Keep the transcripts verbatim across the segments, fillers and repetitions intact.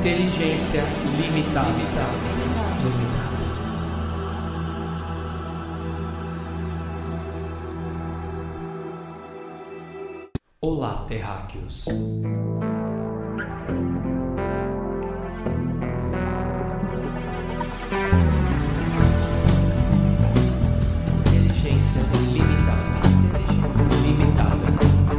Inteligência limitada. Limitada. Olá, terráqueos. Inteligência limitada. Inteligência limitada.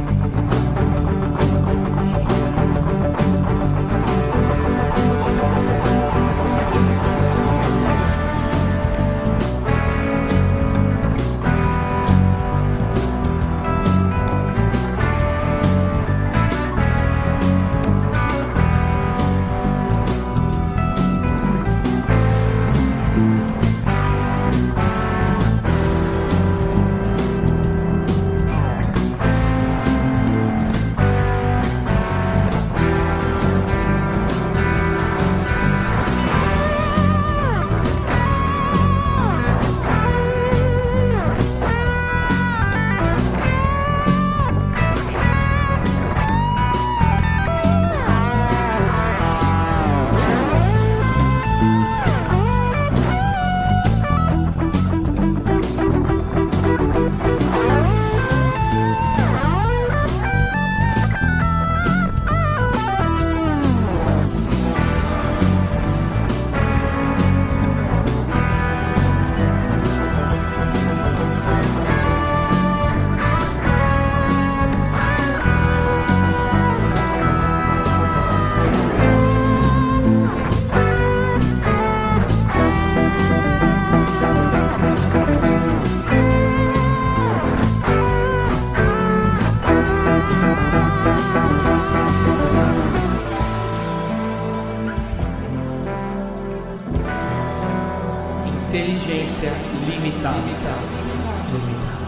Inteligência limitada. Limitada.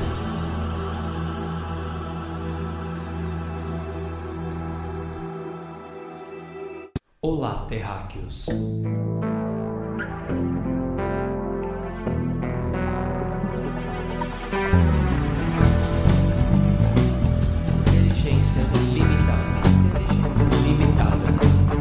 Olá, terráqueos. Inteligência limitada. Inteligência limitada.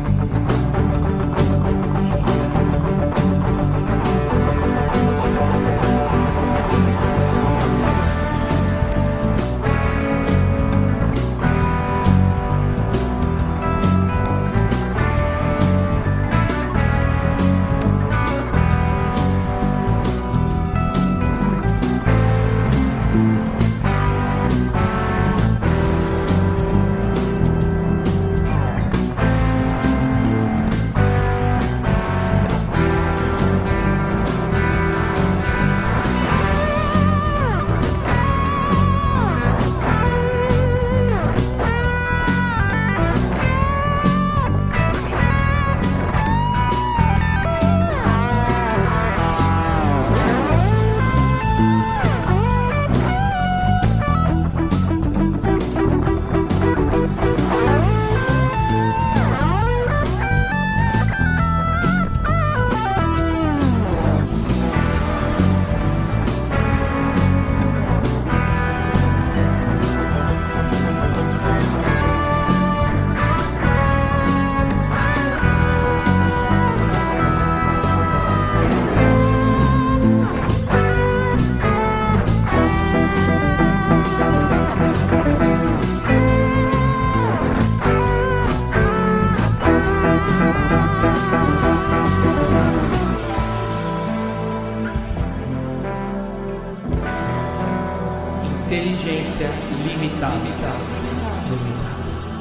Inteligência limitada. Limitada.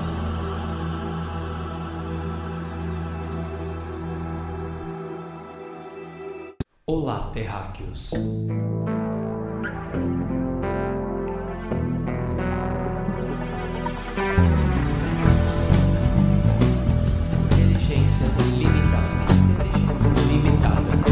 Olá, terráqueos. Inteligência limitada. Inteligência limitada.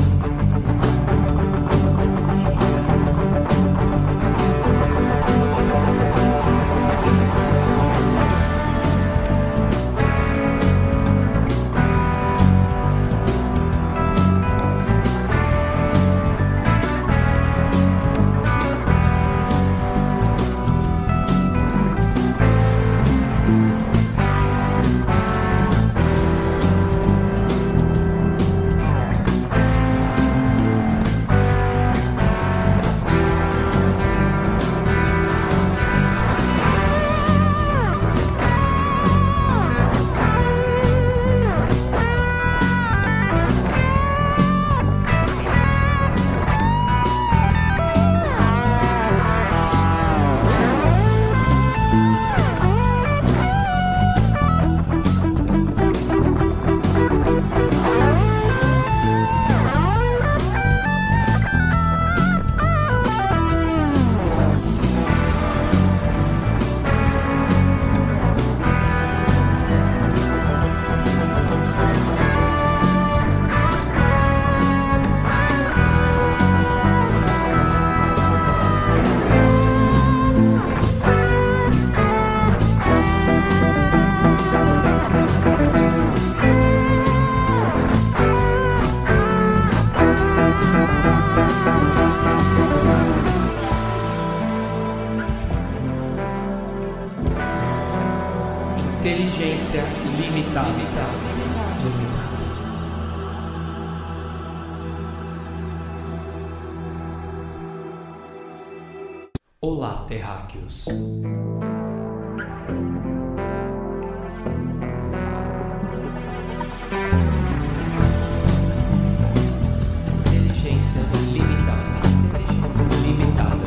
limitada. Limitada. Olá, terráqueos. Inteligência limitada. Inteligência limitada.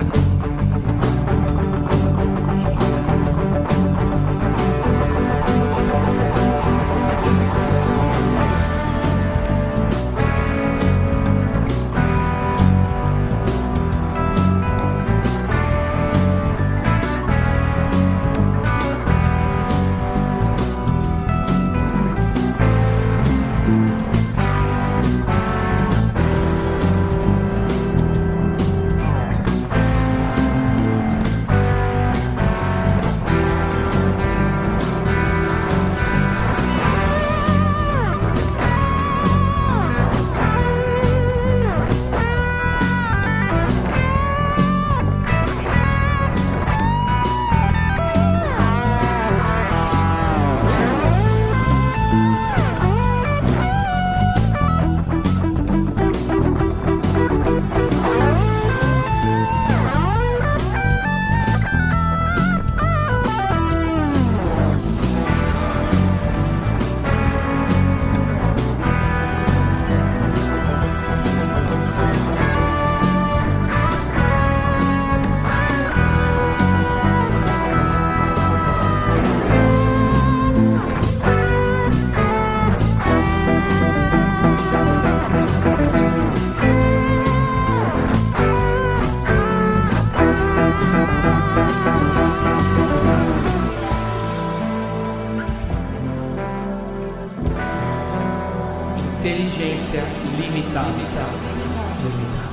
Inteligência limitada. Limitada.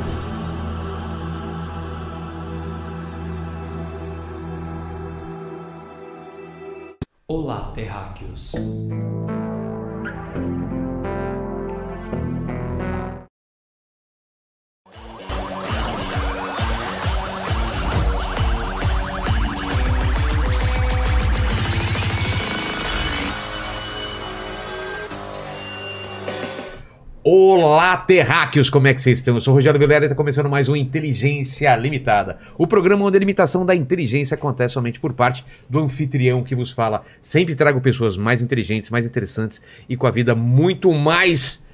Olá, terráqueos. Olá, terráqueos, como é que vocês estão? Eu sou o Rogério Vilela e está começando mais um Inteligência Limitada, o programa onde a limitação da inteligência acontece somente por parte do anfitrião que vos fala. Sempre trago pessoas mais inteligentes, mais interessantes e com a vida muito mais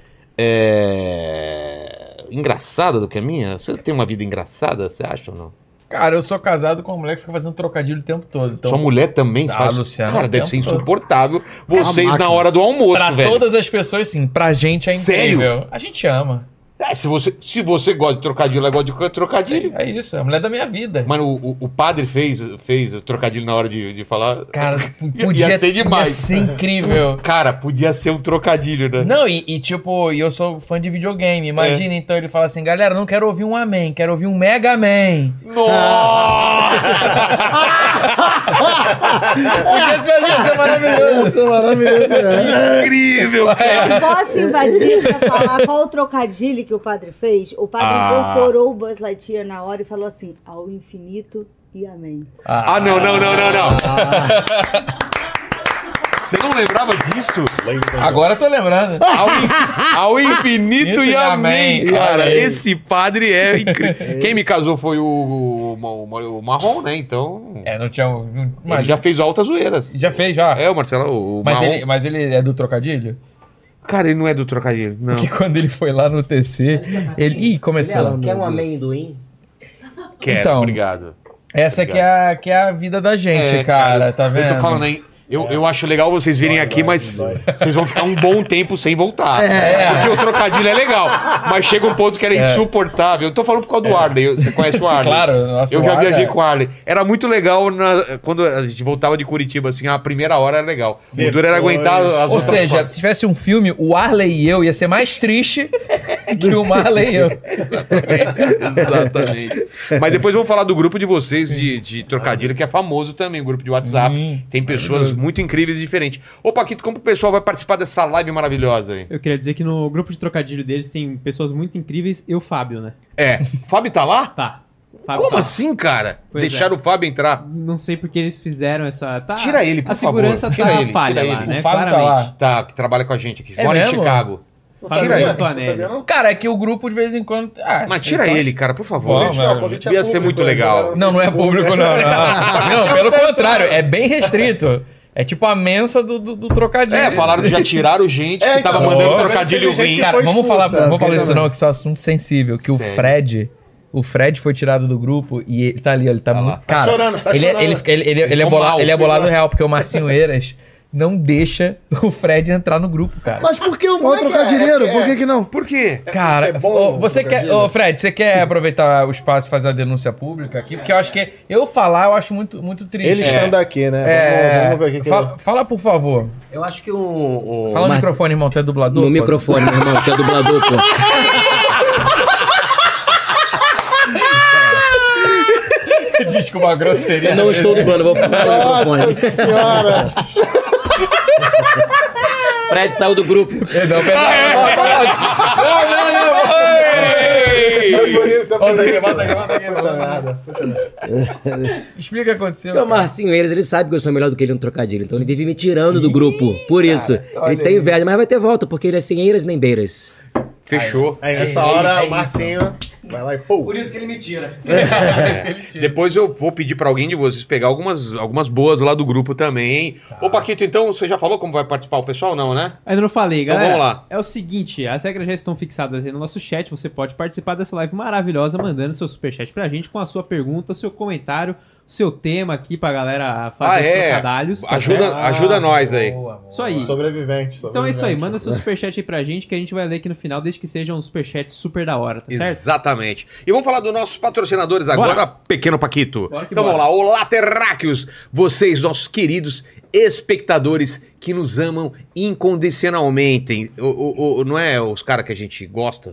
é... engraçada do que a minha. Você tem uma vida engraçada, você acha ou não? Cara, eu sou casado com uma mulher que fica fazendo trocadilho o tempo todo. Então... Sua mulher também ah, faz? Luciano, cara, deve ser todo. Insuportável vocês na hora do almoço, pra velho. Pra todas as pessoas, sim. Pra gente é incrível. Sério? A gente ama. É, se você, se você gosta de trocadilho, ela gosta de trocadilho. É, é isso, é a mulher da minha vida. Mano, o, o padre fez, fez trocadilho na hora de, de falar. Cara, podia ia ser demais. Ia ser incrível. Cara, podia ser um trocadilho, né? Não, e, e tipo, eu sou fã de videogame. Imagina, é. Então ele fala assim, galera, não quero ouvir um amém, quero ouvir um Mega Man. Nossa! Esse vai ser maravilhoso. Isso é maravilhoso, é. Incrível, cara. Posso invadir pra falar qual o trocadilho que o padre fez? O padre Ah. incorporou o Buzz Lightyear na hora e falou assim, ao infinito e amém. Ah, ah não, não, não, não, não. Você não lembrava disso? Agora eu tô lembrando. Ao, in- ao infinito e amém. Cara, esse padre é incrível. Quem me casou foi o, o, o, o Marrom, né? Então. É, não tinha. Não, mas Ele já fez altas zoeiras. já fez, já. É, o Marcelo, o mas, Marrom. ele, mas ele é do trocadilho? Cara, ele não é do trocadilho, não. Porque quando ele foi lá no T C, ele. Ih, começou. Quer um amendoim? Quero, Então, obrigado. Essa que é, a, que é a vida da gente, É, cara, tá vendo? Eu tô falando aí. Eu, eu acho legal vocês virem aqui, mas vocês vão ficar um bom tempo sem voltar. É. Porque o trocadilho é legal. Mas chega um ponto que era insuportável. Eu tô falando por causa do Arley. Você conhece o Sim, Arley? claro, nossa, eu o já Arley viajei é- com o Arley. Era muito legal na- quando a gente voltava de Curitiba, assim, a primeira hora era legal. O duro era Depois- aguentar as Ou outras seja, partes. se tivesse um filme, o Arley e eu ia ser mais triste que o Marley e eu. Exatamente. Mas depois vamos falar do grupo de vocês de, de trocadilho, que é famoso também, o grupo de WhatsApp. Hum, Tem pessoas muito incríveis e diferentes. Ô, Paquito, como o pessoal vai participar dessa live maravilhosa aí? Eu queria dizer que no grupo de trocadilho deles tem pessoas muito incríveis e o Fábio, né? É. Fábio tá lá? Tá. Fábio Como tá- assim, cara? Pois Deixaram é. o Fábio entrar? Não sei porque eles fizeram essa... Tá, Tira ele, por A segurança favor. tá Tira ele, falha tira lá, ele. né? O Fábio tá Claramente. lá. Tá, que trabalha com a gente aqui. É Mora em mesmo? Chicago. Não Tira sabia? ele. Não tô Não nele. sabia, não? Cara, é que o grupo de vez em quando. Ah, Mas tira então- ele, cara, por favor. Bom, Convite não, mano. convite é Devia ser público, muito né? legal. Jogaram no Não, não é Facebook. público, não. Não, não pelo contrário, é bem restrito. É tipo a mensa do, do, do trocadilho. É, falaram que já tiraram gente É, que tava então, mandando nossa, trocadilho teve gente ruim. que Cara, foi vamos falar, expulsa, vamos falar aquele isso não, que isso é um assunto sensível. Que Sério? o Fred, o Fred foi tirado do grupo e ele tá ali, ó, ele tá, Tá muito. lá. Tá Cara, chorando, tá ele, é- chorando. ele, ele, ele, ele, é Ficou bolado, mal, ele é ficou bolado mal. real, porque o Marcinho Eiras não deixa o Fred entrar no grupo, cara. Mas por que o Como mal é que trocar é? dinheiro? É- Por que que não? Por quê? Cara, Isso é bom, ô, você quer, trocadilho? ô, Fred, você quer aproveitar o espaço e fazer a denúncia pública aqui? Porque eu acho que eu falar eu acho muito, muito triste. Ele estando aqui, né? É, Vamos, vamos ver o que, que fala, ele... fala, por favor. Eu acho que o. o Fala no Marci- microfone, irmão, tu é dublador? No pô? microfone, meu irmão, que é dublador, pô. Desculpa, uma grosseria. Eu não estou dublando, vou falar no Nossa microfone. senhora! Fred saiu do grupo. Não, perdão. Não, não, não. É por isso, é por Volta aqui, isso. volta aqui, volta aqui, Puta volta aqui. merda, puta merda. Explica o que aconteceu. Porque o cara. Marcinho Eiras, ele sabe que eu sou melhor do que ele no trocadilho, então ele vive me tirando do grupo. Por isso. olha Ele tem aí. inveja, mas vai ter volta, porque ele é sem eiras nem beiras. Fechou. Aí nessa É, hora, é o Marcinho vai lá e pô. isso que ele me tira. Depois eu vou pedir pra alguém de vocês pegar algumas, algumas boas lá do grupo também, hein? Ô, Paquito, então, você já falou como vai participar o pessoal? Não, né? Ainda não falei, Então galera. vamos lá. É o seguinte, as regras já estão fixadas aí no nosso chat. Você pode participar dessa live maravilhosa mandando seu superchat pra gente com a sua pergunta, seu comentário, seu tema aqui pra galera fazer Ah, os é? trocadalhos. tá Ajuda, certo? ajuda nós aí. Isso aí. Sobrevivente, Então é isso aí, sobrevivente. manda seu superchat aí pra gente que a gente vai ler aqui no final, desde que seja um superchat super da hora, tá certo? Exatamente. E vamos falar dos nossos patrocinadores Bora. agora, pequeno Paquito. Bora que Então bora. vamos lá, Olá Terráqueos, vocês, nossos queridos espectadores que nos amam incondicionalmente. O, o, o- não é os caras que a gente gosta?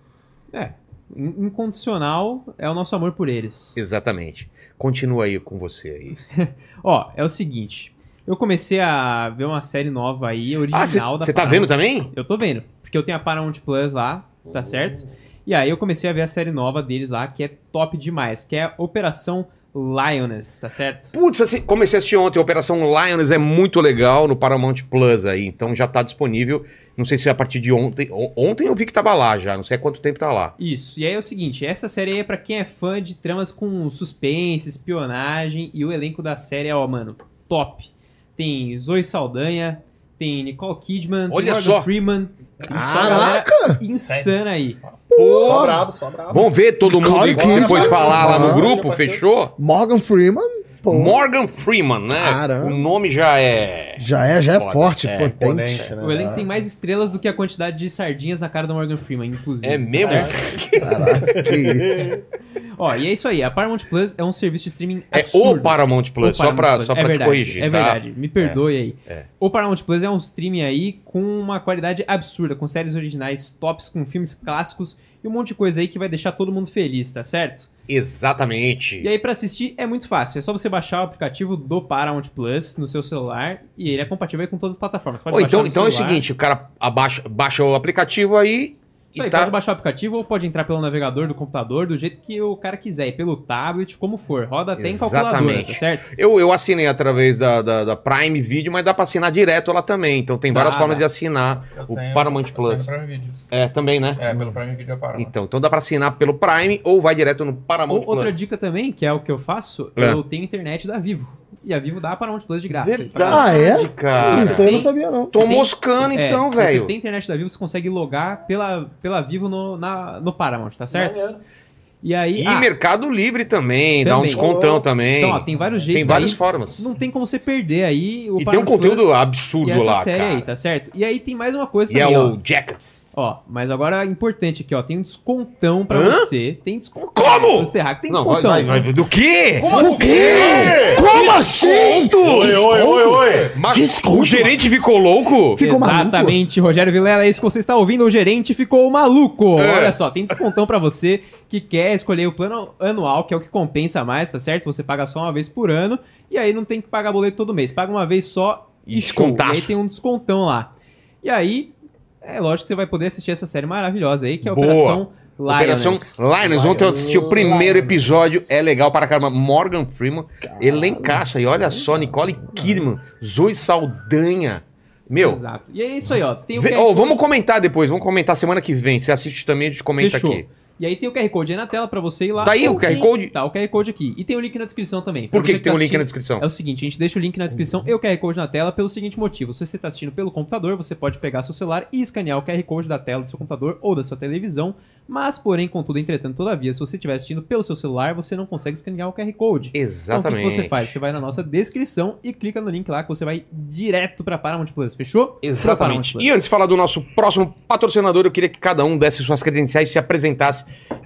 É, in- incondicional é o nosso amor por eles. Exatamente. Continua aí com você aí. Ó, é o seguinte, eu comecei a ver uma série nova aí, original Ah, você da você tá Paramount. vendo também? Eu tô vendo, porque eu tenho a Paramount Plus lá, tá certo? E aí eu comecei a ver a série nova deles lá, que é top demais, que é Operação Lioness, tá certo? Putz, assim, comecei a assistir ontem, a Operação Lioness é muito legal no Paramount Plus aí, então já tá disponível. Não sei se é a partir de ontem. O- Ontem eu vi que tava lá já, não sei há quanto tempo tá lá. Isso, e aí é o seguinte, essa série aí é pra quem é fã de tramas com suspense, espionagem, e o elenco da série é, ó, mano, top. Tem Zoe Saldanha, tem Nicole Kidman, Olha tem Morgan só. Freeman. e só galera Caraca! insana aí. Só brabo, só brabo. Vamos ver todo mundo Nicole e Kidman. depois falar lá no Ah, grupo, já fechou? Morgan Freeman, pô, Morgan Freeman, né? Caramba. O nome já é. já é, já é Foda. forte, É, potente. imponente, né? O elenco tem mais estrelas do que a quantidade de sardinhas na cara do Morgan Freeman, inclusive. É mesmo? certo? Caraca, que isso. Ó, e é isso aí. A Paramount Plus é um serviço de streaming É absurdo. o Paramount Plus, O só pra, Paramount só Plus. pra é te verdade, corrigir. É tá? verdade, me perdoe aí. é. O Paramount Plus é um streaming aí com uma qualidade absurda, com séries originais tops, com filmes clássicos e um monte de coisa aí que vai deixar todo mundo feliz, tá certo? Exatamente. E aí pra assistir é muito fácil, é só você baixar o aplicativo do Paramount Plus no seu celular e ele é compatível aí com todas as plataformas. Pode Ou baixar então, no então é o celular. seguinte, o cara abaixa, baixa o aplicativo aí Isso e aí, tá... pode baixar o aplicativo ou pode entrar pelo navegador do computador, do jeito que o cara quiser, e pelo tablet, como for. Roda até em calculadora, Exatamente. tá certo? Eu, eu assinei através da, da, da Prime Video, mas dá pra assinar direto lá também. Então tem várias Dá, formas dá. de assinar Eu o tenho- Paramount eu Plus. tenho no Prime Video. É, também, né? É, pelo Prime Video eu paro. Então, então dá pra assinar pelo Prime ou vai direto no Paramount Ou, outra Plus. dica também, que é o que eu faço, É. eu tenho internet da Vivo. E a Vivo dá Paramount Plus de graça. Verdade, Ah, é? cara. Isso aí eu não tem- sabia, não. Tô Você tem- moscando É, então, se velho. você tem internet da Vivo, você consegue logar pela, pela Vivo no, na, no Paramount, tá certo? E aí... E ah, Mercado Livre também, dá um Também. descontão também. então, ó, tem vários jeitos Tem várias aí. formas. Não tem como você perder aí o E tem um Paramount conteúdo Plus absurdo e essa lá, série cara. aí, tá certo? E aí tem mais uma coisa E é também, ó. o Jackets. Ó, mas agora é importante aqui, ó. Tem um descontão pra Hã? você. Tem descontão. Como? Os Terrac tem Não, descontão. vai, vai, vai. Do quê? O quê? Como assim? Oi, oi, oi, oi. Mas Desculpa. o gerente ficou louco? Ficou maluco? Exatamente, Rogério Vilela, é isso que você está ouvindo. O gerente ficou maluco. É. Olha só, tem descontão pra você que quer escolher o plano anual, que é o que compensa mais, tá certo? Você paga só uma vez por ano e aí não tem que pagar boleto todo mês. Paga uma vez só E e show. E descontaço. aí tem um descontão lá. E aí, é lógico que você vai poder assistir essa série maravilhosa aí, que é a Boa. Operação Operação Lioness. Ontem eu assisti o primeiro episódio. É legal para caramba. Morgan Freeman, elencaço aí. Olha só, Nicole Kidman, Zoe Saldanha. Meu, Exato. E é isso aí, ó. Tem o vê- Q R ó, Code- vamos comentar depois. Vamos comentar semana que vem. Você assiste também, a gente comenta Fechou. aqui. E aí tem o Q R Code aí na tela pra você ir lá. Tá aí o Ou Q R tem- Code? Tá, o Q R Code aqui. E tem o link na descrição também. Por Pra que, você que tem um tá link na assistindo- descrição? É o seguinte, a gente deixa o link na descrição e o Q R Code na tela pelo seguinte motivo. Se você está assistindo pelo computador, você pode pegar seu celular e escanear o Q R Code da tela do seu computador ou da sua televisão. Mas, porém, contudo, entretanto, todavia, se você estiver assistindo pelo seu celular, você não consegue escanear o Q R Code. Exatamente. Então, o que você faz? Você vai na nossa descrição e clica no link lá que você vai direto pra Paramount Plus. Fechou? Pra Paramount Exatamente. Plus. E antes de falar do nosso próximo patrocinador, eu queria que cada um desse suas credenciais, se apresentasse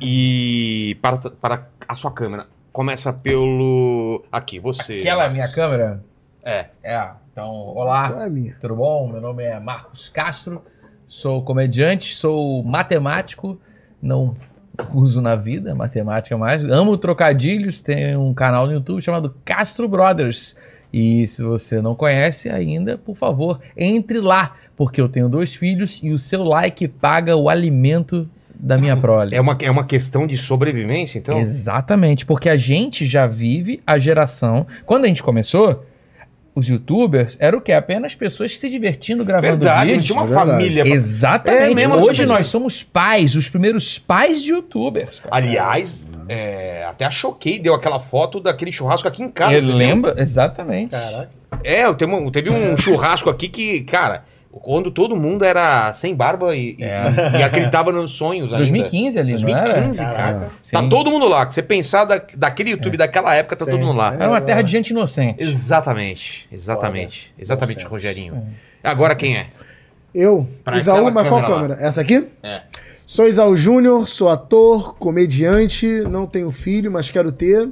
e para, para a sua câmera. Começa pelo... Aqui, você. Aquela é a minha câmera? É. É. Então, olá. Qual é a minha? Tudo bom? Meu nome é Marcos Castro, sou comediante, sou matemático, não uso na vida matemática mais, amo trocadilhos, tenho um canal no YouTube chamado Castro Brothers. E se você não conhece ainda, por favor, entre lá, porque eu tenho dois filhos e o seu like paga o alimento da minha prole. É uma, é uma questão de sobrevivência, então? Exatamente, porque a gente já vive a geração. Quando a gente começou, os youtubers eram o quê? Apenas pessoas se divertindo gravando Verdade, não vídeos. tinha uma É verdade. família. pra- Exatamente. É mesmo, eu tinha Hoje pensado. nós somos pais, os primeiros pais de youtubers. cara. Aliás, é, até a Choquei deu aquela foto daquele churrasco aqui em casa. Eu você lembro, exatamente. Caraca. É, teve um, teve um churrasco aqui que, cara, quando todo mundo era sem barba e, e- É. e acreditava nos sonhos ainda. dois mil e quinze ali, não era? dois mil e quinze, cara. Tá Sim. todo mundo lá. Que você pensar da, daquele YouTube daquela época, tá Sim. todo mundo lá. Era uma terra de gente inocente. Exatamente, exatamente. Foda. Exatamente, Bons tempos. Rogerinho. Agora quem é? Eu, Pra Isaú, aquela mas qual câmera lá. câmera? Essa aqui? É. Sou Isaú Júnior, sou ator, comediante, não tenho filho, mas quero ter.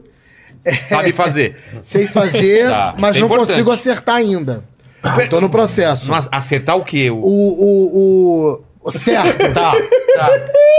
Sabe fazer. Sei fazer, Tá, mas isso é não importante. consigo acertar ainda. Tô no processo. Mas acertar o quê? O, O... o, o, o certo. Tá, tá.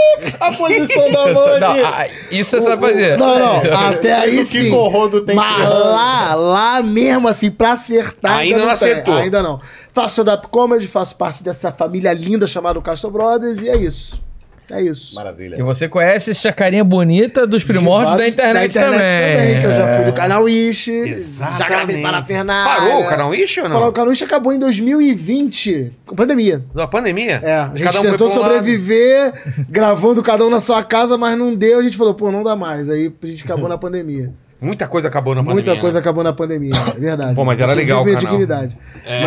A posição da Isso, mão é- não, aqui. ah, isso você sabe fazer. Não, não. Até aí Mas o que sim. Corrodo tem Mas que- lá, lá mesmo, assim, pra acertar. Ainda não tem. acertou. Ainda não. Faço stand-up comedy, faço parte dessa família linda chamada Castro Brothers e é isso. É isso. Maravilha. E você conhece essa carinha bonita dos primórdios da vários- internet, da internet também. Que eu já fui do É. canal Wish. Exatamente. Já gravei parafernália. Parou o canal Ixi ou O não? canal Wish acabou em dois mil e vinte, com pandemia. Da pandemia? É, a gente Cada um foi tentou pra um lado. sobreviver gravando cada um na sua casa, mas não deu. A gente falou, pô, não dá mais. Aí a gente acabou na pandemia. Muita coisa acabou na pandemia. Muita coisa né? acabou na pandemia, é verdade. Pô, mas era Inclusive, legal o minha canal. dignidade. É.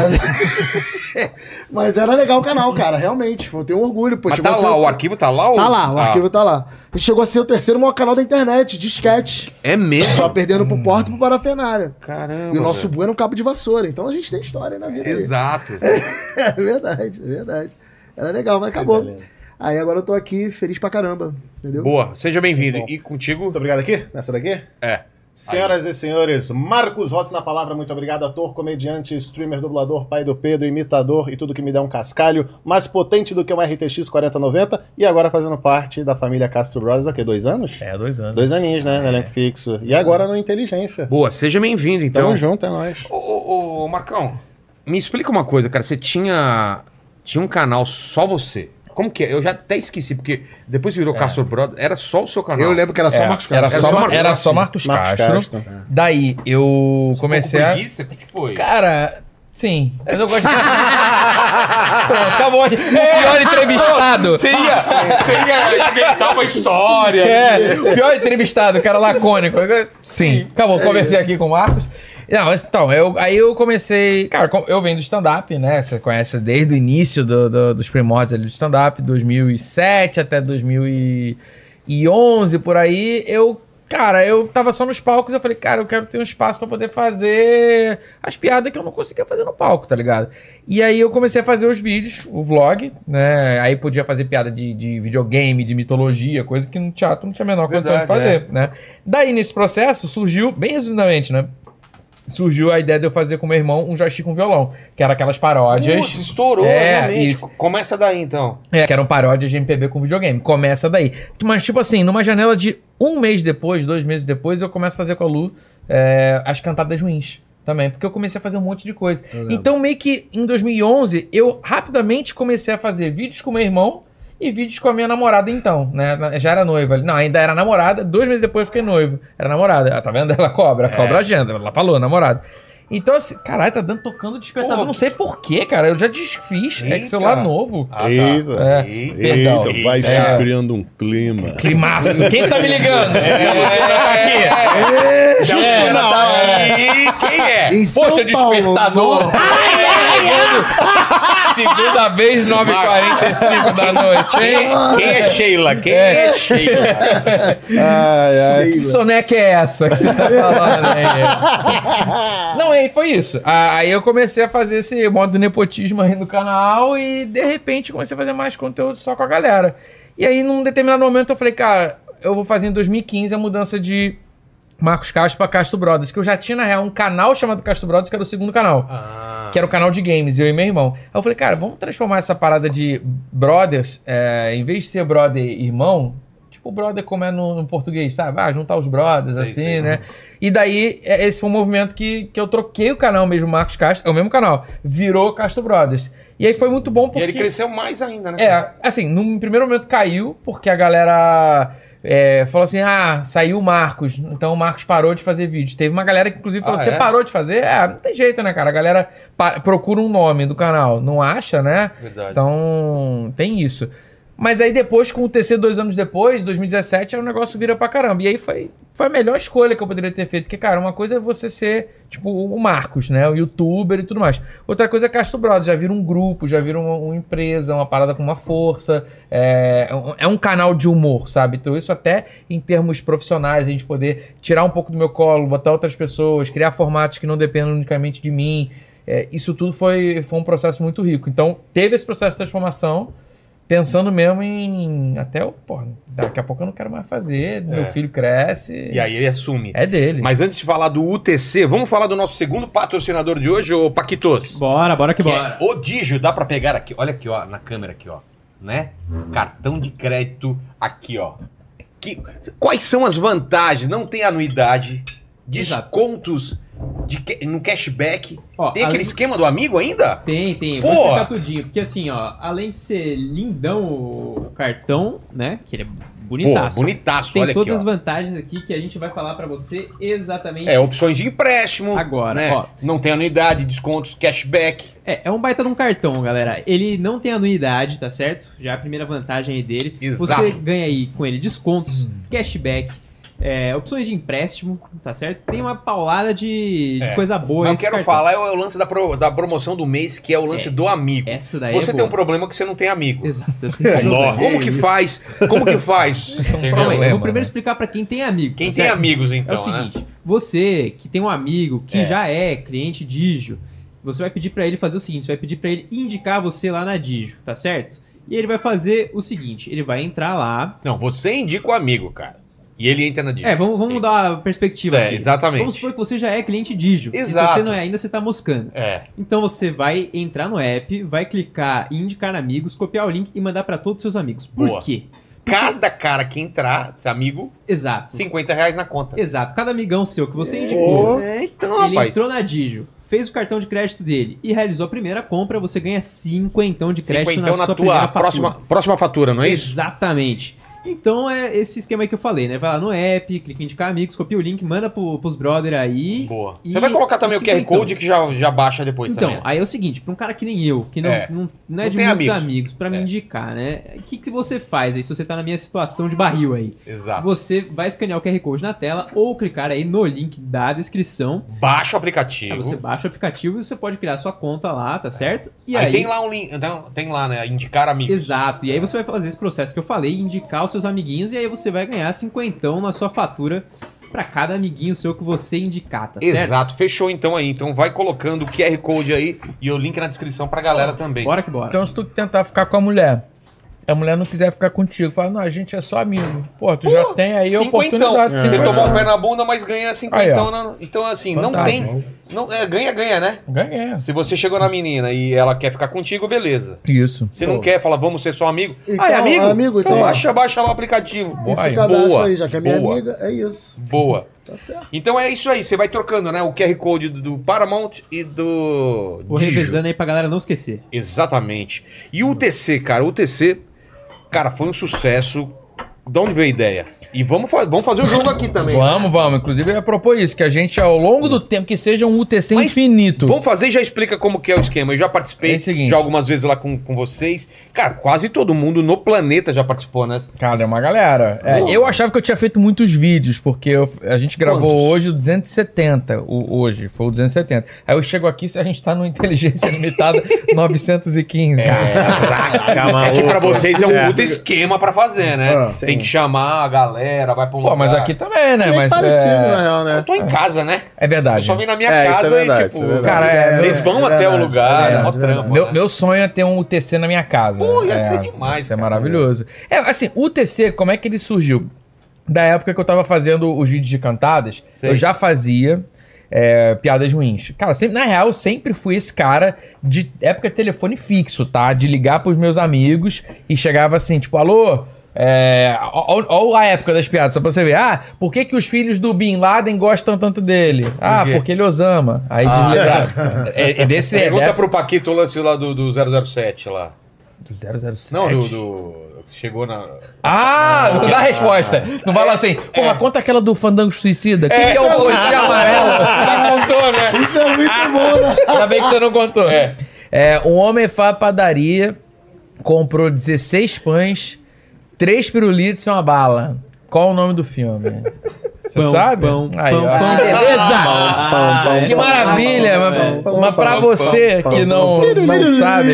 Mas... mas era legal o canal, cara, realmente. Eu tenho orgulho. Pô, Mas chegou tá a ser lá, o- o arquivo tá lá? Ou... Tá lá, o Ah, arquivo tá lá. A gente chegou a ser o terceiro maior canal da internet, de sketch. É mesmo? Só perdendo pro Porto e pro Parafernália. Caramba. E o nosso velho. bu era um cabo de vassoura. Então a gente tem história na vida aí. Exato. É verdade, é verdade. Era legal, mas acabou. Coisa linda. Aí agora eu tô aqui feliz pra caramba, entendeu? Boa, seja bem-vindo. Bom. E contigo? Muito obrigado aqui, nessa daqui. É. Senhoras e senhores, Marcos Rossi na palavra, muito obrigado, ator, comediante, streamer, dublador, pai do Pedro, imitador e tudo que me dá um cascalho, mais potente do que um R T X quarenta noventa e agora fazendo parte da família Castro Brothers, há quê? Dois anos? É, dois anos. Dois aninhos, né, no elenco fixo. E agora no Inteligência. Boa, seja bem-vindo, então. Tamo junto, é nóis. Ô, ô, ô, Marcão, me explica uma coisa, cara. Você tinha, tinha um canal só você. Como que é? Eu já até esqueci, porque depois virou Castro Brothers, era só o seu canal. Eu lembro que era só É, Marcos era Castro. só, Era só Mar- Marcos era Castro. só Marcos, Marcos Castro. Castro. Daí eu comecei a. Preguiça? O que, que foi? Cara, sim. Mas eu gosto. Pronto, acabou. O pior entrevistado. Você ia, você ia inventar uma história. É, o pior entrevistado, cara lacônico. Sim, acabou. Conversei aqui com o Marcos. Não, mas então, eu, aí eu comecei. Cara, com- eu venho do stand-up, né? Você conhece desde o início do- do- dos primórdios ali do stand-up, dois mil e sete até dois mil e onze, por aí. Eu, cara, eu tava só nos palcos. Eu falei, cara, eu quero ter um espaço pra poder fazer as piadas que eu não conseguia fazer no palco, tá ligado? E aí eu comecei a fazer os vídeos, o vlog, né? Aí podia fazer piada de, de videogame, de mitologia, coisa que no teatro não tinha a menor condição de Verdade, fazer, né? Daí, nesse processo, surgiu, bem resumidamente, né? Surgiu a ideia de eu fazer com meu irmão um joystick com violão, que era aquelas paródias. Putz, estourou, É, realmente. isso. Começa daí, então. É, que eram paródias de M P B com videogame. Começa daí. Mas, tipo assim, numa janela de um mês depois, dois meses depois, eu começo a fazer com a Lu é, as cantadas ruins também, porque eu comecei a fazer um monte de coisa. Então, meio que em dois mil e onze, eu rapidamente comecei a fazer vídeos com meu irmão e vídeos com a minha namorada então, né? Já era noiva. Não, ainda era namorada. Dois meses depois eu fiquei noivo. Era namorada. Ah, tá vendo? Ela cobra, É. cobra a agenda. Ela falou, namorada. Então, assim, caralho, tá dando tocando despertador. Pô. Não sei porquê, cara. Eu já desfiz. É que Eita. celular novo. Ah, tá. Eita. É, Eita. perdão. Eita, vai É. se criando um clima. Climaço. Quem tá me ligando? É. Se você não tá aqui. Já É, ela não, tá é. aí. Quem é? Em São Poxa, Paulo, despertador. no- Ai, ai, ai. Segunda vez, nove e quarenta e cinco da noite, hein? Quem é Sheila? Quem É. é Sheila? Ai, ai. Que soneca é essa que você tá falando aí? Não, aí foi isso. Ah, Aí eu comecei a fazer esse modo nepotismo aí no canal e de repente comecei a fazer mais conteúdo só com a galera. E aí num determinado momento eu falei, cara, eu vou fazer em dois mil e quinze a mudança de Marcos Castro pra Castro Brothers, que eu já tinha na real um canal chamado Castro Brothers, que era o segundo canal. Ah. Que era o canal de games, eu e meu irmão. Aí eu falei, cara, vamos transformar essa parada de brothers, é, em vez de ser brother e irmão, tipo brother como é no, no português, sabe? Ah, juntar os brothers, Sei, assim, sei. né? E daí, é, esse foi um movimento que, que eu troquei o canal mesmo, Marcos Castro, é o mesmo canal, virou Castro Brothers. E aí foi muito bom E porque... ele cresceu mais ainda, né? É, assim, no primeiro momento caiu, porque a galera é, falou assim, ah, saiu o Marcos, então o Marcos parou de fazer vídeo. Teve uma galera que inclusive falou, Ah, você é? parou de fazer? É, não tem jeito, né, cara? A galera pa- procura um nome do canal, não acha, né? Verdade. Então, tem isso. Mas aí depois, com o T C dois anos depois, dois mil e dezessete, aí o negócio vira pra caramba. E aí foi, foi a melhor escolha que eu poderia ter feito. Porque, cara, uma coisa é você ser, tipo, o Marcos, né? O youtuber e tudo mais. Outra coisa é Castro Brothers. Já vira um grupo, já vira uma, uma empresa, uma parada com uma força. É, é um canal de humor, sabe? Então isso até em termos profissionais, a gente poder tirar um pouco do meu colo, botar outras pessoas, criar formatos que não dependam unicamente de mim. É, isso tudo foi, foi um processo muito rico. Então, teve esse processo de transformação, pensando mesmo em até o, pô, daqui a pouco eu não quero mais fazer, meu filho cresce. E aí ele assume. É dele. Mas antes de falar do U T C, vamos falar do nosso segundo patrocinador de hoje, ô Paquitos. Bora, bora que Que bora. é o Digio, dá pra pegar aqui, olha aqui, ó, na câmera aqui, ó, né? Cartão de crédito aqui, ó. Que, quais são as vantagens? Não tem anuidade, descontos de, ca- no cashback. Ó, tem aquele além- esquema do amigo ainda? Tem, tem. Pô! Vou explicar tudinho. Porque assim, ó, além de ser lindão o cartão, né? Que ele é Pô, bonitaço. bonitaço, Tem olha todas aqui, as ó. vantagens aqui que a gente vai falar pra você exatamente. É, opções de empréstimo. Agora, né? ó. Não tem anuidade, descontos, cashback. É, é um baita de um cartão, galera. Ele não tem anuidade, tá certo? Já é a primeira vantagem aí dele. Exato. Você ganha aí com ele descontos, cashback, é, opções de empréstimo, tá certo? Tem uma paulada de, de É. coisa boa. Mas eu esse quero cartão. falar é o, é o lance da, pro- da promoção do mês, que é o lance É. do amigo. Essa daí Você é tem um boa. problema que você não tem amigo. Exato. eu tenho esse problema. Nossa. Como que faz? Como que faz? Tem Calma aí, eu problema, vou primeiro né? explicar pra quem tem amigo. Quem tá tem certo? amigos, É então, o né? seguinte, você que tem um amigo que É. já é cliente Digio, você vai pedir pra ele fazer o seguinte, você vai pedir pra ele indicar você lá na Digio, tá certo? E ele vai fazer o seguinte, ele vai entrar lá... Não, você indica o amigo, cara. E ele entra na dica. É, vamos, vamos mudar a perspectiva É, aqui. exatamente. Vamos supor que você já é cliente Digio. E se Exato. você não é ainda, você tá moscando. É. Então você vai entrar no app, vai clicar em indicar amigos, copiar o link e mandar pra todos os seus amigos. Por Boa. quê? Cada cara que entrar, esse amigo, Exato. cinquenta reais na conta. Exato. Cada amigão seu que você indicou, É, então, ele rapaz. entrou na Digio, fez o cartão de crédito dele e realizou a primeira compra, você ganha cinquentão de crédito Cinquentão na na sua tua primeira fatura. próxima, próxima fatura, não é isso? Exatamente. Então é esse esquema aí que eu falei, né? Vai lá no app, clica em indicar amigos, copia o link, manda pro, pros brother aí. Boa. E- Você vai colocar também e o Q R cinquentão. Code que já, já baixa depois Então, também. aí é o seguinte, pra um cara que nem eu, que não É. não, não é Não de tem muitos amigos. amigos, pra me É. indicar, né? O que, que você faz aí se você tá na minha situação de barril aí? Exato. Você vai escanear o Q R Code na tela ou clicar aí no link da descrição. Baixa o aplicativo. Aí você baixa o aplicativo e você pode criar sua conta lá, tá certo? E aí, aí, tem lá um link. Então, tem lá, né? Indicar amigos. Exato. E aí você vai fazer esse processo que eu falei, indicar os seus amiguinhos e aí você vai ganhar cinquentão na sua fatura pra cada amiguinho seu que você indicar, tá certo? Exato. Fechou então aí. Então vai colocando o Q R Code aí e o link na descrição pra galera também. Bora que bora. Então, se tu tentar ficar com a mulher, a mulher não quiser ficar contigo, fala, não, a gente é só amigo. Pô, tu já tem aí a oportunidade. Você cinquentão. tomou o pé na bunda, mas ganha cinquentão. Aí, na- Então, assim, Vantagem. não tem. Não, é, ganha, ganha, né? Ganha. Se você chegou na menina e ela quer ficar contigo, beleza. Isso. Se não quer, fala, vamos ser só amigo. Então, ah, é amigo? amigo, então então, baixa, baixa lá o aplicativo. E se Boa, cadastra boa, aí, já que é minha boa. amiga, é isso. Boa. Tá certo. Então é isso aí, você vai trocando, né? O Q R Code do, do Paramount e do. Vou Digio. revezando aí pra galera não esquecer. Exatamente. E o U T C, cara, o U T C. Cara, foi um sucesso. De onde veio a ideia? E vamos, fa vamos fazer o jogo aqui também. Vamos, vamos. Inclusive, eu ia propor isso, que a gente, ao longo do tempo, que seja um U T C Mas infinito. Vamos fazer e já explica como que é o esquema. Eu já participei É o seguinte. já algumas vezes lá com, com vocês. Cara, quase todo mundo no planeta já participou, né? Cara, é uma galera. É, eu achava que eu tinha feito muitos vídeos, porque eu- a gente gravou Quantos? hoje o duzentos e setenta. O, hoje, foi o duzentos e setenta. Aí eu chego aqui, se a gente tá no Inteligência Limitada novecentos e quinze. Caraca, É que pra vocês é um É. puta esquema pra fazer, né? Ah, Tem que chamar a galera, vai pra um Pô, lugar. mas aqui também, né? É meio Mas, parecido, é... na real, Eu né? tô em casa, né? É Eu verdade. só vim na minha É, isso casa é verdade, e, tipo... isso é verdade. Cara, é, Vocês vão É até o verdade, lugar, é é mó verdade, trampo, Meu, né? meu sonho é ter um U T C na minha casa. Pô, ia é, ser demais, Isso é cara. maravilhoso. É, assim, o U T C, como é que ele surgiu? Da época que eu tava fazendo os vídeos de cantadas, Sei. eu já fazia é, piadas ruins. Cara, sempre, na real, eu sempre fui esse cara de época de telefone fixo, tá? De ligar pros meus amigos e chegava assim, tipo, alô... É, olha a época das piadas, só pra você ver. Ah, por que, que os filhos do Bin Laden gostam tanto dele? Ah, quê? porque ele os ama. Aí Ah. desligava. É, é desse, é Pergunta dessa... pro Paquito o lance lá do, do zero zero sete lá. Do zero zero sete? Não, do... do... Chegou na... Ah, não dá resposta. Não fala assim, porra, conta aquela do Fandango Suicida. Quem que é o postinho amarelo? Não contou, né? Isso é muito bom, né? Ainda bem que você não contou. É. É, um homem foi à padaria, comprou dezesseis pães, três pirulitos e uma bala. Qual o nome do filme? Você Pão, sabe? pão, Aí, pão, ó. pão. Beleza! Ah, pão, Que essa- maravilha! é. Mas, mas pra você que não, não sabe,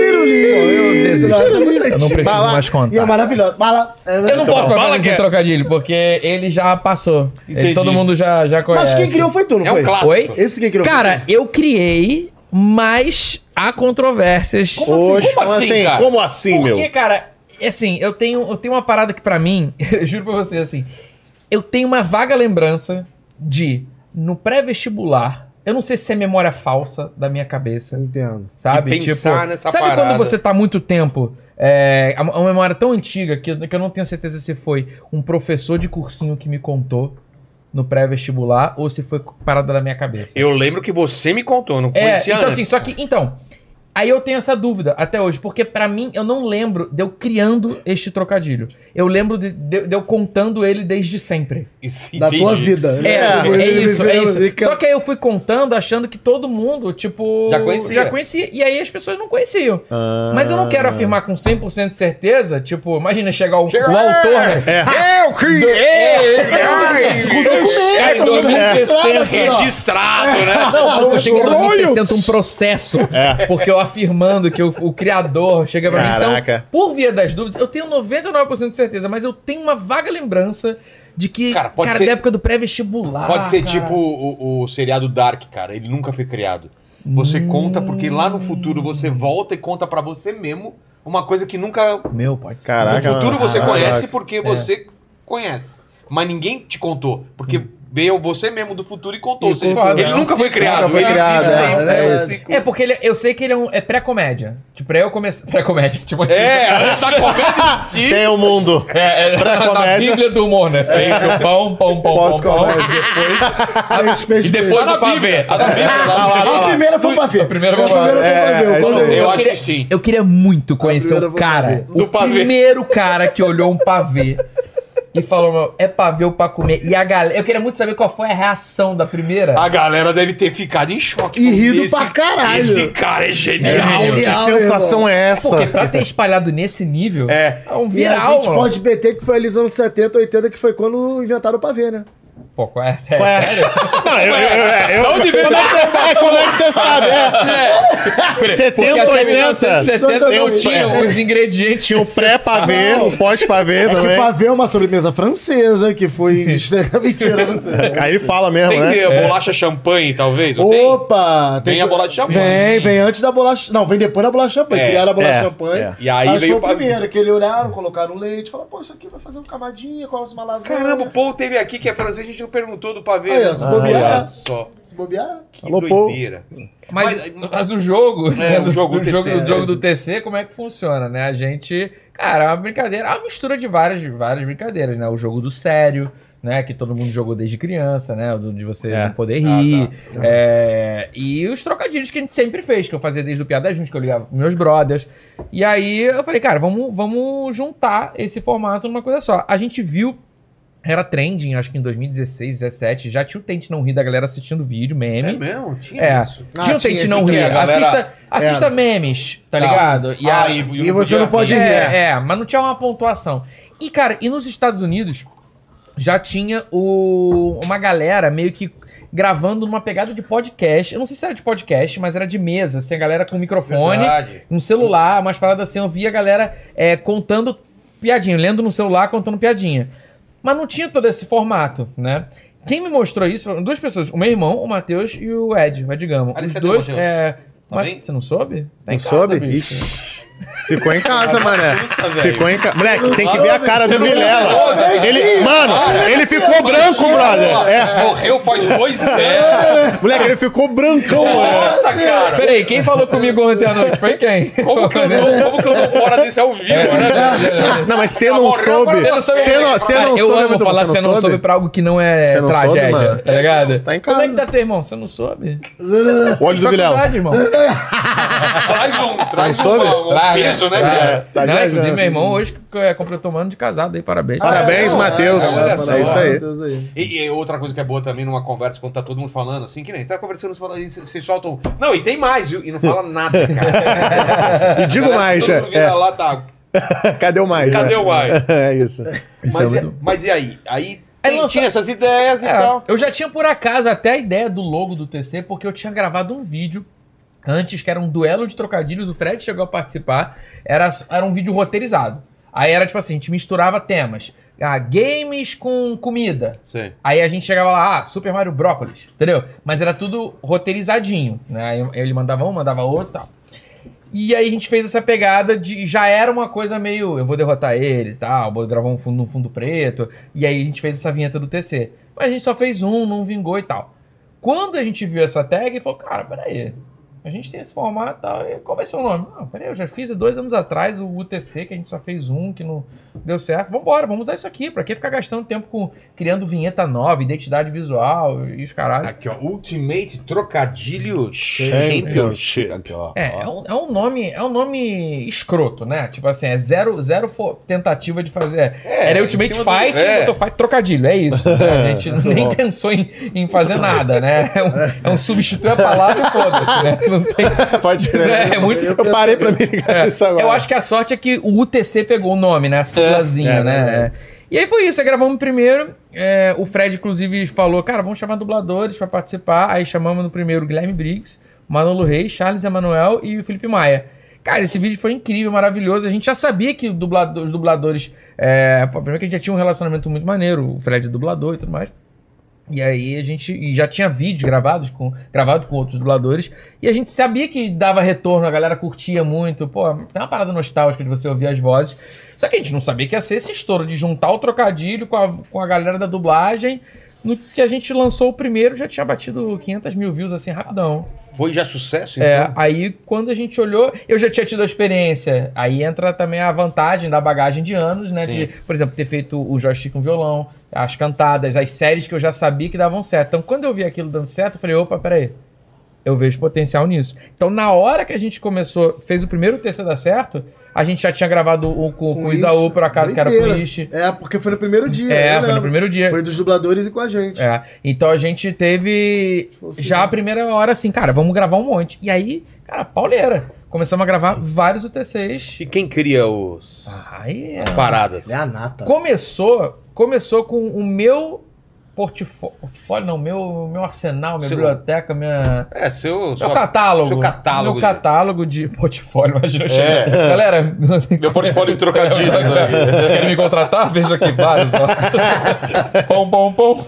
eu desisto. Nossa, é muito Eu não antigo. preciso Bala. mais E é contar. maravilhoso. Bala. É Eu não muito posso bom. fazer Fala esse que é- trocadilho, porque ele já passou. Ele- Entendi. todo mundo já, já conhece. Mas quem criou foi tu, não É um foi? clássico. Oi? Esse quem criou Cara, foi tu. eu criei, mas há controvérsias. Hoje, Como como assim, assim? cara? Como assim, meu? Porque, cara, assim, eu tenho, eu tenho uma parada que pra mim, eu juro pra você, assim, eu tenho uma vaga lembrança de, no pré-vestibular, eu não sei se é memória falsa da minha cabeça, Entendo. sabe? E pensar nessa sabe parada. quando você tá muito tempo, é, uma uma memória tão antiga que eu, que eu não tenho certeza se foi um professor de cursinho que me contou no pré-vestibular ou se foi parada da minha cabeça. Eu lembro que você me contou, não É, conhecia então antes. assim, só que, então, aí eu tenho essa dúvida até hoje, porque pra mim, eu não lembro de eu criando este trocadilho. Eu lembro de, de- de eu contando ele desde sempre. Isso, Da tua entendi. vida. É, né? é, Ele- isso, ele- é ele isso. fica- Só que aí eu fui contando achando que todo mundo, tipo... Já conhecia. Já conhecia. E aí as pessoas não conheciam. Ah. Mas eu não quero afirmar com cem por cento de certeza, tipo, imagina chegar o, o autor, né? Eu criei! É, em dois mil e sessenta. Registrado, né? Não, quando eu cheguei em dois mil e sessenta, um processo. Porque eu afirmando que o, o criador chega pra mim. Caraca. Então, por via das dúvidas, eu tenho noventa e nove por cento de certeza, mas eu tenho uma vaga lembrança de que, Cara, cara, pode ser- da época do pré-vestibular. Pode ser cara. tipo o, o seriado Dark, cara. Ele nunca foi criado. Você conta porque lá no futuro você volta e conta pra você mesmo uma coisa que nunca... Meu, pode ser. Caraca. No futuro você Ah, conhece caraca. porque você conhece. Mas ninguém te contou. Porque veio você mesmo do futuro e contou. E Ou seja, contou, ele é um nunca foi ciclo, criado. nunca foi ele criado, existe é, sempre, é um isso. ciclo. É, porque ele, eu sei que ele é, um, é pré-comédia. Tipo, pra eu começar... Pré-comédia, tipo... É, antes da comédia existir. Tem o mundo. É, é na Pré-comédia. Bíblia do humor, né? Fez o pão, pão, pão, pão, pão. Pós-comédia. Fez, fez, E fez. depois Tá o na Bíblia. pavê. Tá na Bíblia. Tá lá, lá. tá A lá. primeira foi pra ver. A primeira A foi pra ver. primeira foi pra ver. É, Quando isso aí. Eu Eu acho queria- que sim. Eu queria muito conhecer primeira o eu vou cara, ver. o Do pavê. primeiro cara que olhou um pavê e falou, meu, é pavê ou pra comer. E a galera, eu queria muito saber qual foi a reação da primeira. A galera deve ter ficado em choque. E Falou, rido esse- pra caralho. Esse cara é genial. É Que genial, sensação é essa? Porque pra ter espalhado nesse nível, É. é um E a viral, gente mano. pode meter que foi ali nos anos setenta, oitenta, que foi quando inventaram o pavê, né? Pô, qual é? É, Qual é? sério? Não, eu, eu, eu, eu, onde veio como, é que você, é, como é que você sabe? É, Porque setenta, até oitenta. mil novecentos e setenta Eu não tinha tinha- os ingredientes. Tinha o pré-pavê, o pós-pavê É que também. pavê é uma sobremesa francesa que foi... Mentira, não sei. Aí ele fala mesmo, Tem né? que ter bolacha champanhe, talvez? Ou tem? Opa! Vem a bolacha de champanhe. Vem, vem antes da bolacha... Não, vem depois da bolacha champanhe. É, Criaram a bolacha é, champanhe. é. E aí Mas veio foi o o pavê. primeiro, que eles olharam, colocaram leite, falaram, pô, isso aqui vai fazer uma camadinha, coloca uma lasanha. Caramba, o Paul teve aqui, que é francês, a gente não perguntou do pavê. Aí, né? ó, se bobear. Olha só. Se bobear. Que Alô, Paul. doideira. Mas, Mas- mas o jogo, né, o do, jogo do, U T C, jogo, do é. jogo do T C, como é que funciona, né? A gente, cara, é uma brincadeira, é uma mistura de várias, várias brincadeiras, né? O jogo do sério, né? Que todo mundo jogou desde criança, né? O de você É. não poder rir. Ah, tá. É, e os trocadilhos que a gente sempre fez, que eu fazia desde o Piada Juntos, que eu ligava pros meus brothers. E aí eu falei, cara, vamos, vamos juntar esse formato numa coisa só. A gente viu, era trending, acho que em dois mil e dezesseis, dezessete, já tinha o Tente Não Rir da galera assistindo vídeo, meme. É mesmo? Tinha É, isso. Ah, tinha o tinha Tente esse Não que Rir. a galera- Assista, assista É. memes, tá Tá. ligado? E a- Ah, E você não pode rir. é, é, mas não tinha uma pontuação. E, cara, e nos Estados Unidos já tinha o, uma galera meio que gravando numa pegada de podcast. Eu não sei se era de podcast, mas era de mesa, assim, a galera com microfone, Verdade. um celular, umas paradas assim. Eu via a galera é, contando piadinha, lendo no celular, contando piadinha. Mas não tinha todo esse formato, né? Quem me mostrou isso foram duas pessoas, o meu irmão, o Matheus e o Ed, vai digamos. Ali, Os cadê o dois. Matheus? É, Tá Ma- bem? Você não soube? Tá Não em casa, soube? bicho. Ixi. Ficou em casa, mané. Assusta, velho. Ficou em casa. Moleque, tem que ver a cara do Vilela. Ele, mano, ele ficou branco, brother. É. Morreu faz dois anos. Moleque, ele ficou brancão, mano. Nossa, cara. Peraí, quem falou comigo ontem à noite? Foi quem? Como que eu tô, como que eu tô fora desse ao vivo, né? Não, mas você não Morreu, soube. agora você não sabe. Você não, você Cara, não eu soube. amo muito, falar você não soube pra algo que não é Você não soube, tragédia, mano? tá ligado? Tá em Como é que casa. tá teu irmão? Você não soube? O olho do Vilela. Faculdade, irmão. Traz um, traz Não soube? um, um Traga, peso, né, traga. cara? Tá Não, viajando. inclusive, meu irmão hoje é, completou um ano de casado aí, parabéns. Parabéns, Matheus. olha só. É isso aí. Deus aí. E, e outra coisa que é boa também numa conversa, quando tá todo mundo falando assim, que nem tá conversando, você fala, e você você solta um. Não, e tem mais, viu? E não fala nada, cara. E digo Galera, mais, todo mundo vira é. lá, tá. Cadê o mais? Cadê né? o mais? É isso. Isso Mas, é e, muito- mas e aí? Aí Aí tem- lança- tinha essas ideias e É, tal. eu já tinha por acaso até a ideia do logo do T C, porque eu tinha gravado um vídeo antes, que era um duelo de trocadilhos, o Fred chegou a participar, era, era um vídeo roteirizado. Aí era tipo assim, a gente misturava temas. Ah, games com comida. Sim. Aí a gente chegava lá, ah, Super Mario Brócolis, entendeu? Mas era tudo roteirizadinho, né? Aí ele mandava um, mandava outro e tal. E aí a gente fez essa pegada de... Já era uma coisa meio... Eu vou derrotar ele e tal, vou gravar um fundo no fundo preto. E aí a gente fez essa vinheta do T C. Mas a gente só fez um, não vingou e tal. Quando a gente viu essa tag, ele falou, cara, peraí... A gente tem esse formato e tal, e qual vai ser o nome? Não, peraí, eu já fiz há dois anos atrás o U T C, que a gente só fez um, que não deu certo. Vambora, vamos usar isso aqui. Pra que ficar gastando tempo com criando vinheta nova, identidade visual e os caralho. Aqui, ó. Ultimate Trocadilho Championship. Aqui, ó. É, é um, é um nome, é um nome escroto, né? Tipo assim, é zero, zero fo- tentativa de fazer. É, Era em Ultimate cima do- Fight, é. botou Fight trocadilho, é isso. Né? A gente nem pensou em, em fazer nada, né? É um, é um substituir a palavra e foda-se, né? Não tem... Pode crer. É, é muito- Eu parei pra me ligar nisso agora. Eu acho que a sorte é que o U T C pegou o nome, né? A siglazinha, É, né? verdade. É. E aí foi isso, aí gravamos primeiro. é, o Fred, inclusive, falou: cara, vamos chamar dubladores pra participar. Aí chamamos no primeiro o Guilherme Briggs, Manolo Reis, Charles Emanuel e o Felipe Maia. Cara, esse vídeo foi incrível, maravilhoso. A gente já sabia que o dublado- os dubladores. É, pô, primeiro que a gente já tinha um relacionamento muito maneiro, o Fred é dublador e tudo mais. E aí a gente e já tinha vídeos gravados com, gravado com outros dubladores. E a gente sabia que dava retorno, a galera curtia muito. Pô, tem uma parada nostálgica de você ouvir as vozes. Só que a gente não sabia que ia ser esse estouro de juntar o trocadilho com a, com a galera da dublagem. No que a gente lançou o primeiro, já tinha batido quinhentas mil views assim, rapidão. Foi já sucesso, É, então? aí quando a gente olhou, eu já tinha tido a experiência. Aí entra também a vantagem da bagagem de anos, né? Sim. De, por exemplo, ter feito o joystick com violão, as cantadas, as séries que eu já sabia que davam certo. Então, quando eu vi aquilo dando certo, eu falei, opa, peraí, eu vejo potencial nisso. Então, na hora que a gente começou, fez o primeiro T C dar certo, a gente já tinha gravado o, com, com o Isaú, por acaso, que era com o Doideira. Ishi. É, porque foi no primeiro dia. É, eu foi no lembro. primeiro dia. Foi dos dubladores e com a gente. É, então a gente teve Fosse já bom. a primeira hora assim, cara, vamos gravar um monte. E aí, cara, pauleira. Começamos a gravar vários U T Cs. E quem cria os, Aí, as paradas? É a nata. começou, começou com o meu portfólio, portfólio não, meu, meu arsenal, minha Seu- biblioteca, minha... É, seu... Meu sua- catálogo. seu catálogo Meu de- catálogo de portfólio, imagina. eu É. chegar. Galera... Meu portfólio em trocadilho. né? Vocês querem me contratar? Veja aqui vários, ó. Pom, pom, pom.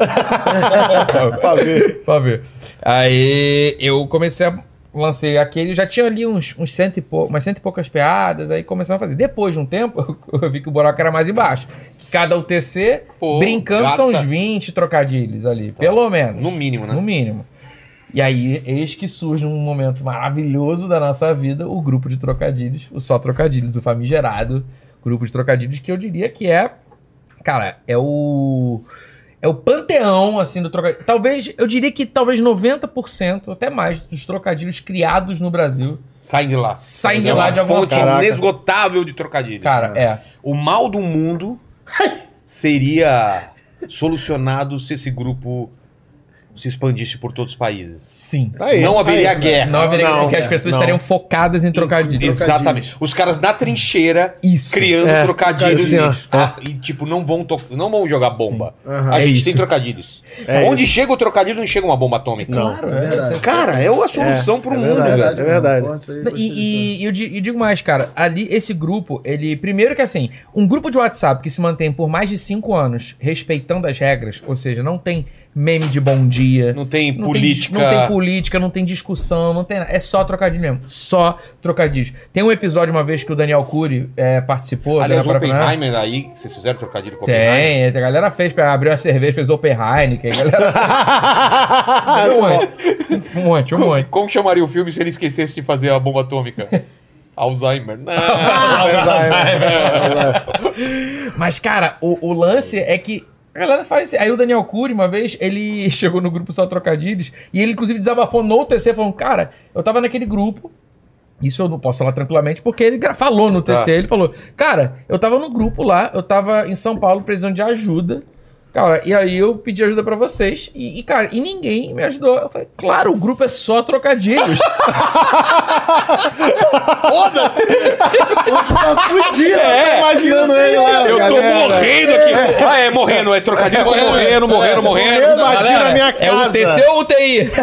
Pra ver. Pra ver. Aí eu comecei a... Lancei aquele, já tinha ali uns, uns cento e pou, umas cento e poucas piadas, aí começamos a fazer. Depois de um tempo, eu vi que o buraco era mais embaixo. Que cada U T C, Pô, brincando, gasta- são uns vinte trocadilhos ali. Pelo menos. No mínimo, né? No mínimo. E aí, eis que surge um momento maravilhoso da nossa vida, o grupo de trocadilhos, o Só Trocadilhos, o famigerado grupo de trocadilhos, que eu diria que é, cara, é o... é o panteão, assim, do trocadilho. Talvez, eu diria que talvez noventa por cento, até mais, dos trocadilhos criados no Brasil Saem de lá. saem de É lá uma de alguma fonte forma. inesgotável de trocadilhos. Cara, é. O mal do mundo seria solucionado se esse grupo se expandisse por todos os países. Sim. Aí, não haveria aí. guerra. Não haveria Não, que as pessoas não. estariam focadas em trocadilhos. Exatamente. Os caras na trincheira Isso. criando É, trocadilhos. assim, ó. Ah, e tipo, não vão, to- não vão jogar bomba. Aham. A É gente isso. tem trocadilhos. É Onde isso. chega o trocadilho, não chega uma bomba atômica. Não. Claro, É verdade. Cara, é a solução pro é mundo, verdade. velho. É verdade. Nossa, aí eu gostei disso. E, e eu, di- eu digo mais, cara, ali esse grupo, ele. Primeiro que assim, um grupo de WhatsApp que se mantém por mais de cinco anos respeitando as regras, ou seja, não tem meme de bom dia. Não tem Não política. Tem, não tem política, não tem discussão, não tem nada. É só trocadilho mesmo. Só trocadilho. Tem um episódio uma vez que o Daniel Cury é, participou. Aliás, o né, pra- Oppenheimer aí, vocês fizeram trocadilho com o Oppenheimer? Tem, a galera fez, abriu a cerveja, fez Open Heineken, a galera um monte, um monte, um Como, monte. como chamaria o filme se ele esquecesse de fazer a bomba atômica? Alzheimer. Não. Mas, cara, o, o lance é que a galera faz. Aí o Daniel Cury, uma vez, ele chegou no grupo Só Trocadilhos e ele, inclusive, desabafou no T C, falando: cara, eu tava naquele grupo. Isso eu não posso falar tranquilamente, porque ele gra- falou no T C, Tá. ele falou: cara, eu tava no grupo lá, eu tava em São Paulo precisando de ajuda. Cara, e aí eu pedi ajuda pra vocês. E, e, cara, e ninguém me ajudou. Eu falei, claro, o grupo é só trocadilhos. Tá fudido. É, Imaginando ele lá, eu tô galera. morrendo aqui. Ah, é morrendo, é trocadilho com morrendo, morrendo, morrendo. Eu bati na minha É o T C casa. ou U T I?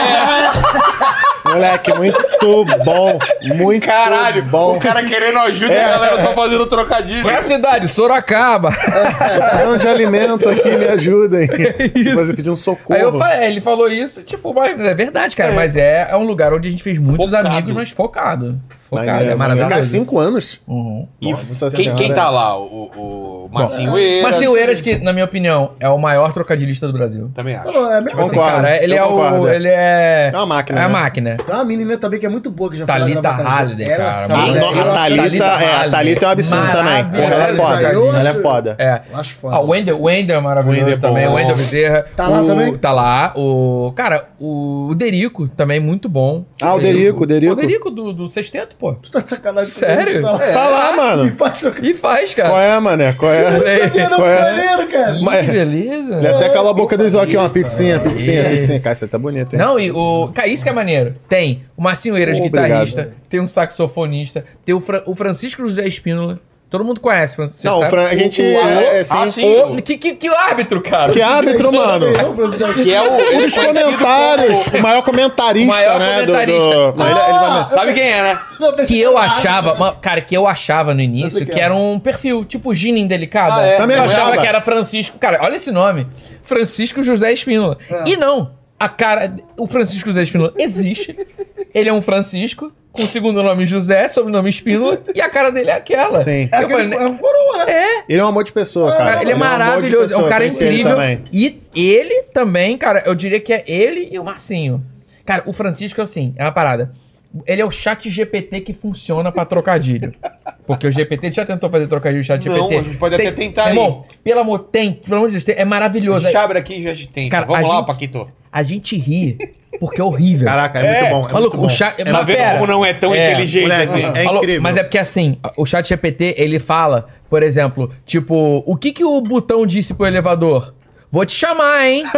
Moleque, muito bom. Muito Caralho, bom. o cara querendo ajuda e É. a galera só fazendo trocadilho. Qual é a cidade? Sorocaba. Precisando de alimento aqui, me ajudem. Depois eu pedi um socorro. Aí eu falei, ele falou isso, tipo, mas é verdade, cara. Mas é, é um lugar onde a gente fez muitos Focado. amigos, mas focado. Focado, Mas, é Cara, maravilhoso. cinco anos. Uhum. Nossa Quem, senhora. quem tá lá? O, o Marcinho Eiras. Marcinho Eiras, que, na minha opinião, é o maior trocadilhista do Brasil. Também acho. Não, é mesmo assim. Concordo. Cara, ele eu é concordo, o. é. Ele é. É uma máquina, É a né? máquina. Tem uma menina também que é muito boa, que já foi lá Thalita gravar com a gente. Halliday, Ela cara. sabe, A, Mulher, né? no- a Eu- Thalita, Thalita é, a Halliday. Thalita é um absurdo também. Maravilhosa. Ela é foda. Eu Ela é acho- foda. É. Eu acho foda. Ah, o Wendel, Wendel é maravilhoso Wendel é também. bom. O Wendel Bezerra. Tá lá o, também? Tá lá. O. Cara, o, o Derico também, muito bom. Ah, o Derico, o Derico. O Derico do, do Sexteto, pô. Tu tá de sacanagem. Sério? Tá lá. Tá lá, mano. Me faz o E faz, cara. Qual é, mané? Qual é? Não, Qual é? maneiro, cara. Que Mas- beleza. Ele até calou a boca do aqui, ó. Uma pizzinha, pizzinha, pizzinha. Cara, você tá bonito, hein? Não, e o. Cara, isso que é maneiro. Tem o Marcinho Eiras, Obrigado. guitarrista, tem um saxofonista, tem o, Fra- o Francisco José Espínola. Todo mundo conhece, Francisco. Não, sabe? Fran- a gente. O, o, é, é, sim. Ah, sim. o- que, que, que árbitro, cara? Que árbitro, mano. Que é o. Um ele é dos conhecido comentários. O maior comentarista, O maior né? do- comentarista. Do, Não, ele, ele vai... como- Sabe quem é, né? Que eu achava, ma- cara, que eu achava no início Esse que que é. era um perfil, tipo Gina Indelicada. Ah, é? Também eu achava achava. que era Francisco. Cara, olha esse nome: Francisco José Espínola. E não, a cara. O Francisco José Espínola existe. Ele é um Francisco, com o segundo nome José, sobrenome Espínola, e a cara dele é aquela. Sim. É, Eu aquele, falei, é um coroa, né? Ele é um amor de pessoa, cara. Cara, ele é um amor de maravilhoso, é pessoa, um cara conheci ele incrível. também. E ele também, cara, eu diria que é ele e o Marcinho. Cara, o Francisco é assim, é uma parada. Ele é o chat G P T que funciona pra trocadilho. Porque o G P T já tentou fazer trocadilho chat G P T. Não, a gente pode até tentar aí. Irmão, pelo amor, tem, pelo amor de Deus, tem, é A maravilhoso. gente abre aqui e já tem. Cara, Vamos a lá, gente- Paquito. A gente ri, porque é horrível. Caraca, é, muito bom. É Maluco, muito bom. o chat... Tá mas vendo pera. como não é tão É, inteligente moleque, assim? é Falou- incrível. Mas é porque assim, o chat G P T, ele fala, por exemplo, tipo, o que que o botão disse pro elevador? Vou te chamar, hein?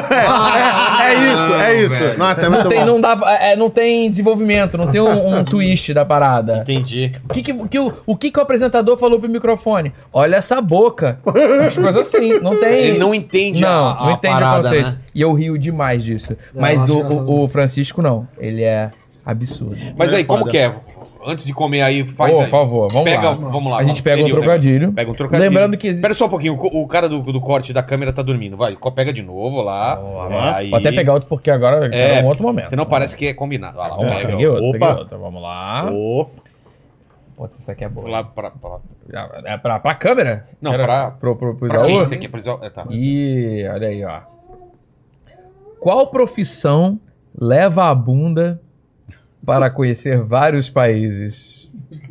É, é isso, é isso. velho. Nossa, é Não muito tem, bom. não, dá, é, não tem desenvolvimento, não tem um, um twist da parada. Entendi. O que que, o que o, o que que o apresentador falou pro microfone? Olha essa boca. As coisas assim, não tem... Ele não entende Não, a, a não entende parada, o conceito. né? E eu rio demais disso. Não, Mas acho o, engraçado. o, o Francisco não. Ele é absurdo. Mas aí, como Foda. que é? Antes de comer aí, faz Por aí. favor, vamos Pega, lá. Vamos lá. A gente pega um Seria o trocadilho. negócio. Pega um trocadilho. Lembrando que existe... Espera só um pouquinho, o, o cara do, do corte da câmera tá dormindo. Vai, co- pega de novo lá. Vamos É, lá. aí- Vou até pegar outro porque agora é, É, um outro momento. Senão parece que é combinado. Vai lá, Vamos lá, pega. peguei outro, Opa. peguei outro. Vamos lá. Ô, Puta, isso aqui é boa. Vou lá pra... pra... É pra, pra câmera? Não, Era pra- Pro, pro, pro Pra quem? Isaú? Esse aqui é pro Isaú? É, tá. Ih, olha aí, ó. Qual profissão leva a bunda para conhecer vários países?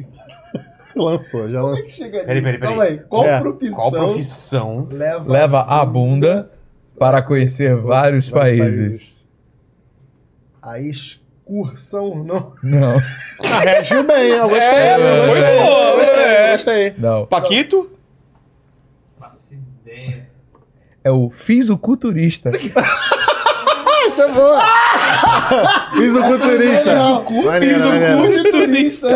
lançou, já lançou. Chega Peraí, nisso. peraí, Calma aí. Qual É. profissão Qual profissão? leva... Leva a bunda para conhecer vários, Vários países. A excursão, não. Não, Ah, reagiu bem, eu gostei. É, eu foi gostei, bom, eu gostei, é. eu gostei. não. Paquito? É o fisiculturista. Ah, isso é boa. Fisiculturista. Maneiro, maneiro. de turista.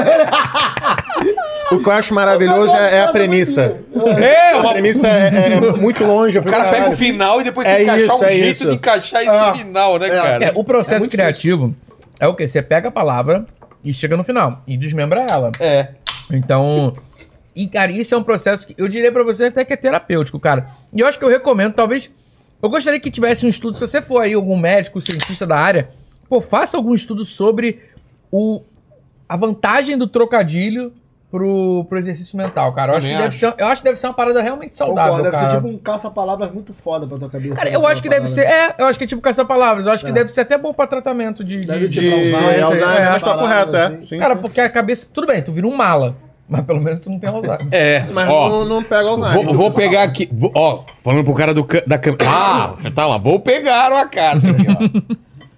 O que eu acho maravilhoso é, é a premissa. É, A uma... premissa é, é muito longe. eu o fico, cara pega caralho. o final e depois É tem que achar isso, um é jeito isso. de encaixar esse Ah, final, né, cara? É, o processo É muito criativo é o quê? Você pega a palavra e chega no final e desmembra ela. É. Então, e cara, isso é um processo que eu diria pra você até que é terapêutico, cara. E eu acho que eu recomendo, talvez, eu gostaria que tivesse um estudo, se você for aí algum médico, cientista da área, pô, faça algum estudo sobre o, a vantagem do trocadilho pro, pro exercício mental, cara. Eu acho, que Também deve ser, eu acho que deve ser uma parada realmente saudável, Concordo, deve cara. ser tipo um caça-palavras muito foda pra tua cabeça. Cara, né, eu acho que aquela deve ser, parada. é, eu acho que é tipo caça-palavras, eu acho que É. deve ser até bom pra tratamento de... Deve de- ser De pra Alzheimer, Alzheimer, é, acho que tá correto, é. assim. Sim, Cara, sim. porque a cabeça, tudo bem, tu vira um mala, mas pelo menos tu não tem Alzheimer. É. Mas Ó, não, não pega Alzheimer. Vou, vou pegar aqui. vou- ó, falando pro cara do, ca- da câmera. Ah, tá lá. Vou pegar a carta aqui, ó.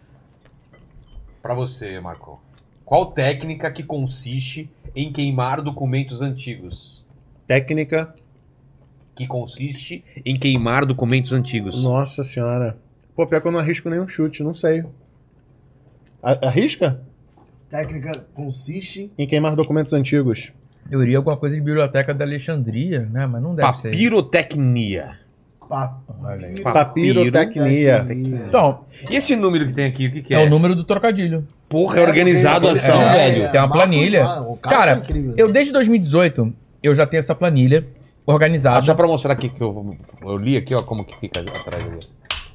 Pra você, Marco. Qual técnica que consiste em queimar documentos antigos? Técnica. Que consiste em queimar documentos antigos. Nossa senhora. Pô, pior que eu não arrisco nenhum chute, não sei. A- Arrisca? Técnica consiste Em queimar documentos antigos. Eu iria alguma coisa de biblioteca da Alexandria, né? Mas não deve ser. Papirotecnia. papiro. Papirotecnia. Então, E esse número que tem aqui, o que, que é é? o número do trocadilho. Porra, é organizado É, assim, é, velho. é. Tem uma Marco- planilha. Ah, o cara Cara, foi incrível. eu desde dois mil e dezoito, eu já tenho essa planilha Ah, organizada. só pra mostrar aqui que eu, eu li aqui, ó, como que fica atrás ali.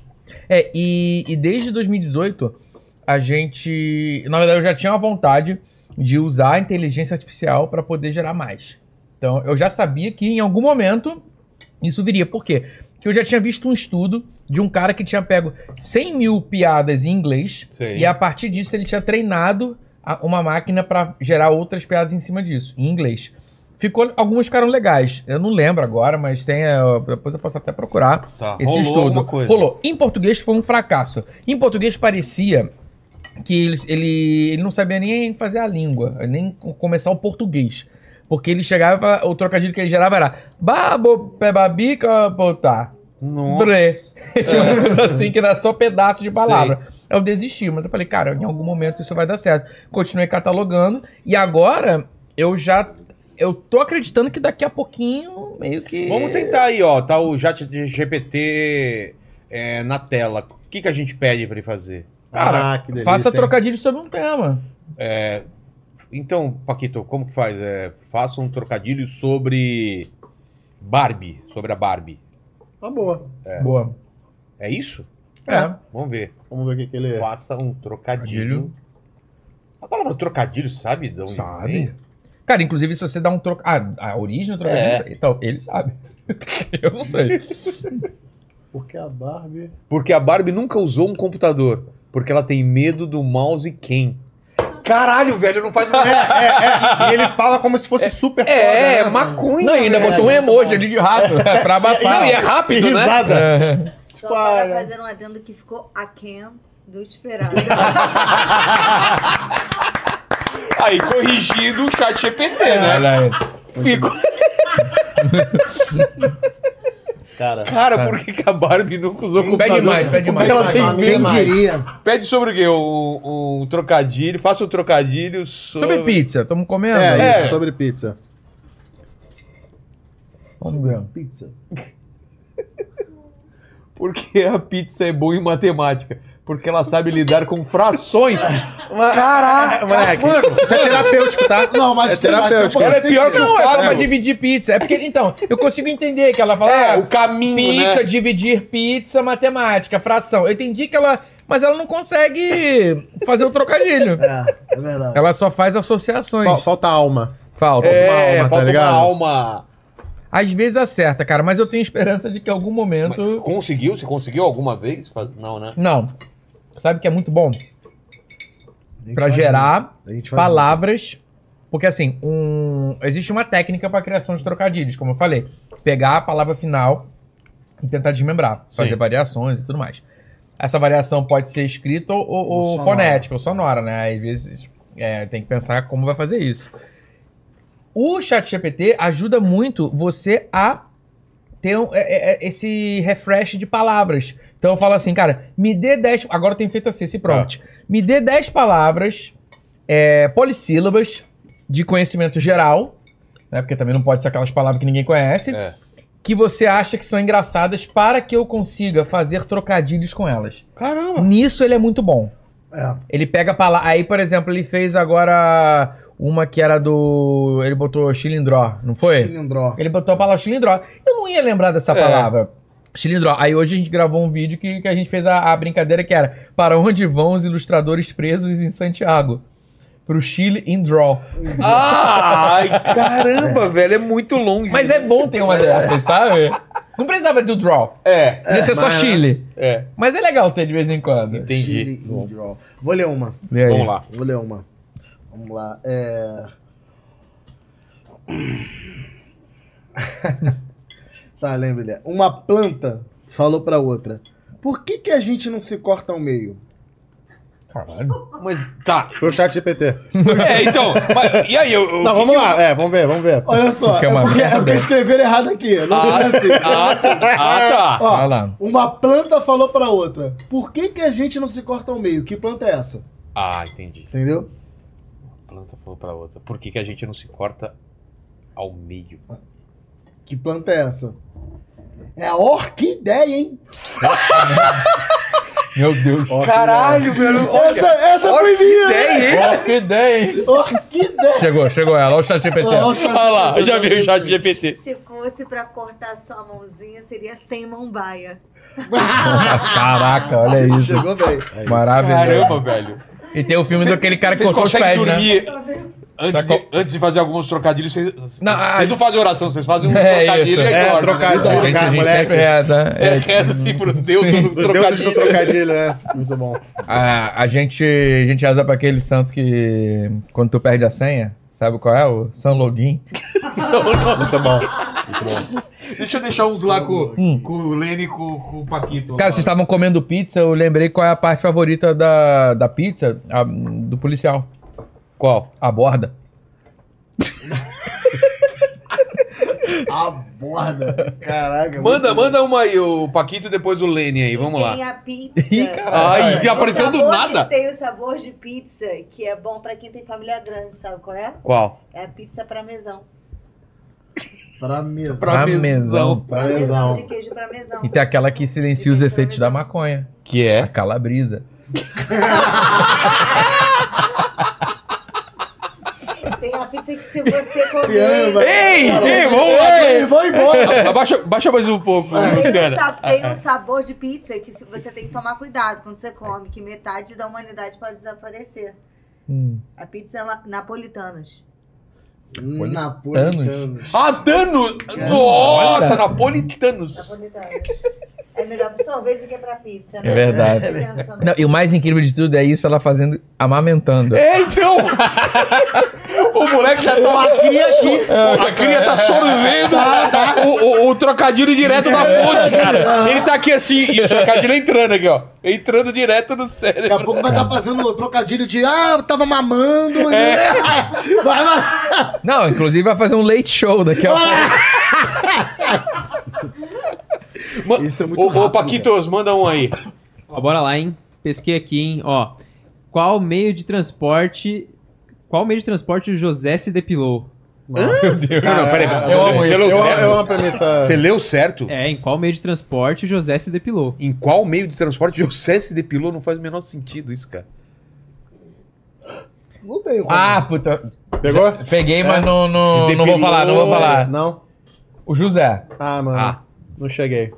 É, e, e desde dois mil e dezoito, a gente... Na verdade, eu já tinha uma vontade de usar a inteligência artificial para poder gerar mais. Então, eu já sabia que em algum momento isso viria. Por quê? Porque eu já tinha visto um estudo de um cara que tinha pego cem mil piadas em inglês Sim. e a partir disso ele tinha treinado a- uma máquina para gerar outras piadas em cima disso, em inglês. Ficou, algumas ficaram legais. Eu não lembro agora, mas tem. é, Depois eu posso até procurar Tá, esse rolou estudo. alguma coisa. Rolou. Em português foi um fracasso. Em português parecia que ele, ele, ele não sabia nem fazer a língua, nem começar o português. Porque ele chegava e falava, o trocadilho que ele gerava era babo, pebabica, botar. Nossa. Bre. Tinha uma coisa assim que era só pedaço de palavra. Eu desisti, mas eu falei, cara, em algum momento isso vai dar certo. Continuei catalogando e agora eu já. Eu tô acreditando que daqui a pouquinho meio que. Vamos tentar aí, ó. Tá o Chat G P T é, na tela. O que, que a gente pede pra ele fazer? Cara, Ah, que delícia, faça hein? trocadilho sobre um tema. É, então, Paquito, como que faz? É, faça um trocadilho sobre Barbie, sobre a Barbie. Tá boa. Boa. É isso? É. Vamos ver. Vamos ver o que, que ele é. Faça um trocadilho. Trocadilho. A palavra trocadilho, sabe de onde Sabe. vem? Cara, inclusive, se você dá um troca. Ah, a origem do trocadilho. É. Então, ele sabe. Eu não sei. Porque a Barbie. Porque a Barbie nunca usou um computador. Porque ela tem medo do mouse Ken. Caralho, velho, não faz... É, é, é. E ele fala como se fosse super foda. É, né? maconha. Não, e ainda velho. botou um emoji ali de rato pra abafar. Não, e é rápido, né? Risada. É. Só para fazer um adendo que ficou aquém do esperado. Aí, corrigindo o chat G P T, né? Olha aí. Ficou... Cara, Cara, por que, que a Barbie nunca usou Pede computador? mais, pede Porque mais. ela tem Quem medo. Quem diria? Pede sobre o quê? Um, um trocadilho. Faça um trocadilho sobre... Sobre pizza, estamos comendo? é, É. isso, sobre pizza. Vamos ver. Pizza. Porque a pizza é boa em matemática. Porque ela sabe lidar com frações. Caraca, Moleque, mano. isso é terapêutico, tá? Não, mas é terapêutico. Ela é pior que o Não, é Fábio. pra dividir pizza. É porque, então, eu consigo entender que ela fala É, ah, o caminho, pizza, né? dividir pizza, matemática, fração. Eu entendi que ela... Mas ela não consegue fazer o trocadilho. É, é verdade. Ela só faz associações. Fal- Falta alma. Falta. É, uma alma, tá falta ligado? uma alma. Às vezes acerta, cara, mas eu tenho esperança de que em algum momento... Mas conseguiu? Você conseguiu alguma vez? Fa- Não, né? Não. Sabe o que é muito bom? A gente Pra faz gerar muito. A gente faz palavras. Porque assim, um... existe uma técnica para criação de trocadilhos, como eu falei. Pegar a palavra final e tentar desmembrar, fazer Sim. variações e tudo mais. Essa variação pode ser escrita ou, ou, ou sonora. fonética, ou sonora, né? Às vezes é, tem que pensar como vai fazer isso. O ChatGPT ajuda muito você a ter um- é- é- esse refresh de palavras. Então eu falo assim, cara, me dê dez... Agora eu tenho feito assim, esse prompt. Me dê dez palavras é, polissílabas de conhecimento geral, né? Porque também não pode ser aquelas palavras que ninguém conhece, É. que você acha que são engraçadas para que eu consiga fazer trocadilhos com elas. Caramba. Nisso ele é muito bom. É. Ele pega palavras... Aí, por exemplo, ele fez agora uma que era do... Ele botou chilindró, não foi? Cilindró. Ele botou a palavra chilindró. Eu não ia lembrar dessa É. palavra. Chilindró. Aí hoje a gente gravou um vídeo que, que a gente fez a, a brincadeira que era para onde vão os ilustradores presos em Santiago? Pro Chile in draw. Ai, caramba, velho, é muito longe. Mas é bom ter uma dessas, sabe? Não precisava do draw. É, Podia ser só mas- Chile. é. Mas é legal ter de vez em quando. Entendi. Chile in draw. Vou ler uma. Vê aí. Vamos lá. Vou ler uma. Vamos lá. É... tá, lembre dela. Uma planta falou pra outra: por que, que a gente não se corta ao meio? Caralho. Mas tá. Foi o chat G P T. É, então. Mas, e aí, eu. eu Não, vamos lá. É, vamos ver, vamos ver. Olha só, Porque é é uma porque, é merda. porque escreveram errado aqui. Não Ah, é assim. ah, ah, tá. Ó, Vai lá. uma planta falou pra outra: por que, que a gente não se corta ao meio? Que planta é essa? Ah, entendi. Entendeu? Uma planta falou pra outra. Por que, que a gente não se corta ao meio? Que planta é essa? É a orquídea, hein? Meu Deus. Caralho, velho. Essa, essa foi minha! ideia, hein? Que ideia, hein? Orquídea! Chegou, chegou ela. Olha o chat G P T. Olha o chat Olha lá, G P T. já vi o chat G P T. Se fosse pra cortar sua mãozinha, seria sem mão baia. Caraca, olha isso. Chegou bem. Maravilhoso. Caramba, velho. E tem o filme Cê- daquele cara que Vocês cortou os conseguem pés, né? dormir antes, Tá de, antes de fazer alguns trocadilhos? Vocês Não, não, a- vocês não fazem oração, vocês fazem um É trocadilho isso. e aí É, dorme, trocadilho. né? A gente, a gente moleque. sempre reza. É, É, reza assim pros deuses do Os deuses do trocadilho. trocadilho, né? Muito bom. a, a gente, a gente reza pra aquele santo que quando tu perde a senha, sabe qual é? O San Login. Muito bom. Deixa eu deixar um lá com, Hum. com o Lene e com, com o Paquito. Cara, vocês estavam comendo pizza, eu lembrei qual é a parte favorita da, da pizza a- do policial. Qual? A borda. A borda. Caraca. Manda, muito manda uma aí, o Paquito e depois o Lene aí, vamos Tem lá. a pizza. Ih, caralho. Ai, O apareceu do sabor nada. de- Tem o sabor de pizza, que é bom pra quem tem família grande, sabe qual é? Qual? É a pizza pra mesão. Pra mesa. Pra mesão. Pra mesão. de queijo pra mesão. E tem aquela que silencia os efeitos da maconha. Que A é? calabrisa. Tem a pizza que se você Piano, comer... vai- Ei, Fala, ei, vai- vamos lá. Ei, vou embora. Abaixa, baixa mais um pouco, Tem um, Luciana. sa- tem um sabor de pizza que se- você tem que tomar cuidado quando você come, que metade da humanidade pode desaparecer. Hum. A pizza é la- napolitanos. Napolitanos. Ah, Thanos! Nossa, napolitanos. Napolitanos. É melhor pro sorvete do que pra pizza, né? É verdade. Pensa, né? Não, e o mais incrível de tudo é isso, ela fazendo, amamentando. É, então! O moleque já tá... A cria aqui. A cria tá sorvendo o, o- o trocadilho direto da fonte, cara. Ele tá aqui assim, e o trocadilho entrando aqui, ó. Entrando direto no Daqui a cérebro. pouco vai estar fazendo trocadilho de ah, eu tava mamando. Vai, vai. Não, inclusive vai fazer um late show daqui a pouco. Ma- Isso é muito ô, ô, rápido, Paquitos, manda um aí. Ó, bora lá, hein? Pesquei aqui, hein? Ó, qual meio de transporte... Qual meio de transporte o José se depilou? Meu Deus. Não, não, peraí. Cara, Você, eu amo você isso. leu Eu, certo? eu amo a premissa. Você leu certo? É, em qual meio de transporte o José se depilou? Em qual meio de transporte José se depilou? Não faz o menor sentido isso, cara. Não tem como. Ah, puta. Pegou? Peguei, mas não, Se não, não vou depilou, falar, não vou falar. Não? O José. Ah, mano. Ah. Não cheguei.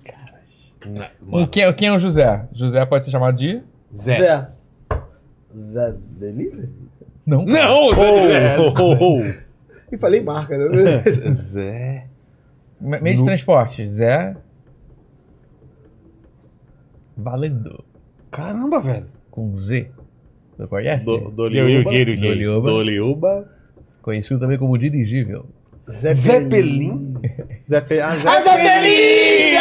O quem, quem é o José? José pode ser chamado de? Zé. Zé. Zé Delivery? Não. Não, Zé. E falei marca, né? Zé. Me- Meio de transporte. Zé. Valendo. Caramba, velho. Com Z. Você conhece? Do, Doliuba. Doliuba. Doliuba. Doliuba. Conhecido também como dirigível. Zé Zeppelin? Zé Pe... Ah, Zé, Ah, Zé Pelinho!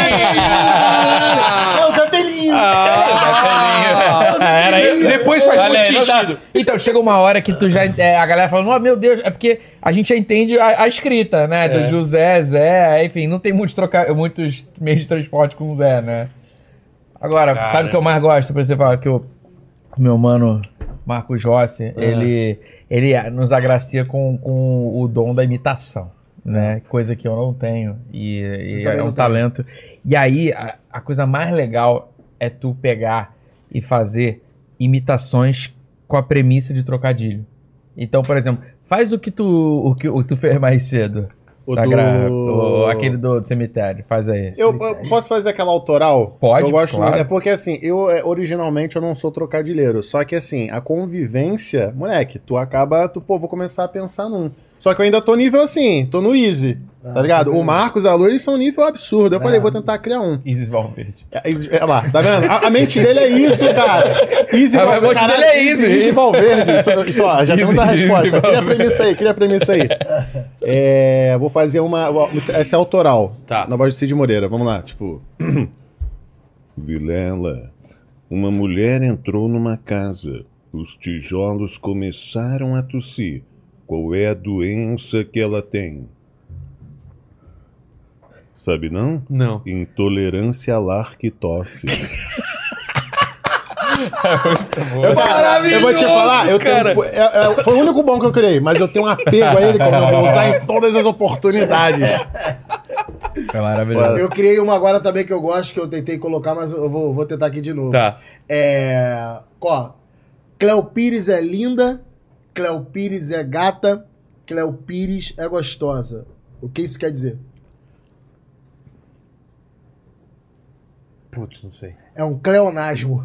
É o Zé Pelinho! Ah, era isso. Depois faz Olha muito aí, não dá- sentido. Então, chega uma hora que tu já. é, a galera fala, oh, meu Deus, é porque a gente já entende a, a escrita, né? Do José, Zé, enfim, não tem muitos, troca... muitos meios de transporte com Zé, né? Agora, Cara. sabe o que eu mais gosto? Por exemplo, que o meu mano Marcos Rossi, ele, ele nos agracia com, com o dom da imitação, né? Coisa que eu não tenho. E, e também é um não tenho. talento. E aí, a, a coisa mais legal é tu pegar e fazer imitações com a premissa de trocadilho. Então, por exemplo, faz o que tu, o que o tu fez mais cedo. O Pra do- gra- o- aquele do, do cemitério, faz aí. Eu, eu posso fazer aquela autoral? Pode, Eu gosto claro. muito. É porque assim, eu é, originalmente eu não sou trocadilheiro. Só que assim, a convivência, moleque, tu acaba, tu, pô, vou começar a pensar num. Só que eu ainda tô nível assim, tô no easy. Tá ligado? O Marcos e a Lu, eles são nível absurdo. Eu falei, vou tentar criar um. Isis Valverde. É, easy- é lá, tá vendo? A, a mente dele é isso, cara. Easy A Valverde. mente Caralho, dele é easy. Easy Valverde. Isso, isso, ó, já temos a Easy, resposta. easy Cria a Valverde. premissa aí, cria a premissa aí. É, vou fazer uma. Essa é autoral. Tá. Na voz de Cid Moreira. Vamos lá, tipo. Vilela. Uma mulher entrou numa casa. Os tijolos começaram a tossir. Qual é a doença que ela tem? Sabe não? Não. Intolerância à lactose. Eu, Cara, eu vou te falar, eu tenho, cara. é- é- foi o único bom que eu criei, mas eu tenho um apego a ele que eu vou usar em todas as oportunidades. É maravilhoso. Eu criei uma agora também que eu gosto, que eu tentei colocar, mas eu vou, vou tentar aqui de novo. Tá. É. Ó. Cleo Pires é linda, Cleo Pires é gata, Cleo Pires é gostosa. O que isso quer dizer? Putz, não sei. É um cleonasmo.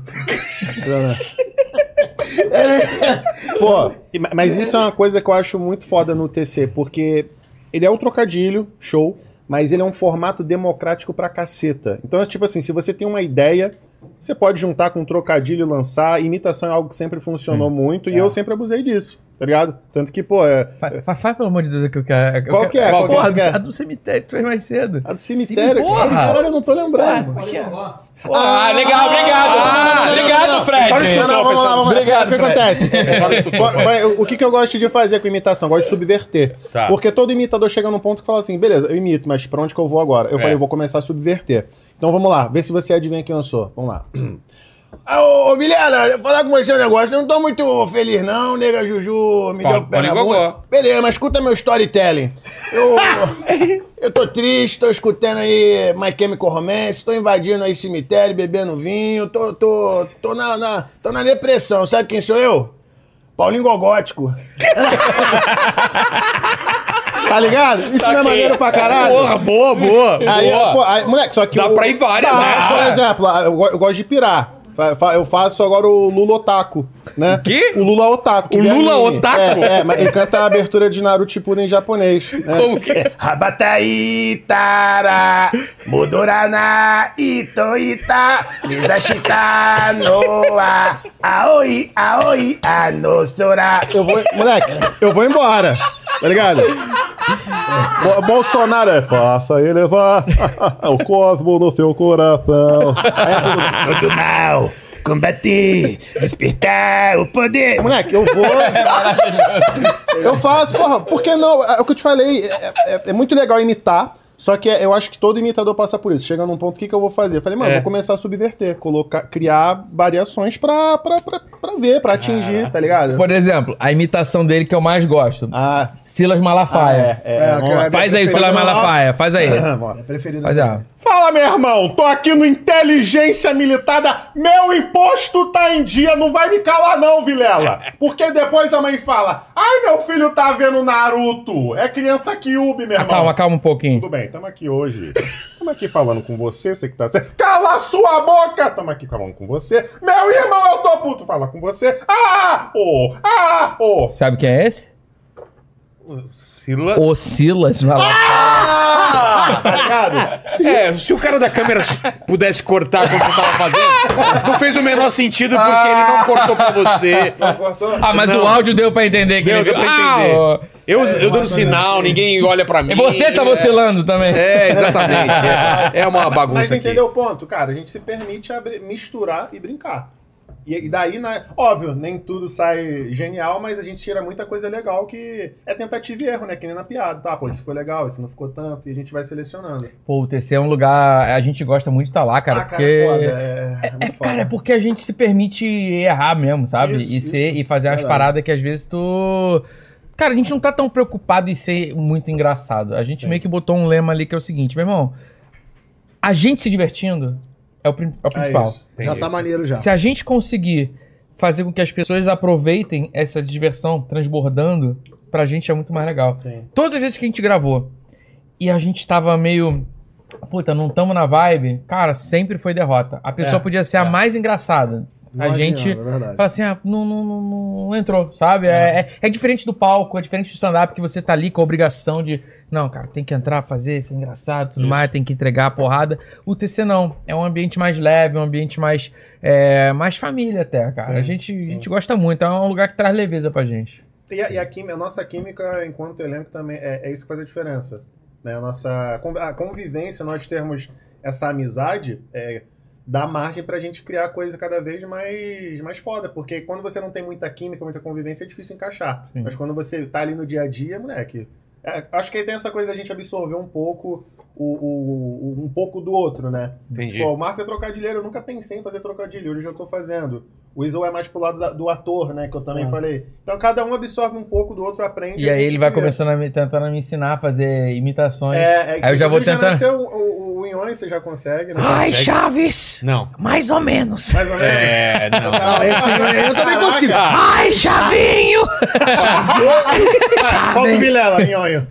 Pô, e- mas isso é uma coisa que eu acho muito foda no T C, porque ele é um trocadilho, show, mas ele é um formato democrático pra caceta. Então é tipo assim, se você tem uma ideia, você pode juntar com um trocadilho e lançar. Imitação é algo que sempre funcionou muito, e eu sempre abusei disso, tá ligado? Tanto que, pô, é... Faz, faz, faz, pelo amor de Deus, o que eu quero. eu Qual quero- que é? Qual que é? Porra, Qual que é? a do cemitério que tu fez mais cedo. A do cemitério. Porra! Caralho, eu não tô lembrando. Ah, legal, obrigado. Ah, obrigado, Fred. Pode esperar, não, vamos lá, vamos lá. Obrigado, O que Fred. acontece? Qual- qual- o que, que eu gosto de fazer com imitação? Eu gosto de subverter. Tá. Porque todo imitador chega num ponto que fala assim, beleza, eu imito, mas pra onde que eu vou agora? Eu É. falei, eu vou começar a subverter. Então vamos lá, vê se você adivinha quem eu sou. Vamos lá. Ah, ô, ô Vilela, eu vou falar com você um negócio. Eu não tô muito feliz, não, nega Juju. Me Paulo- deu pé na Paulinho bunda. Gogó. Beleza, mas escuta meu storytelling. Eu, eu tô triste, tô escutando aí My Chemical Romance, tô invadindo aí cemitério, bebendo vinho, tô, tô, tô, na, na, tô na depressão. Sabe quem sou eu? Paulinho Gogótico. Tá ligado? Isso não é maneiro pra caralho? Porra, boa, boa. Aí, boa. pô, aí, moleque, só que Dá o- pra ir várias, Dá, né? Por exemplo, eu, go- eu gosto de pirar. Fa- fa- Eu faço agora o Lula Otaku, né? quê? O Lula Otaku. que O vem Lula anime. Otaku? É, é, mas ele canta a abertura de Naruto Shippuden em japonês. Né? Como que é? Habatai Tara, Modorana, Itoita, Mizashita Noa, Aoi, Aoi, Anosora. Eu vou, moleque, eu vou embora, tá ligado? Bo- Bolsonaro é faça elevar o cosmo no seu coração. Aí é tudo, tudo mal, combater, despertar o poder. Moleque, eu vou. Eu faço, porra, por que não? É o que eu te falei, é, é- é muito legal imitar. Só que é- eu acho que todo imitador passa por isso. Chega num ponto, o que, que eu vou fazer? Eu falei, mano, É. vou começar a subverter, colocar, criar variações pra, pra, pra, pra ver, pra atingir, tá ligado? Por exemplo, a imitação dele que eu mais gosto. Ah, Silas Malafaia. é, é, É, vamos que lá. é- Faz aí, Silas Malafaia. Faz aí. Bora. Preferido. Faz aí. Fala, meu irmão, tô aqui no Inteligência Militada, meu imposto tá em dia, não vai me calar não, Vilela. Porque depois a mãe fala, ai, meu filho tá vendo Naruto, é criança Kyuubi, meu irmão. Calma, calma um pouquinho. Tudo bem, tamo aqui hoje, tamo aqui falando com você, você que tá certo. Cala sua boca, tamo aqui falando com você. Meu irmão, eu tô puto, fala com você. Ah, ô, ah, ô. Sabe quem é esse? Silas. O Silas Malafaia. Ah, tá ligado? É, se o cara da câmera pudesse cortar quando eu tava fazendo. Não fez o menor sentido porque ele não cortou pra você. Não cortou? Ah, mas Não. o áudio deu pra entender que Deu, ele deu pra Ah, entender. ó. Eu, É, eu dando mais ou sinal, menos. ninguém olha pra mim. E você tá vacilando também. É, exatamente. É, é uma bagunça Mas aqui. entendeu o ponto? Cara, a gente se permite abrir- misturar e brincar. E e daí, né, óbvio, nem tudo sai genial, mas a gente tira muita coisa legal que é tentativa e erro, né? Que nem na piada. Tá, pô, isso ficou legal, isso não ficou tanto, e a gente vai selecionando. Pô, o T C é um lugar... A gente gosta muito de estar lá, cara, ah, cara, porque... é foda, é, é É, muito foda. cara, é porque a gente se permite errar mesmo, sabe? Isso, e, ser, isso. e fazer umas Verdade. paradas que às vezes tu... Cara, a gente não tá tão preocupado em ser muito engraçado. A gente Sim. meio que botou um lema ali que é o seguinte, meu irmão, a gente se divertindo é o, prin- é o principal. isso. Tem Já tá isso. maneiro já. Se a gente conseguir fazer com que as pessoas aproveitem essa diversão transbordando, pra gente é muito mais legal. Sim. Todas as vezes que a gente gravou e a gente tava meio... Puta, não tamo na vibe, cara, sempre foi derrota. A pessoa É, podia ser é. a mais engraçada. Não a gente adianta, é verdade. fala assim, ah, não, não, não, não entrou, sabe? É, é, é diferente do palco, é diferente do stand-up, que você tá ali com a obrigação de, não, cara, tem que entrar, fazer, ser engraçado, tudo mais, tem que entregar a porrada. O T C não, é um ambiente mais leve, um ambiente mais, é, mais família até, cara. Sim, a, gente, sim. a gente gosta muito, é um lugar que traz leveza pra gente. E a, e a, química, a nossa química, enquanto elenco, também é, é isso que faz a diferença. Né? A nossa conv- a convivência, nós termos essa amizade, é, dá margem pra gente criar coisa cada vez mais, mais foda. Porque quando você não tem muita química, muita convivência, é difícil encaixar. Sim. Mas quando você tá ali no dia a dia, moleque... é, acho que aí tem essa coisa da gente absorver um pouco o, o- o- um pouco do outro, né? Entendi. Pô, o Marcos é trocadilheiro, eu nunca pensei em fazer trocadilho, hoje eu tô fazendo. O Iso é mais pro lado da- do ator, né, que eu também Ah. falei. Então cada um absorve um pouco do outro, aprende. E a aí gente ele vai cria. começando a me, tentando me ensinar a fazer imitações. É, é, Aí eu já vou inclusive tentando- nasceu o, o, o Inhões, você já consegue, né? Ai, consegue? Chaves! Não. Mais ou menos. Mais ou menos. É, não. Não, esse eu também Caraca. consigo. Ai, Chavinho! Ah, Qual do Vilela, Inhonho?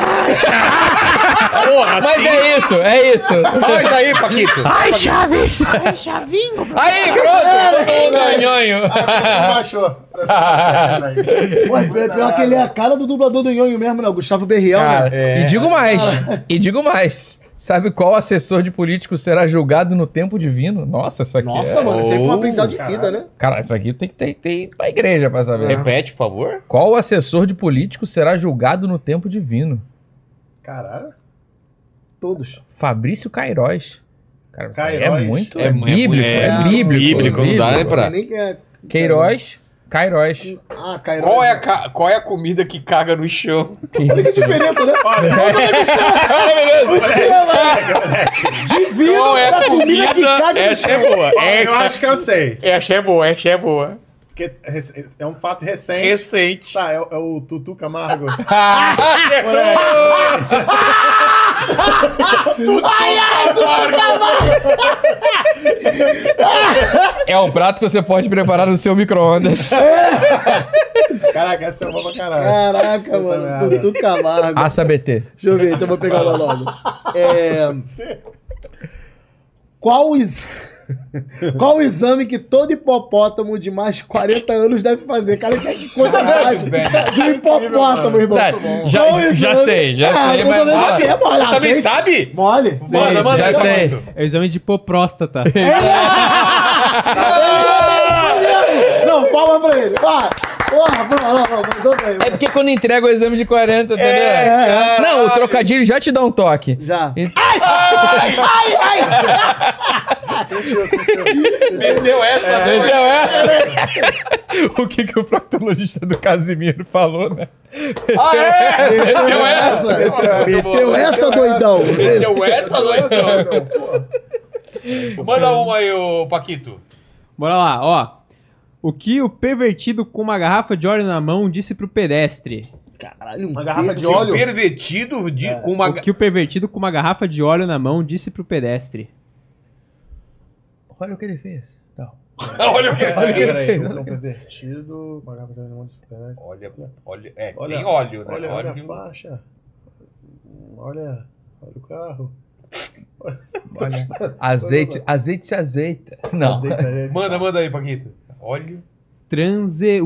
Porra, Mas assim. é isso, é isso. Faz aí, Paquito. Ai, Chaves! Ai, Chavinho! Aí, pronto! Todo mundo é nhonho. A pressão baixou. A pressão baixou, velho. Pô, pior pior que ele é a cara do dublador do Nhonho mesmo, né? O Gustavo Berriel, Cara, né? E digo mais, e digo mais. Sabe qual assessor de político será julgado no tempo divino? Nossa, essa aqui Nossa, é... mano, isso aí foi um Oh, aprendizado de caralho. vida, né? Cara, essa aqui tem que ter, ter ido pra igreja pra saber. Repete, por favor. Qual assessor de político será julgado no tempo divino? Caralho. Todos. Fabrício Queiroz. Cara, isso aí é Queiroz. muito... É- É, é- bíblico, é- é, bíblico. bíblico, não dá, né, Não pra- sei nem quem é. Queiroz, Queiroz. Ah, Cairo. Qual é, a, ca- qual é a comida que caga no chão? Olha que diferença, né? Divino Qual é a da comida que comida? caga no Essa é chão. boa. Ó, eu acho que eu sei. Essa é boa, essa é boa. Porque rec- é um fato recente. Recente. Tá, é, o- é o Tutu Camargo. É um prato que você pode preparar no seu micro-ondas. Caraca, essa é boa pra caralho. Caraca, mano. merda. Tutu Camargo. Aça B T. Deixa eu ver, então eu vou pegar ela logo. É... Qual, o ex- Qual o exame que todo hipopótamo de mais de quarenta anos deve fazer? Cara, que é que conta a idade do hipopótamo, irmão. Já, Qual o já exame? sei, já Ah, sei. eu Mas também fala. sei, é mole. Você também gente. sabe? Mole. Manda, manda já aí, sei. Paquito. É o exame de próstata. Não, palma pra ele. Vai. Porra, vamos lá, vamos, vamos bem. É porque quando entrega o exame de quarenta, entendeu? é, Não, o trocadilho já te dá um toque. Já. Sentiu, sentiu. Meteu essa, né? Entendeu essa? O que, que o proctologista do Casimiro falou, né? Ah, é? Meteu essa. essa. Meteu essa, doidão. Meteu essa, doidão. Não, pô. Manda uma aí, ô Paquito. Bora lá, ó. O que o pervertido com uma garrafa de óleo na mão disse pro pedestre? Caralho, Uma garrafa de Que óleo. pervertido de, com uma... O que o pervertido com uma garrafa de óleo na mão disse pro pedestre? Olha o que ele fez. Não. Olha o que... Olha o que ele Peraí, fez. um pervertido. Uma garrafa de óleo na mão do supermercado. Olha, olha... É, Olha, tem óleo, né? Olha, olha a Óleo. faixa. Olha, olha o carro. Olha. Azeite, azeite se azeita. Não. Azeite, azeite. Manda, manda aí, Paquito. Óleo.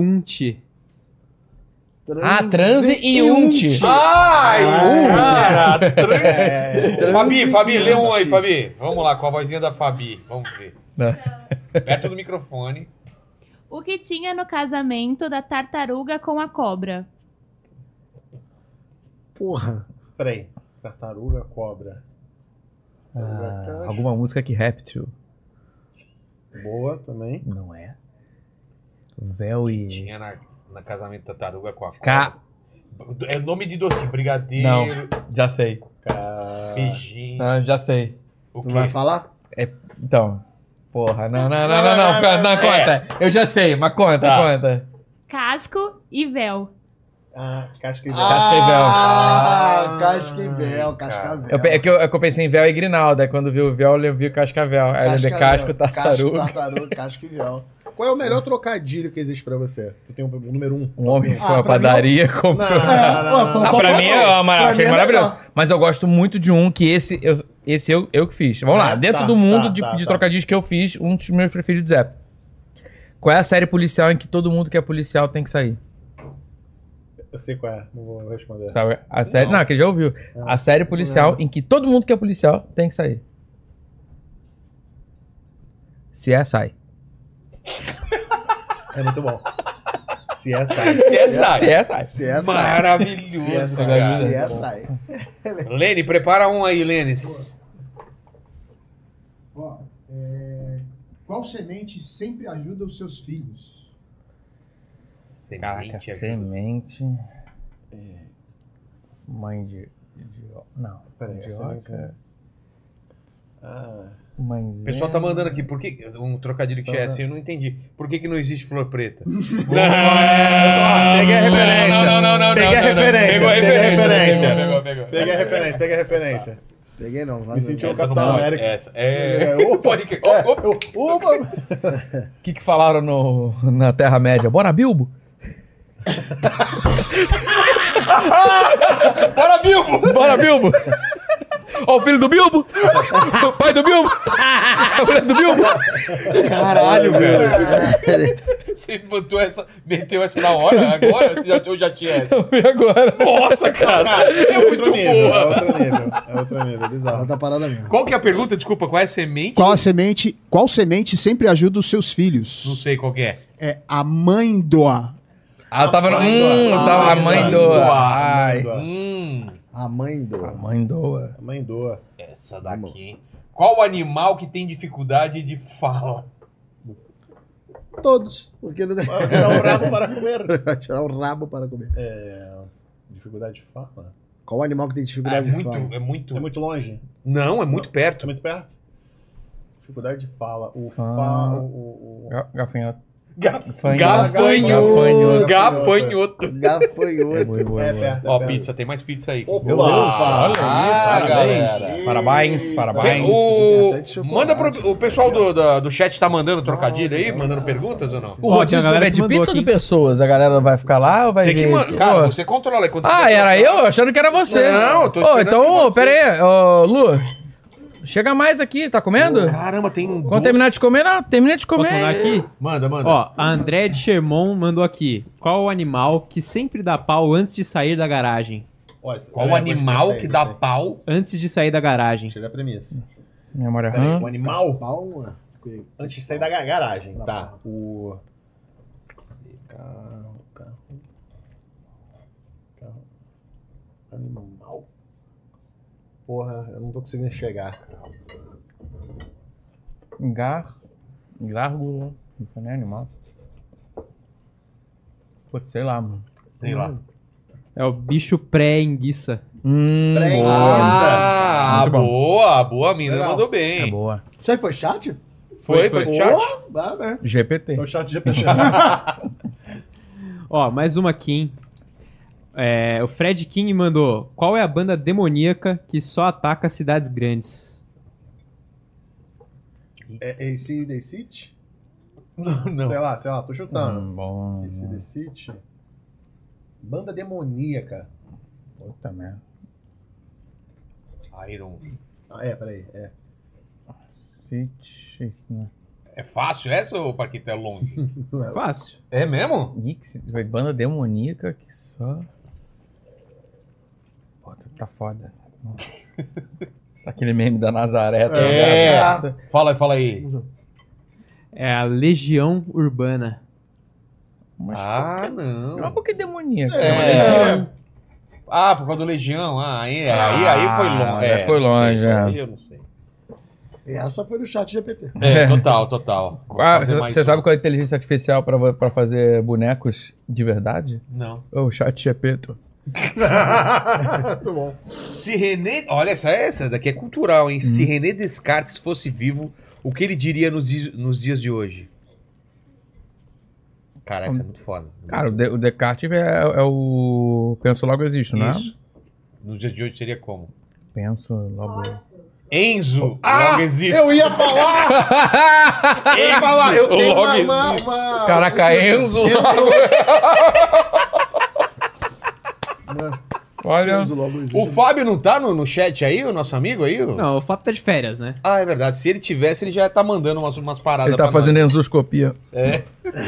Transeunte. Ah, transe e unte. Ai, cara, É. Fabi, Fabi, lê um aí, Fabi. Vamos lá, com a vozinha da Fabi. Vamos ver. Perto do microfone. O que tinha no casamento da tartaruga com a cobra? Porra. Peraí. Tartaruga, cobra. Ah, alguma música que réptil. Boa também. Não é? Véu e... Tinha na, na casamento da tartaruga com a Ca... cobra. É nome de docinho, brigadeiro. Não, já sei. Beijinho. Não, já sei. O Tu quê? vai falar? É, então... Porra, não, não, não, não, não, não, não, não conta. Eu já sei, mas conta, Tá. conta. Casco e véu. Ah, casca e véu. Ah, Cascavel. Cascavel, Cascavel. Eu, pe- é, que eu, é que eu pensei em véu e grinalda. Aí quando vi o véu, eu vi o cascavel. Aí eu lembrei casco, tartaruga. Casco, tartaruga, Cascavel. Qual é o melhor trocadilho que existe pra você? Tu tem o número um. Um homem foi Ah, à pra mim, padaria Não, comprou... não, não, não, Ah, pra mim, é, uma- Pra achei mim é maravilhoso. melhor. Mas eu gosto muito de um que esse eu, esse eu, eu que fiz. Vamos lá, Ah, dentro tá, do mundo tá, de, tá, de tá. trocadilhos que eu fiz, um dos meus preferidos é: qual é a série policial em que todo mundo que é policial tem que sair? Eu sei qual é, não vou responder. Sabe? A série. Não, que ele já ouviu. A série policial em que todo mundo que é policial tem que sair. Se é, sai. É muito bom. C S I. C S I. Se é, sai. Se é, sai. Maravilhoso, C S I. cara. Se é, sai. Lene, prepara um aí, Lênis. Ó, é, qual semente sempre ajuda os seus filhos? Caraca, Semente, semente. Mãe de. de não. Peraí, mandioca. semente. Ah, Mãe. O pessoal tá mandando aqui, por que, um trocadilho que é assim, eu não entendi. Por que, que não existe flor preta? Ó, peguei a referência. Não, não, não, Peguei a não, não, não. referência. Pegou a Peguei a referência. referência. Pegou, pegou. Peguei a referência, peguei a referência. Peguei não, vai. Me senti o Essa não Capitão pode, América. essa. É. É, opa. Pode que. ó, ó. Opa! O que, que falaram no, na Terra-média? Bora, Bilbo? Bora, Bilbo! Bora, Bilbo! Ó, o filho do Bilbo! O pai do Bilbo! A mulher do Bilbo! Caralho, velho. Você botou essa, meteu essa na hora, agora? Você já, eu já tinha essa. E agora? Nossa, cara. É muito outro nível, é boa. outro nível. É outro nível, bizarro. Outra parada mesmo. Qual que é a pergunta? Desculpa, qual é a semente? Qual a semente, qual semente sempre ajuda os seus Não filhos? sei qual que é. É amêndoa. Ah, eu tava no. mãe doa. Hum, tava a mãe doa. Ai. doa. Hum, A mãe do. A mãe doa. A mãe doa. essa daqui, hein? Qual o animal que tem dificuldade de fala? Todos. Porque não Vai tirar o rabo para comer. vai tirar o rabo para comer. É, dificuldade de fala. Qual animal que tem Ah, é dificuldade de muito, fala? é muito... É muito longe? Não, é muito É perto. muito perto? Dificuldade de fala. O Ah. fa... O, o, o... Ga- Gafanhoto. Gafanhoto. Gafanhoto. Gafanhoto. Gafanhoto. Boa, boa, É boa. perto, é Ó, perto. pizza, tem mais pizza aí. Opa! Meu Deus, olha aí, Ah, parabéns. galera. Parabéns, parabéns. O... Até de chocolate. Manda pro... O pessoal do, do, do chat tá mandando trocadilho aí? Mandando perguntas ou não? O Ó, rodízio tinha a galera é que de mandou pizza ou de aqui. pessoas? A galera vai ficar lá ou vai Você que ver? manda. Cara, Pô. você controla aí. quanto Ah, tempo era tá- eu? Achando que era você. Não, eu tô Ô, esperando então, que você- pera aí. Ô, Lu, chega mais aqui, tá comendo? Caramba, tem um. Quando doce. terminar de comer, não, terminei de comer. Posso mandar aqui? Manda, manda. Ó, a André de Sherman mandou aqui. Qual o animal que sempre dá pau antes de sair da garagem? Ó, esse- Qual o peraí, animal gostei, que dá gostei. pau? Antes de sair da garagem. Gostei da premissa. Memória Peraí, RAM. o animal, Palma. antes de sair da ga- garagem, tá. O... Carro, carro... Carro... Animal... Porra, eu não tô conseguindo chegar. Gar. Gárgula. Não foi nem animal. Putz, sei lá, mano. Sei lá. É o bicho pré-enguiça. Hum, Pré- boa. Ah, Muito bom. boa, boa, a mina Legal. mandou bem. É boa. Isso aí foi chat? Foi, foi, Foi, chat. Oh, dá, né? G P T. É o chat G P T. Ó, mais uma aqui, hein? É, o Fred King mandou. Qual é a banda demoníaca que só ataca cidades grandes? É A C The City? Não, não. Sei lá, sei lá, tô chutando. Hum, bom. A C The City? Banda demoníaca. Puta merda. Iron. Ah, é, peraí, é. City. Isso, né? É fácil essa ou Paquito é longe? Fácil. É mesmo? Geeks, banda demoníaca que só. Pô, tu tá foda. Aquele meme da Nazaré. Tá É. ligado? Fala, fala aí. É a Legião Urbana. Mas Ah, por que- não. Mas por que demoníaco? É. uma legião. Ah, por causa do Legião. Ah, aí, aí, aí foi longe. já foi não sei, longe, é. aí eu não sei. Essa foi no chat G P T. É, total, total. Vou Ah, fazer mais você um. sabe qual é a inteligência artificial pra, vo- pra fazer bonecos de verdade? Não. O chat G P T. Muito bom. Se René... Olha, essa, essa daqui é cultural, hein? Se René Descartes fosse vivo, o que ele diria nos, di- nos dias de hoje? Cara, essa é muito foda. Cara, o, De- o Descartes é, é o... Penso logo existo, não é? Isso. Nos dias de hoje seria como? Penso logo... Enzo, Ah, logo existe. eu ia falar! eu ia falar, eu tenho uma, logo uma, existe. uma- Caraca, Enzo! Olha... Enzo logo existe. O Fábio não tá no, no chat aí, o nosso amigo aí? o- Não, o Fábio tá de férias, né? Ah, é verdade. Se ele tivesse, ele já ia tá mandando umas, umas paradas Ele tá pra fazendo enzoscopia. É.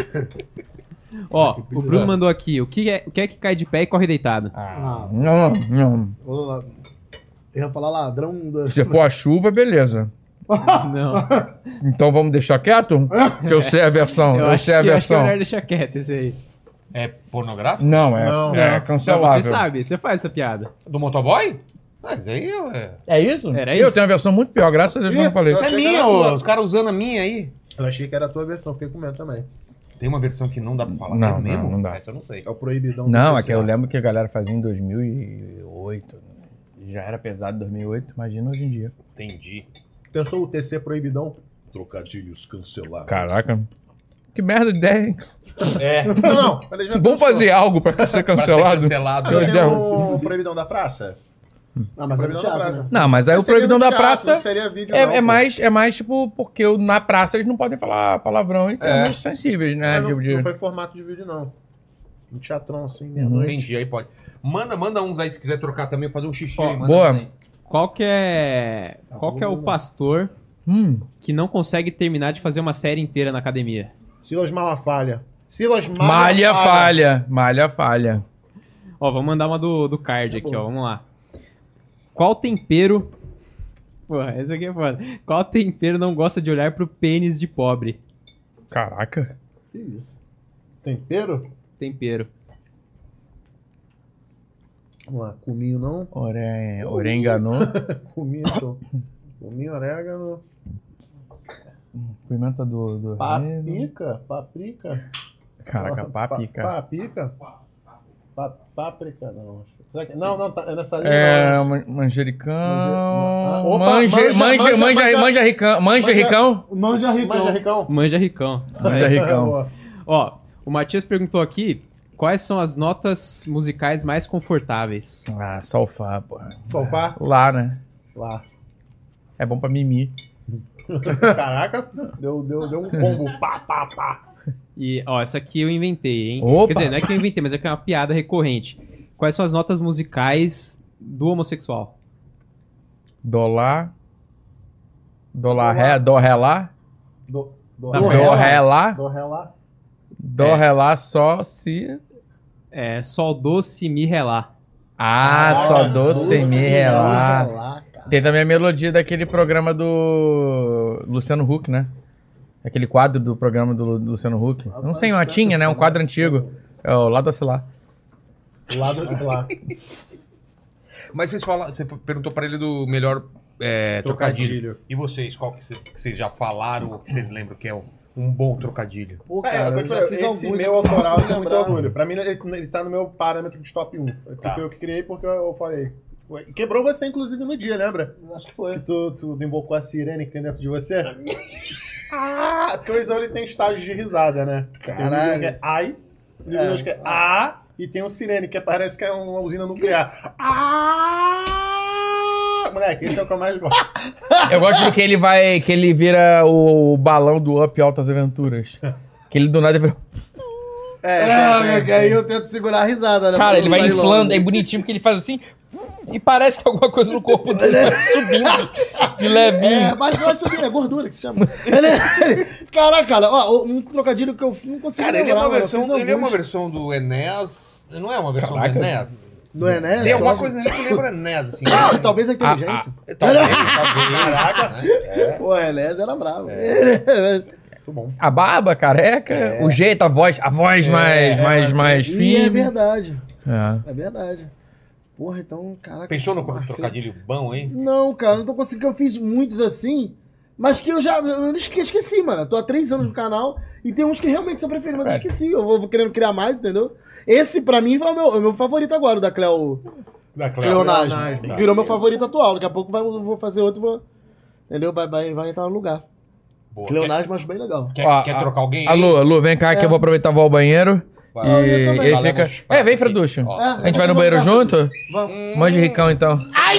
Ó, o Bruno mandou aqui. O que é, o que é que cai de pé e corre deitado? Ah, Não, não. vamos lá. Eu ia falar ladrão da... Se for a chuva, beleza. Não. Então vamos deixar quieto? Que eu sei a versão. Eu, Eu acho, sei a que, acho que é versão. melhor deixar quieto esse aí. É pornográfico? Não, é, Não. é Não, cancelável. você sabe, você faz essa piada. Do motoboy? Mas aí é. É isso? Era eu isso? tenho uma versão muito pior, graças a Deus que eu não falei. Isso é achei que minha, era ô, tua. os caras usando a minha aí. Eu achei que era a tua versão, fiquei com medo também. Tem uma versão que não dá pra falar. Não, é não, mesmo? não dá. Essa eu não sei. É o proibidão do Não, é T C A. que eu lembro que a galera fazia em dois mil e oito. Já era pesado em dois mil e oito, imagina hoje em dia. Entendi. Pensou o T C proibidão? Trocadilhos cancelados. Caraca. Que merda de ideia, hein? É. Não, não. Ele já Vamos pensou. fazer algo pra ser cancelado? cancelado. Meu Tem Deus. o proibidão da praça? Ah, mas é no Proibidão da teatro, praça. né? Não, mas aí Mas o proibidão seria da no teatro, praça não seria vídeo, não, é, é pô. mais, é mais tipo porque o- na praça eles não podem falar palavrão e É. temas sensíveis, né? Mas não, Tipo de- não foi formato de vídeo, não. Um teatrão assim, Uhum. meia-noite. Entendi, aí pode. Manda, manda uns aí se quiser trocar também, fazer um xixi. Ó, aí, manda boa. também. Qual que é. Qual que é o pastor Hum. que não consegue terminar de fazer uma série inteira na academia? Silas Malafalha. Silas Malha, Malha falha. Malha falha. Ó, vamos mandar uma do, do card aqui, ó. Vamos lá. Qual tempero. Porra, essa aqui é foda. Qual tempero não gosta de olhar pro pênis de pobre? Caraca. Que isso? Tempero? Tempero. Vamos lá. Cominho não. Ore... Orengano. Cominho, tô. Cominho, orégano. Pimenta do... do reino. Paprika. Paprika. Caraca, Pa- papica. Paprika. Pa- Páprica, não. Será que... Não, não, tá, é nessa linha. É, não, né? man- manjericão. Ah, opa, Manje, manja, manja, manja, manja, manja. manja ricão. Manja Manja- ricão. Manja Ricão. Manja Ricão. Manja ricão. Manja ricão. Ó, o Matias perguntou aqui quais são as notas musicais mais confortáveis. Ah, solfá, porra. Solfá? Lá, né? Lá. É bom pra mimir. Caraca, deu, deu, deu um combo. Pá, pá, pá. E, ó, essa aqui eu inventei, hein? Opa! Quer dizer, não é que eu inventei, mas é que é uma piada recorrente. Quais são as notas musicais do homossexual? Dó lá. Dó lá, ré, dó, ré, lá. Do, do, Tá Dó, bom. ré, lá. do ré lá. Dó, É. ré, lá, só, si. É sol, do, si, mi, ré, lá. Ah, só doce, mi, ré, lá. lá, cara. Tem também a melodia daquele programa do Luciano Huck, né? Aquele quadro do programa do Lu- do Luciano Huck. Não sei, uma tinha, né? Um quadro antigo. É o Lado Oscilar. Lá do lá. Mas vocês falam, você perguntou pra ele do melhor é, trocadilho. Trocadilho. E vocês, qual que vocês, que vocês já falaram ou que vocês lembram que é um, um bom trocadilho? Pô, É, cara, eu eu já falei, fiz esse alguns, meu eu não autoral consigo tem muito lembrar. orgulho. Pra mim, ele, ele tá no meu parâmetro de top um. Que Tá. foi eu que criei porque eu falei. Quebrou você, inclusive, no dia, lembra? Acho que foi. Que tu, tu invocou a sirene que tem dentro de você? Ah, porque o Isão ele tem estágios de risada, né? Tem um Caralho. vídeo que é ai, tem um vídeo que é ah, e tem um sirene que parece que é uma usina nuclear. Ah! Moleque, esse é o que eu mais gosto. Eu gosto do que ele vai. Que ele vira o balão do Up Altas Aventuras. Que ele do nada vira. É, É, tem- que aí eu tento segurar a risada, né? Cara, pra ele não vai sair inflando, logo. é bonitinho porque ele faz assim. E parece que alguma coisa no corpo dele vai subindo de levinho. É, mas vai subir, é gordura que se chama. Ele- Caraca, cara, ó, um trocadilho que eu não consigo Cara, ele é lembrar, uma mano, eu versão, fiz ele é uma alguns. versão do Enéas. Não é uma versão Caraca. do Enéas? Não é Enéas? Tem alguma Pode? coisa nele que lembra Enéas, assim. Ah, talvez a inteligência. Ah, ah, talvez, talvez. Caraca, né? É. Pô, Enéas era bravo. Muito bom. A barba, careca, É. o jeito, a voz, a voz É, mais, é, mais, mas- mais E fina. é verdade. É. É verdade. Porra, então, caraca. Pensou no isso- trocadilho bom, hein? Não, cara, não tô conseguindo. Eu fiz muitos assim, mas que eu já. Eu esque- esqueci, mano. Eu tô há três anos no canal e tem uns que realmente são preferidos, mas eu esqueci. Eu vou, vou querendo criar mais, entendeu? Esse, pra mim, é o meu, é o meu favorito agora, o da Cleo. Da Cleonasmo. Cleonasmo, tá. Virou meu favorito atual. Daqui a pouco vai, eu vou fazer outro. Vou, entendeu? Vai, vai, vai entrar no lugar. Boa. Cleonasmo, acho bem legal. Quer, Ó, quer a- trocar alguém aí? Alô, alô, vem cá que É. eu vou aproveitar e vou ao banheiro. Vai. E, Ah, eu também. e aí Vai, fica. leva uns pratos É, vem, aqui. Freducho. Ó. É, A gente vai no banheiro junto? Vamos. Mande ricão, então.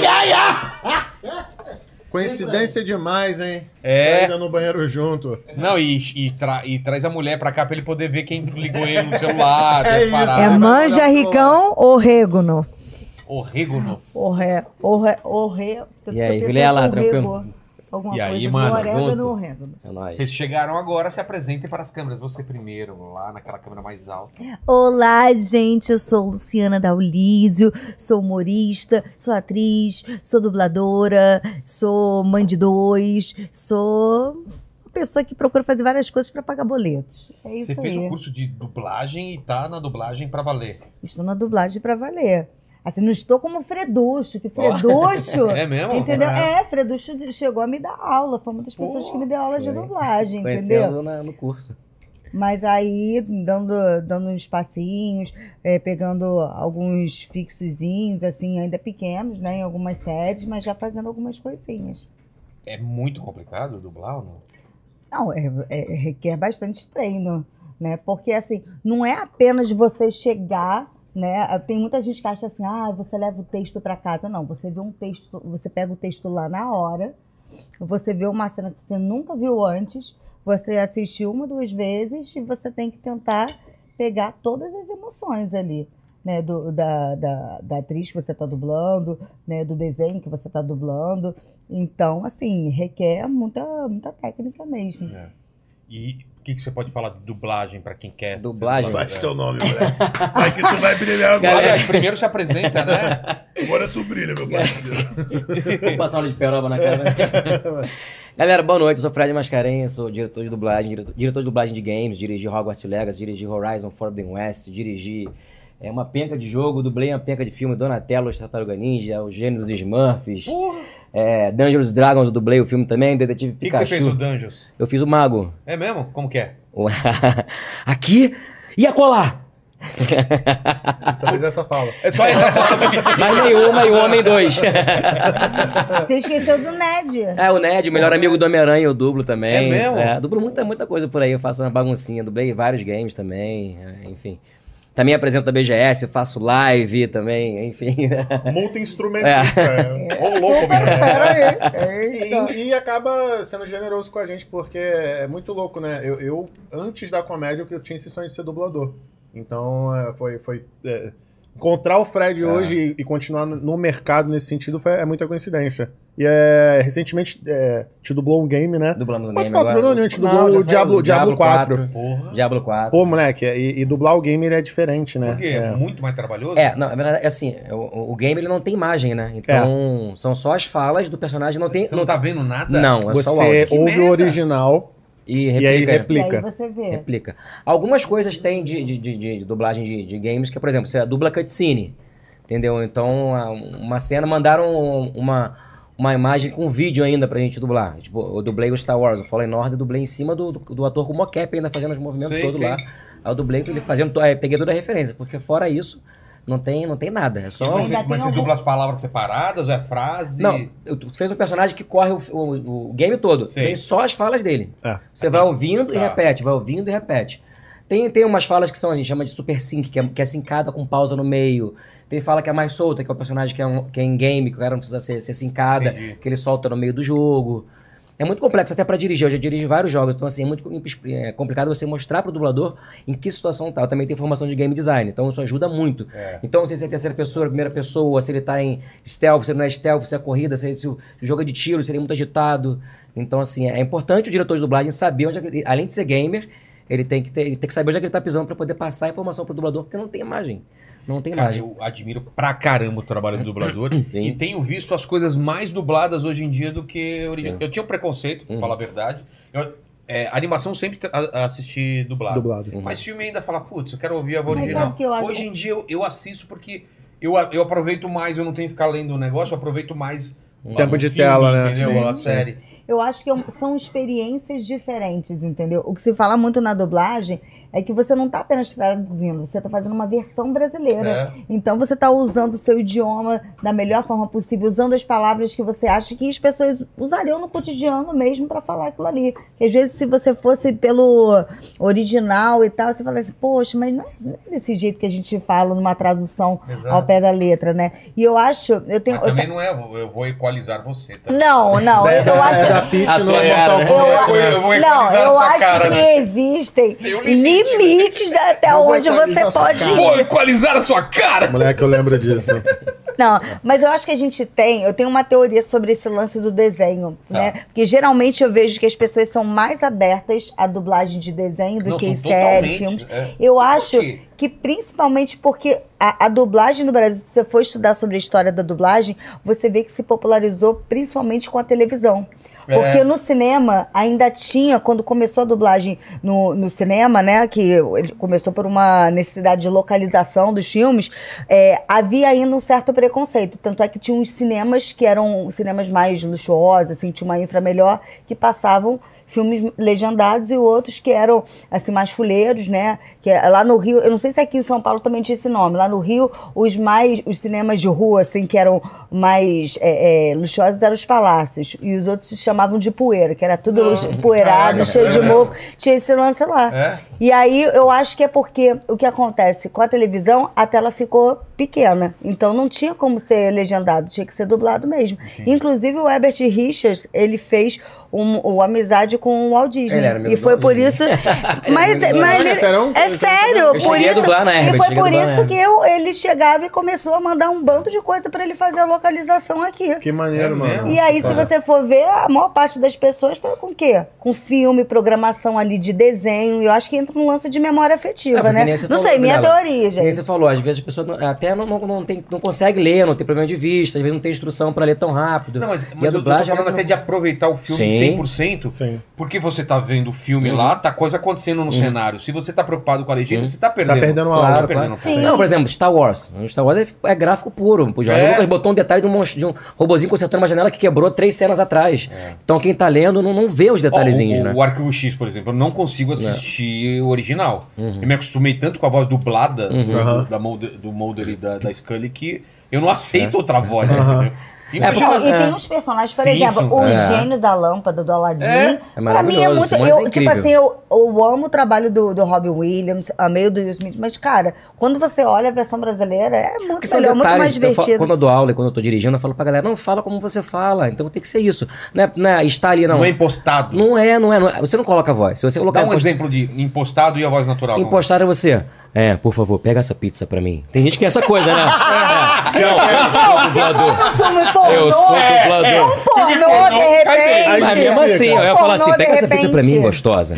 Coincidência demais, hein? É. Saída no banheiro junto. Não, e, e, tra- e traz a mulher pra cá pra ele poder ver quem ligou ele no celular. É as isso. paradas. É vai manja, olhar pro ricão ou régano? Orégano. Orre, orre, orre. E aí, Vilela, tranquilo? Alguma E aí, coisa mano, do orégano junto? ou orégano. É nóis. Vocês chegaram agora, se apresentem para as câmeras. Você primeiro, lá naquela câmera mais alta. Olá, gente, eu sou Luciana Daulísio, sou humorista, sou atriz, sou dubladora, sou mãe de dois, sou uma pessoa que procura fazer várias coisas para pagar boletos. É isso Você fez aí. um curso de dublagem e tá na dublagem pra valer. Estou na dublagem para valer. Assim, não estou como Freducho, que Freducho... É mesmo? Entendeu? É. É, Freducho chegou a me dar aula, foi uma das pessoas que me deu aula de foi. dublagem, entendeu? Conhecendo na- no curso. Mas aí, dando, dando uns passinhos, é, pegando alguns fixozinhos, assim, ainda pequenos, né, em algumas séries, mas já fazendo algumas coisinhas. É muito complicado dublar ou não? Não, é, é- requer bastante treino, né? Porque, assim, não é apenas você chegar, né? Tem muita gente que acha assim, ah, você leva o texto para casa. Não, você vê um texto, você pega o texto lá na hora, você vê uma cena que você nunca viu antes, você assistiu uma, duas vezes e você tem que tentar pegar todas as emoções ali, né? Do, da, da, da atriz que você está dublando, né? Do desenho que você está dublando. Então, assim, requer muita, muita técnica mesmo. É. E o que, que você pode falar de dublagem pra quem quer? ser Dublagem? dublador? Faz teu nome, moleque. Vai que tu vai brilhar agora. Aliás, primeiro se apresenta, né? Agora tu brilha, meu parceiro. Vou passar uma de peroba na cara. Galera, boa noite. Eu sou Fred Mascarenhas, sou diretor de dublagem, diretor, diretor de dublagem de games, dirigi Hogwarts Legacy, dirigi Horizon Forbidden West, dirigi é, uma penca de jogo, dublei uma penca de filme, Donatello, Os Tartaruga Ninja, O Gênio dos Smurfs, é, Dungeons Dragons, eu dublei o filme também, Detetive O que, que Pikachu. você fez no Dungeons? Eu fiz o Mago. É mesmo? Como que é? Aqui e acolá. Só fiz essa fala. É só essa fala. Mais nenhuma e o Homem dois. Você esqueceu do Ned. É, o Ned, o melhor amigo do Homem-Aranha, eu dublo também. É mesmo? É, dublo muita, muita coisa por aí, eu faço uma baguncinha, dublei vários games também, é, enfim. Também apresento a B G S, faço live também, enfim. Multi-instrumentista. É. Ô, louco, Super bicho. fera aí. Eita. E, e acaba sendo generoso com a gente, porque é muito louco, né? Eu, eu, antes da comédia, eu tinha esse sonho de ser dublador. Então, é, foi... foi é, encontrar o Fred É. hoje e, e continuar no- no mercado nesse sentido foi, é muita coincidência. E é, recentemente, é, te dublou um game, né? Dublamos um Pode game falar, agora. Bruno, a gente Não, dublou já o saiu, Diablo, Diablo quatro. Porra. Diablo quatro. Pô, moleque, e, e dublar o game ele é diferente, né? Por quê? É muito mais trabalhoso? É, não, na verdade, é assim, o, o game ele não tem imagem, né? Então, são só as falas do personagem, não tem... Você não tá vendo nada? Não, é só o Você áudio. Que ouve merda. o original E e aí replica. E aí replica. você vê. Replica. Algumas coisas tem de, de, de, de dublagem de, de games, que, por exemplo, você dubla cutscene, entendeu? Então, a- uma cena, mandaram uma, uma imagem com vídeo ainda pra gente dublar. Tipo, eu dublei o Star Wars, o Fallen Order, dublei em cima do, do, do ator com mocap ainda fazendo os movimentos Sei, todos sei. lá. Aí eu dublei com ele fazendo, é, peguei toda a referência, porque fora isso, não tem, não tem nada. É só... Mas, você, Ainda mas tem você algum- dubla as palavras separadas ou é frase? Não, eu- tu fez um personagem que corre o, o- o game todo. Sei. Tem só as falas dele. É. Você vai ouvindo e Tá. repete, vai ouvindo e repete. Tem, tem umas falas que são, a gente chama de super sync, que é, que é sincada com pausa no meio. Tem fala que é mais solta, que é o personagem que é, um, que é em game, que o cara não precisa ser, ser sincada, Entendi. que ele solta no meio do jogo. É muito complexo até pra dirigir. Eu já dirigi vários jogos, então assim, é muito é, complicado você mostrar pro dublador em que situação tá. Eu também tenho formação de game design, então isso ajuda muito. É. Então, se é terceira pessoa, primeira pessoa, se ele tá em stealth, se ele não é stealth, se é corrida, se, se o jogo é de tiro, se ele é muito agitado. Então, assim, é importante o diretor de dublagem saber onde é que ele, além de ser gamer, ele tem que, ter, ele tem que saber onde é que ele tá pisando pra poder passar a informação pro dublador, porque não tem imagem. Não tem Cara, imagem. eu admiro pra caramba o trabalho do dublador Sim. e tenho visto as coisas mais dubladas hoje em dia do que original. Sim. Eu tinha um preconceito, pra Uhum. falar a verdade. Eu, é, animação sempre tra- a- assisti dublado. Dublado. Uhum. Mas filme ainda fala, putz, eu quero ouvir a voz Mas original. sabe que eu acho- Hoje em dia eu, eu assisto porque eu, a- eu aproveito mais, eu não tenho que ficar lendo o negócio, eu aproveito mais o Tempo o de filme, tela, né? entendeu? Sim, A sim. série. Eu acho que é um- são experiências diferentes, entendeu? O que se fala muito na dublagem é que você não está apenas traduzindo, você está fazendo uma versão brasileira. É. Então você está usando o seu idioma da melhor forma possível, usando as palavras que você acha que as pessoas usariam no cotidiano mesmo para falar aquilo ali. Que às vezes se você fosse pelo original e tal, você fala assim, poxa, mas não é, não é desse jeito que a gente fala numa tradução Exato. ao pé da letra, né? E eu acho, eu tenho... Mas eu também te- não é, eu eu vou equalizar você. Tá? Não, não, eu, eu acho... É da Peach, A não sua é cara, Mortal né? Kombat. Eu- né? eu vou Não, equalizar a eu sua acho cara, que né? existem Tem um limite, limites até Eu vou onde equalizar você a sua pode cara. Vou ir. equalizar a sua cara! Moleque, eu lembro disso. Não, mas eu acho que a gente tem, eu tenho uma teoria sobre esse lance do desenho, Tá. né? Porque geralmente eu vejo que as pessoas são mais abertas à dublagem de desenho do Não, que em são série, totalmente, filmes. é. Eu Por acho quê? que principalmente porque a, a dublagem no Brasil, se você for estudar sobre a história da dublagem, você vê que se popularizou principalmente com a televisão. É. Porque no cinema ainda tinha, quando começou a dublagem no, no cinema, né, que ele começou por uma necessidade de localização dos filmes, é, havia ainda um certo preconceito. Tanto é que tinha uns cinemas que eram cinemas mais luxuosos, assim, tinha uma infra melhor, que passavam filmes legendados e outros que eram assim mais fuleiros, né? Que é- lá no Rio, eu não sei se aqui em São Paulo também tinha esse nome. Lá no Rio, os mais os cinemas de rua assim que eram mais é, é, luxuosos eram os palácios e os outros se chamavam de poeira, que era tudo lux- empoeirado, caraca, cheio de é. mofo. Tinha esse lance lá. É? E aí eu acho que é porque o que acontece com a televisão, a tela ficou pequena. Então não tinha como ser legendado, tinha que ser dublado mesmo. Inclusive o Herbert Richards, ele fez um, uma amizade com o Walt Disney. Ele era amigo E do foi Walt por Disney. isso. Mas, Ele era mas amigo do- ele- Sério? é sério, Eu por cheguei a isso. dublar na E Herbert, foi cheguei a por dublar na isso que eu, ele chegava e começou a mandar um bando de coisa pra ele fazer a localização aqui. Que maneiro, É mano. mesmo? E aí, se você for ver, a maior parte das pessoas foi com o quê? Com filme, programação ali de desenho. E eu acho que entra num lance de memória afetiva, É, porque né? nem você Não falou, sei, minha Gabriela. teoria, Que nem gente. você falou, às vezes a pessoa não- até não, não, não, tem, não consegue ler, não tem problema de vista, às vezes não tem instrução pra ler tão rápido. Não, mas, E a mas eu, eu tô dublagem falando é até de aproveitar o filme Sim. cem por cento, Sim. porque você tá vendo o filme Uhum. lá, tá coisa acontecendo no cenário. Se você tá preocupado com a legenda, você tá perdendo. Tá perdendo Tá aula. Claro, perdendo claro. foco. Sim. Não, por exemplo, Star Wars. O Star Wars é, é gráfico puro. O Jorge É. Lucas botou um detalhe de um, monstro- de um robozinho consertando uma janela que quebrou três cenas atrás. Então quem tá lendo não, não vê os Ó, detalhezinhos, o, né? o Arquivo X, por exemplo, eu não consigo assistir o original. Uhum. Eu me acostumei tanto com a voz dublada do, Uhum. Aham. do, da Mulder, do Mulder e da, da Scully que eu não aceito outra voz, Aham. entendeu? Imagina, Ó, e É. tem uns personagens, por Simpsons, exemplo, o é. gênio da lâmpada do Aladdin. É. É Pra mim é maravilhoso, muito. Simões Eu, é tipo incrível. assim, eu, eu amo o trabalho do, do Robin Williams, amei o do Will Smith, mas, cara, quando você olha a versão brasileira, é muito Porque são melhor, muito mais detalhes. Eu falo- divertido. quando eu dou aula e quando eu tô dirigindo, eu falo pra galera, não fala como você fala. Então tem que ser isso. Não é, não é estar ali, não. não é impostado. Não é, não é, não é. Você não coloca a voz. Se você colocar Dá um impost- exemplo de impostado e a voz natural. Impostar é você. É, por favor, pega essa pizza pra mim. Tem gente que tem essa coisa, né? É. Não, eu sou dublador. Filme pornô, Eu sou é dublador. um pornô, de pornô, cai bem. repente. Aí Mas sim, mesmo fica. assim, eu ia Um falar assim, pornô, pega de essa pizza pra repente. mim, gostosa.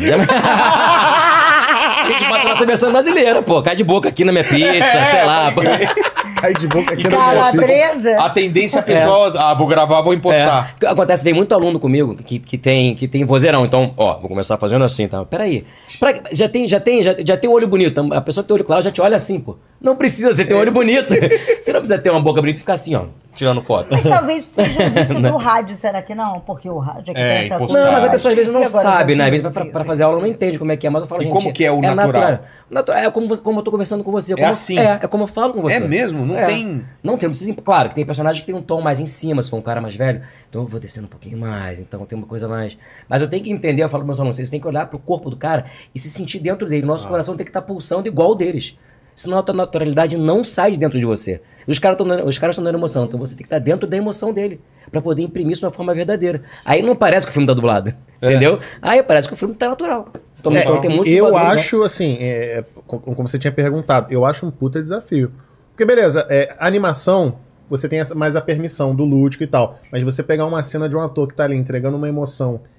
Tem que botar nossa versão brasileira, pô. Cai de boca aqui na minha pizza, sei lá. pô. Cai de boca aqui no Calabresa. A tendência pessoal, ah, vou gravar, vou impostar. É. Acontece, vem muito aluno comigo que, que, tem, que tem vozeirão. Então, ó, vou começar fazendo assim, tá? Peraí. Pra, já tem, já tem, já, já tem um olho bonito. A pessoa que tem olho claro já te olha assim, pô. Não precisa, você tem um olho bonito. Você não precisa ter uma boca bonita e ficar assim, ó, tirando foto. Mas talvez seja o vício do rádio, será que não? Porque o rádio é que É, tem essa impostado. Não, mas a pessoa às vezes não E agora, sabe, já né? Às viu? vezes pra, Sim, pra sim, fazer aula sim, não sim. entende como é que é, mas eu falo, E gente... como que é o natural? natural. Natural, É como, você- como eu tô conversando com você. É como- assim? É, é como eu falo com você. É mesmo? Não É. tem... Não tem, não precisa... Claro, que tem personagem que tem um tom mais em cima, se for um cara mais velho. Então eu vou descendo um pouquinho mais, então tem uma coisa mais... Mas eu tenho que entender, eu falo para meus alunos, vocês têm que olhar pro corpo do cara e se sentir dentro dele. Nosso coração tem que estar pulsando igual o deles. Senão a tua naturalidade não sai de dentro de você. Os caras estão os caras estão dando emoção, então você tem que estar dentro da emoção dele pra poder imprimir isso de uma forma verdadeira. Aí não parece que o filme tá dublado, entendeu? Aí parece que o filme tá natural. Então, É, então tem muitos eu dubladores, né? acho, assim, é, co- como você tinha perguntado, eu acho um puta desafio. Porque, beleza, é, animação, você tem essa- mais a permissão do lúdico e tal, mas você pegar uma cena de um ator que tá ali entregando uma emoção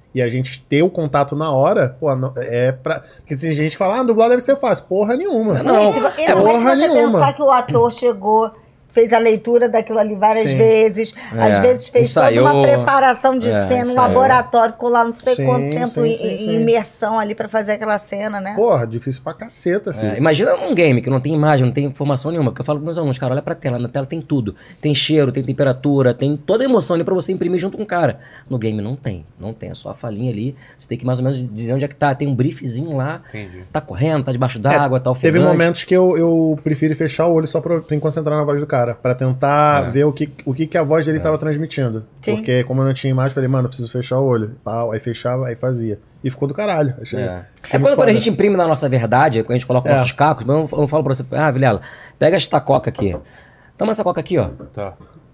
E a gente ter o contato na hora, pô, não- é pra... Porque tem gente que fala, ah, dublar deve ser fácil. Porra nenhuma. Não, Mas se, vo- é eu- mas se porra você nenhuma. pensar que o ator chegou, fez a leitura daquilo ali várias Sim. vezes, É, às vezes fez ensaiou. toda uma preparação de É, cena, um ensaiou. laboratório, ficou lá não sei Sim, quanto tempo sim, em, sim, em sim. imersão ali pra fazer aquela cena, né? Porra, difícil pra caceta, filho. É, imagina um game que não tem imagem, não tem informação nenhuma. Porque eu falo pros meus alunos, cara, olha pra tela. Na tela tem tudo. Tem cheiro, tem temperatura, tem toda a emoção ali pra você imprimir junto com o cara. No game não tem. Não tem. É só a falinha ali. Você tem que mais ou menos dizer onde é que tá. Tem um briefzinho lá. Entendi. Tá correndo, tá debaixo d'água, tá Teve ofegante. momentos que eu, eu prefiro fechar o olho só pra, pra me concentrar na voz do cara, pra tentar É. ver o que, o que, que a voz dele tava transmitindo. Sim. Porque como eu não tinha imagem, eu falei, mano, eu preciso fechar o olho. Pau, aí fechava, aí fazia. E ficou do caralho. Achei, É, achei é muito quando, quando a foda. gente imprime na nossa verdade, quando a gente coloca É. nossos cacos, eu não, eu não falo pra você, ah, Vilela, pega esta coca aqui. Toma essa coca aqui, ó. Tá.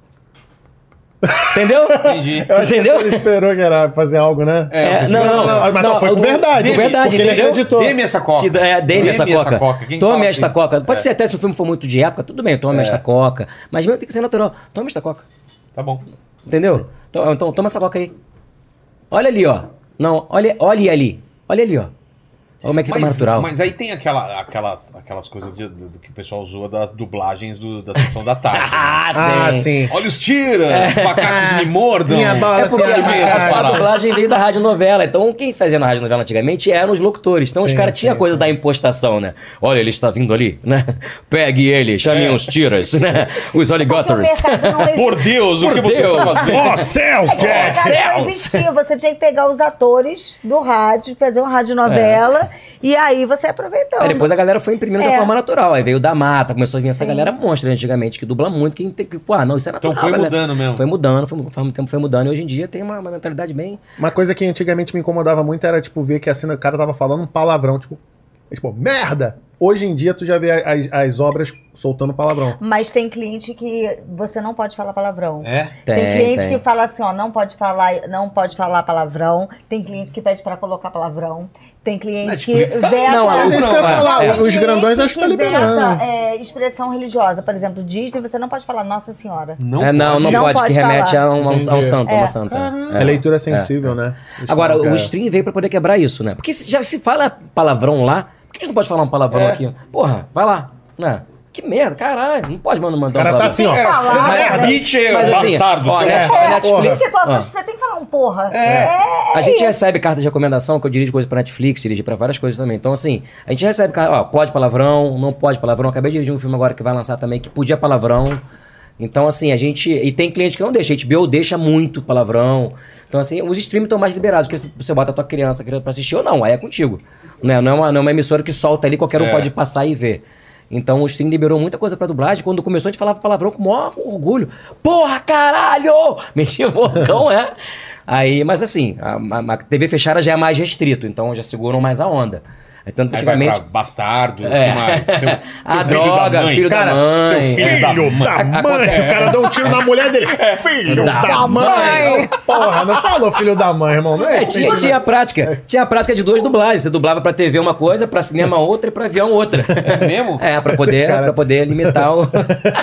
Entendeu? Entendi. Eu acho Entendeu? que ele esperou que era fazer algo, né? É, não, não, não, mas não, foi com o- verdade. de verdade, porque ele entendeu? acreditou. Dê-me essa coca. Te dá- é, dê-me essa coca. Quem Tome fala esta assim? coca. Pode É. ser até se o filme for muito de época, tudo bem, tome É. esta coca. Mas mesmo tem que ser natural. Tome esta coca. Tá bom. Entendeu? Então, então toma essa coca aí. Olha ali, ó. Não, olha, olha ali. Olha ali, ó. Olha como é que fica mais Mas, natural. mas aí tem aquela, aquelas, aquelas coisas de- de- do que o pessoal zoa das dublagens do- da sessão da tarde. né? Ah, tem. sim. Olha os tiras, os macacos me mordam. Minha bola, É porque assim, a, meio a, a parada. dublagem veio da rádio novela. Então, quem fazia na rádio novela antigamente eram os locutores. Então, os Sim, caras tinham a sim, coisa sim. da impostação, né? Olha, ele está vindo ali, né? Pegue ele, chame os tiras, né? Os Porque o alligators. mercado não existia. Por Deus, o Por que você Deus. tá fazendo? Ó, céus, O mercado Jack! não existia. Você tinha que pegar os atores do rádio, fazer uma radionovela, e aí você aproveitando. Aí depois a galera foi imprimindo É. da forma natural. Aí veio da mata, começou a vir essa galera monstra antigamente, que dubla muito, que tem que. Pô, ah, não, isso é natural. Então foi galera. mudando mesmo. Foi mudando, foi, faz muito tempo foi mudando. E hoje em dia tem uma, uma mentalidade bem. Uma coisa que antigamente me incomodava muito era, tipo, ver que a cena, o cara tava falando um palavrão, tipo, tipo, merda! Hoje em dia tu já vê as, as obras soltando palavrão. Mas tem cliente que você não pode falar palavrão. É? Tem, Tem, cliente tem. que fala assim, ó, não pode falar, não pode falar palavrão. Tem cliente que pede pra colocar palavrão. Tem cliente Netflix que tá- veta... Não, Mas é isso que eu ia Não, é. falar, Tem os cliente grandões acho que tá veta, liberando. é, expressão religiosa. Por exemplo, Disney, você não pode falar Nossa Senhora. Não, é, não, não, Não pode, pode que remete falar. a um, a um, a um Entendi. santo, a É. uma santa. É, leitura sensível, né? Eles Agora, falam que o é- stream veio pra poder quebrar isso, né? Porque se, já se fala palavrão lá, por que a gente não pode falar um palavrão É. aqui? Porra, vai lá, né? Que merda, caralho, não pode mandar mandar O cara um tá palavrão. assim, ó. Era Falar, merda, né? bitch, Mas assim, bastardo. ó, teu- Net- É, Netflix... Tem situações ah. que você tem que falar um porra. É. A gente recebe carta de recomendação, que eu dirijo coisa pra Netflix, dirigi pra várias coisas também. Então, assim, a gente recebe, car- ó, pode palavrão, não pode palavrão. Acabei de dirigir um filme agora que vai lançar também, que podia palavrão. Então, assim, a gente... E tem cliente que não deixa, a H B O deixa muito palavrão. Então, assim, os streams estão mais liberados, porque se você bota a tua criança pra assistir ou não, aí é contigo. Né? Não, é uma, não é uma emissora que solta ali, qualquer um É. pode passar e ver. Então o stream liberou muita coisa pra dublagem. Quando começou, a gente falava palavrão com o maior orgulho. Porra, caralho! Metia o bocão, é. Aí, mas assim, a, a, a T V fechada já é mais restrito, então já seguram mais a onda. É tanto que Aí vai antigamente. pra bastardo, o É. que mais? Seu, seu A filho droga, da mãe. filho da Cara, mãe. seu filho É. da Filho mãe. da mãe! O cara deu um tiro na mulher dele. Filho Da da mãe. mãe! Porra, não falou filho da mãe, irmão. Não é, É, esse tinha, sentimento. tinha a prática. Tinha a prática de duas dublagens. Você dublava pra T V uma coisa, pra cinema outra e pra avião outra. É mesmo? É, pra poder, Cara. pra poder limitar o.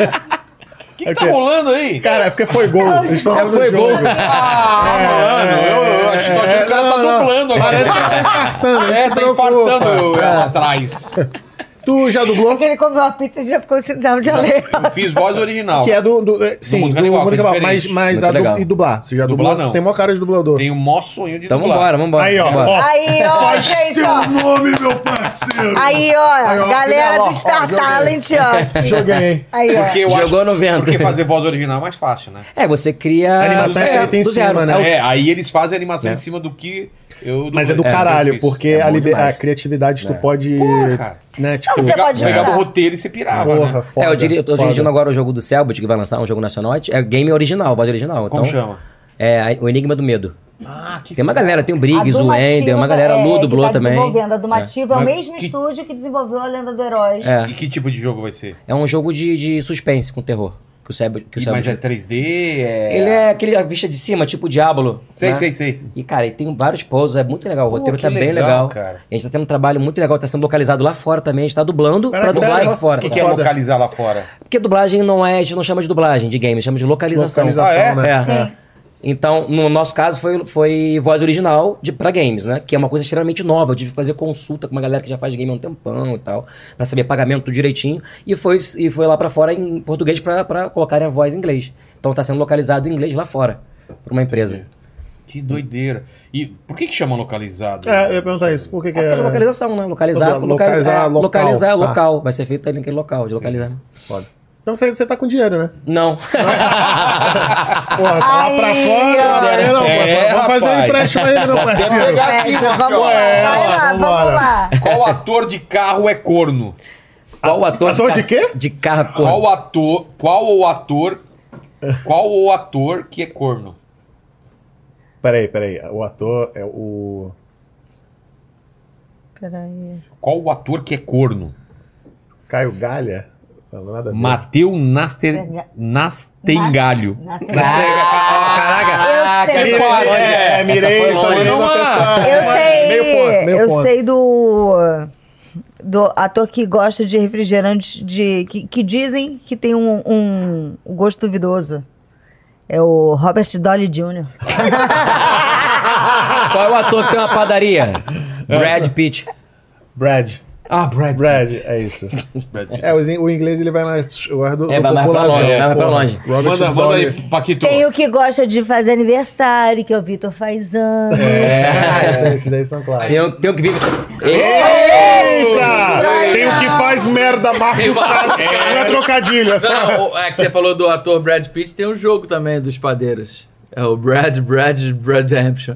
O que, que tá rolando aí? Cara, é porque foi gol. Eles estão É, falando foi do gol. jogo. Ah, mano, eu, eu acho que o cara tá não, não. dublando agora. Parece que tá infartando. É, se tá preocupa. infartando ela atrás. Tu já dublou? Porque ele comeu uma pizza e já ficou sinal de alerta. Eu fiz voz original. Que é do. do é, sim, Mundo do Canibal, Mundo que é Canibal. Mas, diferente. mas Muito a du- legal. e dublar? Você já Dublar, dublou? não. Tem uma cara de dublador. Tenho o maior sonho de Então dublar. vambora, vambora. Aí, ó. vambora. ó. Aí, ó, gente, ó. nome, meu parceiro. Aí, ó, Aí, ó, galera ó, do ó, Star joguei. Talent, ó. Joguei. Aí, ó. Porque eu Jogou acho, no vento. Porque fazer voz original é mais fácil, né? É, você cria. A animação é feita em do zero. cima, né? É, aí eles fazem a animação É. em cima do que eu Mas é do dublei. caralho, eu fiz. porque É a, bom liber- demais. a criatividade tu É. pode. Porra, cara. Né, tipo, Não, você Pega- pode Pegava virar. o roteiro e se pirava, porra, né? foda. É, eu, diri, eu tô foda. dirigindo agora o jogo do Selbit, que vai lançar um jogo nacional. É game original, voz original. Como Então, chama? é o Enigma do Medo. Ah, que Tem uma galera, tem o Briggs, A o Dumativa, Ender, uma galera, é, Lu que dublou tá também. desenvolvendo. A Dumativa é, o Mas mesmo que- estúdio que desenvolveu a Lenda do Herói. É, E que tipo de jogo vai ser? é um jogo de, de suspense com terror. Que o Selbit. Que o E, mas Selbit- é três D? É... Ele é aquele a vista de cima, tipo Diablo. Sei, né? sei, sei. E, cara, ele tem vários poses, é muito legal. O Pô, roteiro que tá bem legal, legal. cara. A gente tá tendo um trabalho muito legal, tá sendo localizado lá fora também. A gente tá dublando Caraca, pra dublar sério? lá fora. O que, tá? que é Foda. localizar lá fora? Porque dublagem não é, a gente não chama de dublagem de game, chama de localização. Localização, Ah, é? né? É. Sim. Então, no nosso caso, foi, foi voz original de, pra games, né? Que é uma coisa extremamente nova. Eu tive que fazer consulta com uma galera que já faz game há um tempão e tal, pra saber pagamento tudo direitinho. E foi, e foi lá pra fora em português pra, pra colocarem a voz em inglês. Então tá sendo localizado em inglês lá fora, por uma empresa. Que doideira. E por que que chama localizado? É, eu ia perguntar isso. Por que que É é... pela localização, né? Localizar, Localizar localizar, local. localizar Tá. local. Vai ser feito ali naquele local, de localizar. Foda. Então você, você tá com dinheiro, né? Não. Porra, tá lá pra Aí, fora. ó. Aí, não, É, pô, vamos fazer um rapaz. empréstimo aí, meu parceiro. pegar aqui, Então, aqui, vamos ó. lá, É, vai ó, lá, vambora. vamos lá. Qual ator de carro é corno? Qual o ator, ator de ca- quê? De carro corno? Qual ator... Qual o ator... Qual o ator que é corno? Peraí, peraí. O ator é o... Peraí. Qual o ator que é corno? Caio Galha? Não, nada a ver. Mateu Naster... Nastengalho. Nasce- Caraca. Eu sei. Mirei, foi longe. é, Essa mirei, foi só longe. mirei uma Não, pessoa. Eu É, sei, meio ponto, meio eu ponto. sei do do ator que gosta de refrigerantes de que, que dizem que tem um, um, um gosto duvidoso. É o Robert Downey júnior Qual é o ator que tem uma padaria? Brad Pitt. Brad. Ah, Brad. Brad, é isso. É, o, in- o inglês ele vai mais... Eu guardo É, o vai mais pra popularzão, longe, vai mais pra porra. longe. Robert Manda, manda Downey. aí, Paquito. Tem o que gosta de fazer aniversário, que é o Vitor faz anos. É, esses, esses daí são clássicos. Tem, o- tem o que vive. Eita! Tem o que faz merda, Marcos Castro. Não é trocadilho, é só... Não, o- é que você falou do ator Brad Pitt, tem um jogo também dos padeiros. É o Brad, Brad, Redemption.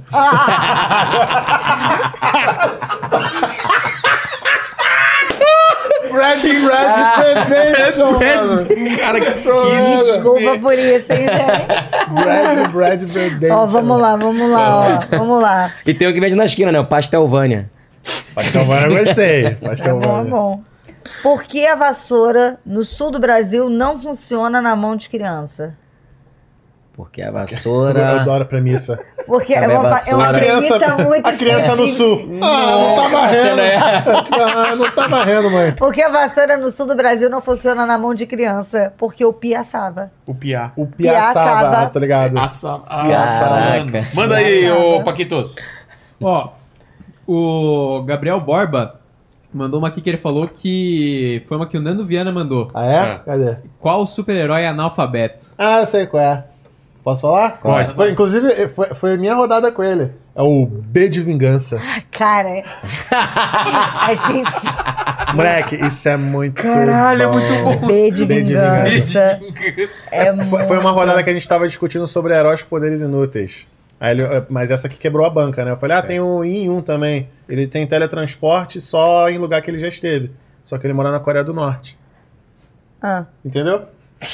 Brad, Brad, Redemption, mano. Cara, que Desculpa por isso, hein, gente? Brad, Brad, Redemption. Ó, vamos lá, vamos lá, ó. Vamos lá. E tem o que vende na esquina, né? O Pastelvânia. Pastelvânia eu gostei. É bom, é Pastelvânia. bom. Por que a vassoura no sul do Brasil não funciona na mão de criança? Porque a Eu vassoura. adoro a premissa. Porque é Também uma, é uma vassoura. premissa muito A criança no específica. sul. Ah, não tá varrendo. né? Ah, não tá varrendo, mãe. Porque a vassoura no sul do Brasil não funciona na mão de criança, porque o piaçava. O Piá. O Piaçaba, Piaçaba. tá ligado? Assa... Ah, Caraca. Manda aí, Piaçaba. ô Paquitos. Ó, o Gabriel Borba mandou uma aqui que ele falou que foi uma que o Nando Viana mandou. Ah, é? É. Cadê? Qual super-herói é analfabeto? Ah, eu sei qual é. Posso falar? Pode. Foi, inclusive, foi, foi a minha rodada com ele. É o B de Vingança. Cara, a gente. Moleque, isso é muito Caralho, é bom. muito bom. B de B de vingança. É Foi, foi uma muito- rodada que a gente tava discutindo sobre heróis com poderes inúteis. Aí ele- mas essa aqui quebrou a banca, né? Eu falei, ah, tem o Yin um também. Ele tem teletransporte só em lugar que ele já esteve. Só que ele mora na Coreia do Norte. Ah. Entendeu?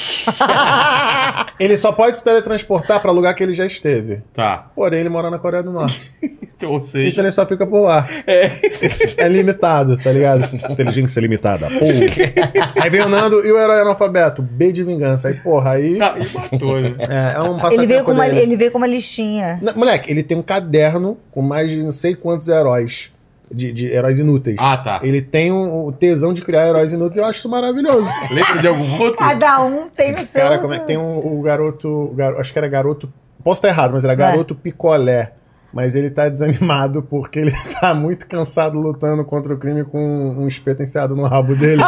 Ele só pode se teletransportar pra lugar que ele já esteve. Tá. Porém, ele mora na Coreia do Norte. Ou seja... Então ele só fica por lá. É limitado, tá ligado? Inteligência limitada. Porra. Aí vem o Nando e o herói analfabeto. B de vingança. Aí, porra, aí. Aí matou, né? É, é um Ele passatempo veio, com uma, dele. ele veio com uma listinha. Não, moleque, ele tem um caderno com mais de não sei quantos heróis. De, de heróis inúteis. Ah, tá. Ele tem um, o tesão de criar heróis inúteis. Eu acho isso maravilhoso. Lembra de algum outro? Cada um tem o seu. Cara, como é que tem um, o garoto. o garo- acho que era garoto. Posso estar errado, mas era garoto picolé. Mas ele tá desanimado porque ele tá muito cansado lutando contra o crime com um espeto enfiado no rabo dele.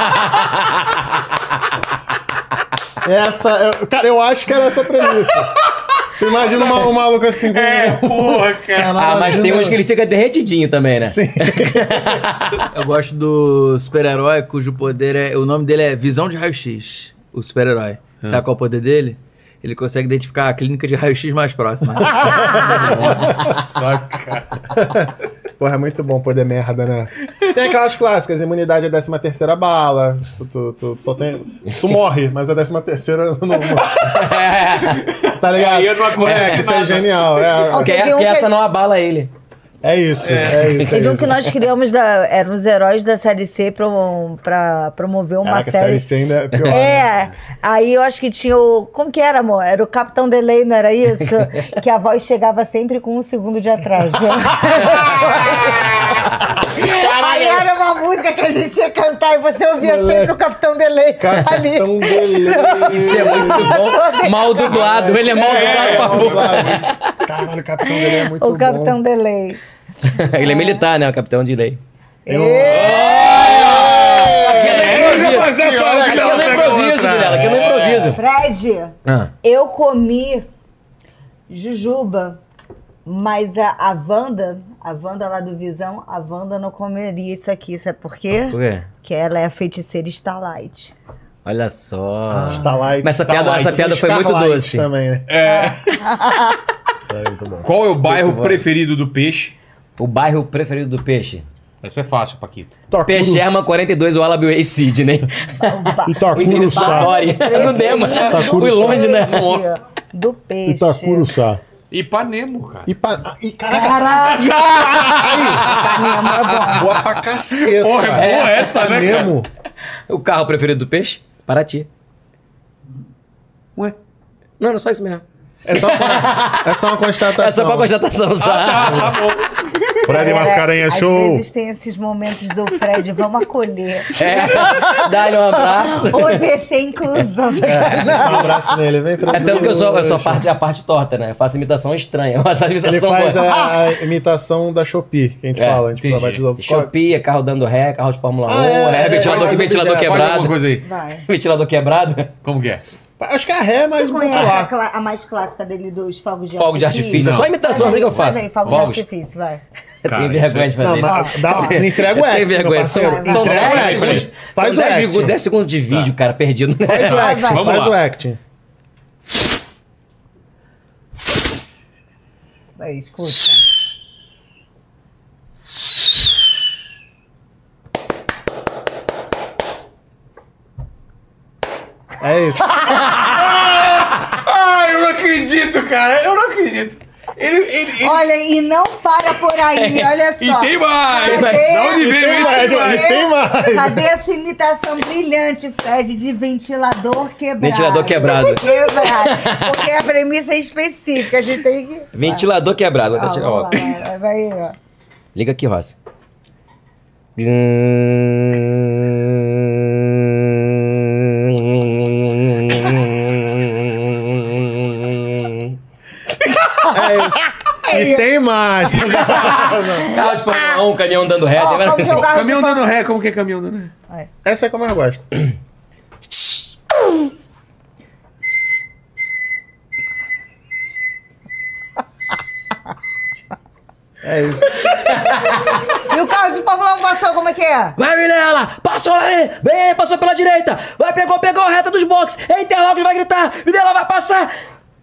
Essa. eu- cara, eu acho que era essa a premissa. Tu imagina uma- um maluco assim com. É, porra, cara. Ah, mas tem uns que ele fica derretidinho também, né? Sim. Eu gosto do super-herói cujo poder é. O nome dele é Visão de Raio-X. O super-herói. Sabe qual é o poder dele? Ele consegue identificar a clínica de raio-x mais próxima. Nossa, cara. Porra, é muito bom poder merda, né? Tem aquelas clássicas, imunidade é a décima terceira bala. Tu, tu, tu só tem. Tu morre, mas a décima terceira não. Tá ligado? Aí eu não acontece É, que isso é nada. genial. É, Ok. Que, Teve um que que- essa não abala ele. é isso, é, isso. Teve é um isso. que nós criamos, da, eram os heróis da Série C pro, pra promover uma Caraca, a série. série C ainda é pior. né? É, aí eu acho que tinha o. Como que era, amor? Era o Capitão Delay, não era isso? Que a voz chegava sempre com um segundo de atraso. Aí era uma música que a gente ia cantar e você ouvia Moleque. sempre o Capitão Delay ali. Capitão Delay. Isso é muito bom. Mal dublado. Ele é mal dublado pra porra. Caralho, o Capitão Delay é muito O bom. Capitão Delay. Ele é militar, né? O capitão de lei. Eu... Depois dessa, aqui eu não improviso, Vilela. Aqui eu não improviso. Fred, Ah. eu comi jujuba, mas a, a Wanda, a Wanda lá do Visão, a Wanda não comeria isso aqui, sabe por quê? Por quê? Que ela é a feiticeira Starlight. Olha só. Starlight. Mas essa piada, essa piada foi muito Starlight doce. também, né? É. É muito bom. Qual é o bairro Muito bom. preferido do peixe? O bairro preferido do peixe? Essa é fácil, Paquito. Peixerma quarenta e dois, Wallaby Way Sidney. Itacuru Sá. Aleatório. No Dema. Fui longe, né? Nossa. Do peixe. Itacuru Sá. Ipanemo, cara. Ipa... E caraca. Caraca! Ipanema é bom. Boa pra caceta. Porra, é cara. boa essa, né, Ipanemo. O carro preferido do peixe? Paraty. Ué? Não, era só isso mesmo. É só, pra... é só uma constatação. É só pra constatação, só. Tá bom. Fred Galera, Mascarenha, às show. vezes tem esses momentos do Fred, vamos acolher. É, dá-lhe um abraço. Ou descer inclusão. É, deixa um abraço nele. Vem, Fred. É tanto que eu sou, eu sou a, parte, a parte torta, né? Eu faço imitação estranha, mas faço Ele imitação faz boa. a, a imitação da Shopee, que a gente É, fala. A gente entendi. batizou. Shopee, carro dando ré, carro de Fórmula Ah, um, é, é, é, ventilador, faz ventilador o Faz quebrado. alguma coisa aí. Vai. Ventilador quebrado. Como que é? Acho que a ré é mais Você conhece a, popular. cla- a mais clássica dele dos fogos de Fogo de artifício. É só imitação assim que eu faço. Vai, fogos Fogos. de artifício, vai. Cara, Tem vergonha de Não, fazer isso. mas dá, não entrega o Eu tenho act, meu vergonha. São, parceiro. são Entrega o dez act. segundos, Faz o são dez act. segundos- dez segundos de vídeo, cara, perdido. Né? Faz o Vai, act. vai. Vamos Faz lá. o act. Vai, escuta. É isso. Ai, eu não acredito, cara. Eu não acredito. Ele, ele, ele... Olha, e não para por aí, olha só. E tem mais. Cadê? Não de E ver tem isso. mais, tem mais. e tem mais. Cadê a sua imitação brilhante, Fred, de ventilador quebrado? Ventilador quebrado. Quebrado. Porque a premissa é específica, a gente tem que... Ventilador quebrado. Vou Ah, até tirar vamos o lá, óculos. vai, vai aí, ó. Liga aqui, Rossi. É isso. E tem mais. Carro de Fórmula um, caminhão dando ré. Ó, tem várias como coisas. seu carro de Caminhão fórmula- dando ré. Como que é caminhão dando ré? Essa é que eu mais gosto. É isso. E o carro de Fórmula um passou, como é que é? Vai, Vilela! Passou ali! Vem, passou pela direita! Vai, pegou, pegou a reta dos boxes! É Interlagos, vai gritar! Vilela vai passar!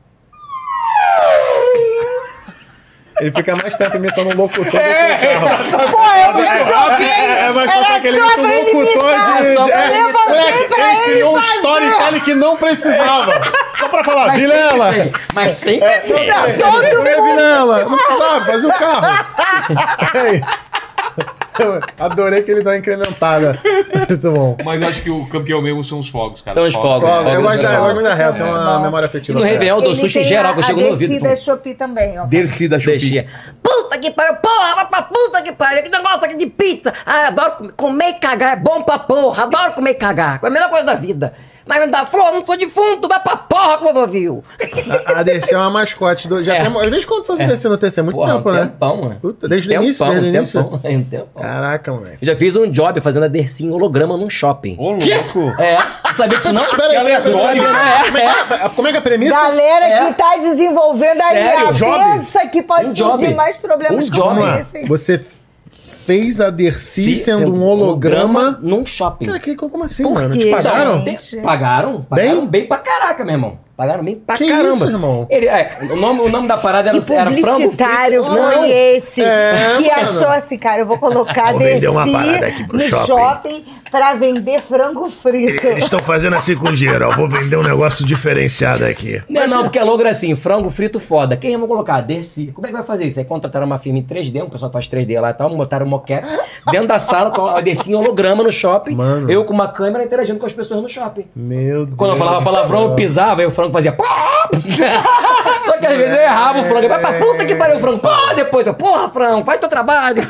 Ele fica mais tempo imitando um locutor do que o carro. Pô, eu já joguei! É mais só Era que ele só imita um pra ele locutor imitar. de... Eu de- é, levantei moleque, pra ele criou um fazer. storytelling que não precisava. Só pra falar, Mas Vilela. sempre tem, Mas sempre tem. Todo Vilela. Não precisava, fazia o carro. É isso. Eu adorei que ele dá uma incrementada. Muito bom. Mas eu acho que o campeão mesmo são os fogos, cara. São os fogos. Fogo, eu Fogos gosto da, eu de gosto da ré, eu tenho É uma bom. memória E afetiva. no pra ela. Réveillon eu dou Ele susto em tem geral, a- que eu chego no a ouvido. descida Shopee também, ó. Dercy da Shopee. Deixia. Puta que pariu, porra, vai pra puta que pariu, que negócio aqui de pizza. Ah, eu adoro comer, comer e cagar, é bom pra porra, adoro comer e cagar, é a melhor coisa da vida. Mas me dá flor, não sou defunto, vai pra porra, Clovovil. A, a D C é uma mascote do. Já É. tem, desde quando você É. D C no T C? Muito Porra, tempo, um né? tempão, mano. Puta, desde o Tempão, início, desde o um início. tempão, é um tempão. Caraca, moleque. Eu já fiz um job fazendo a Dercy em holograma num shopping. Ô, louco. É, não sabia disso não? Espera aí, Que aleatório. não sabia, né? Como é, que- como é que é a premissa? Galera É. que tá desenvolvendo aí, Sério? ó, Job? pensa que pode Um surgir job. mais problemas Um como job. Vamos lá. esse. Você fez a Dercy Sim, sendo um holograma. num shopping. Cara, que, como assim, Por mano? quê? Te pagaram? Gente. Pagaram? Pagaram bem? pra caraca, meu irmão. Pagaram bem pra Que caramba. isso, irmão? Ele, é, o, nome, o nome da parada era, Que era frango publicitário frito. foi Não. esse É, que mano. achou assim, cara, eu vou colocar Vou vender Dercy uma parada aqui pro no shopping. shopping. pra vender frango frito. estão fazendo assim com dinheiro, ó. Vou vender um negócio diferenciado aqui. Não, não, porque a logo era assim, frango frito foda. Quem eu vou colocar? Dercy. Como é que vai fazer isso? Aí contrataram uma firma em três D, um pessoal que faz três D lá e tal, botaram um moquete dentro da sala com a Dercy em holograma no shopping. Mano. Eu com uma câmera interagindo com as pessoas no shopping. Meu Deus. Quando eu falava palavrão, eu pisava, aí o frango frango fazia... pá! Só que às vezes eu errava o frango. Vai pra puta que pariu o frango. Pô, depois eu... Porra, frango, faz teu trabalho.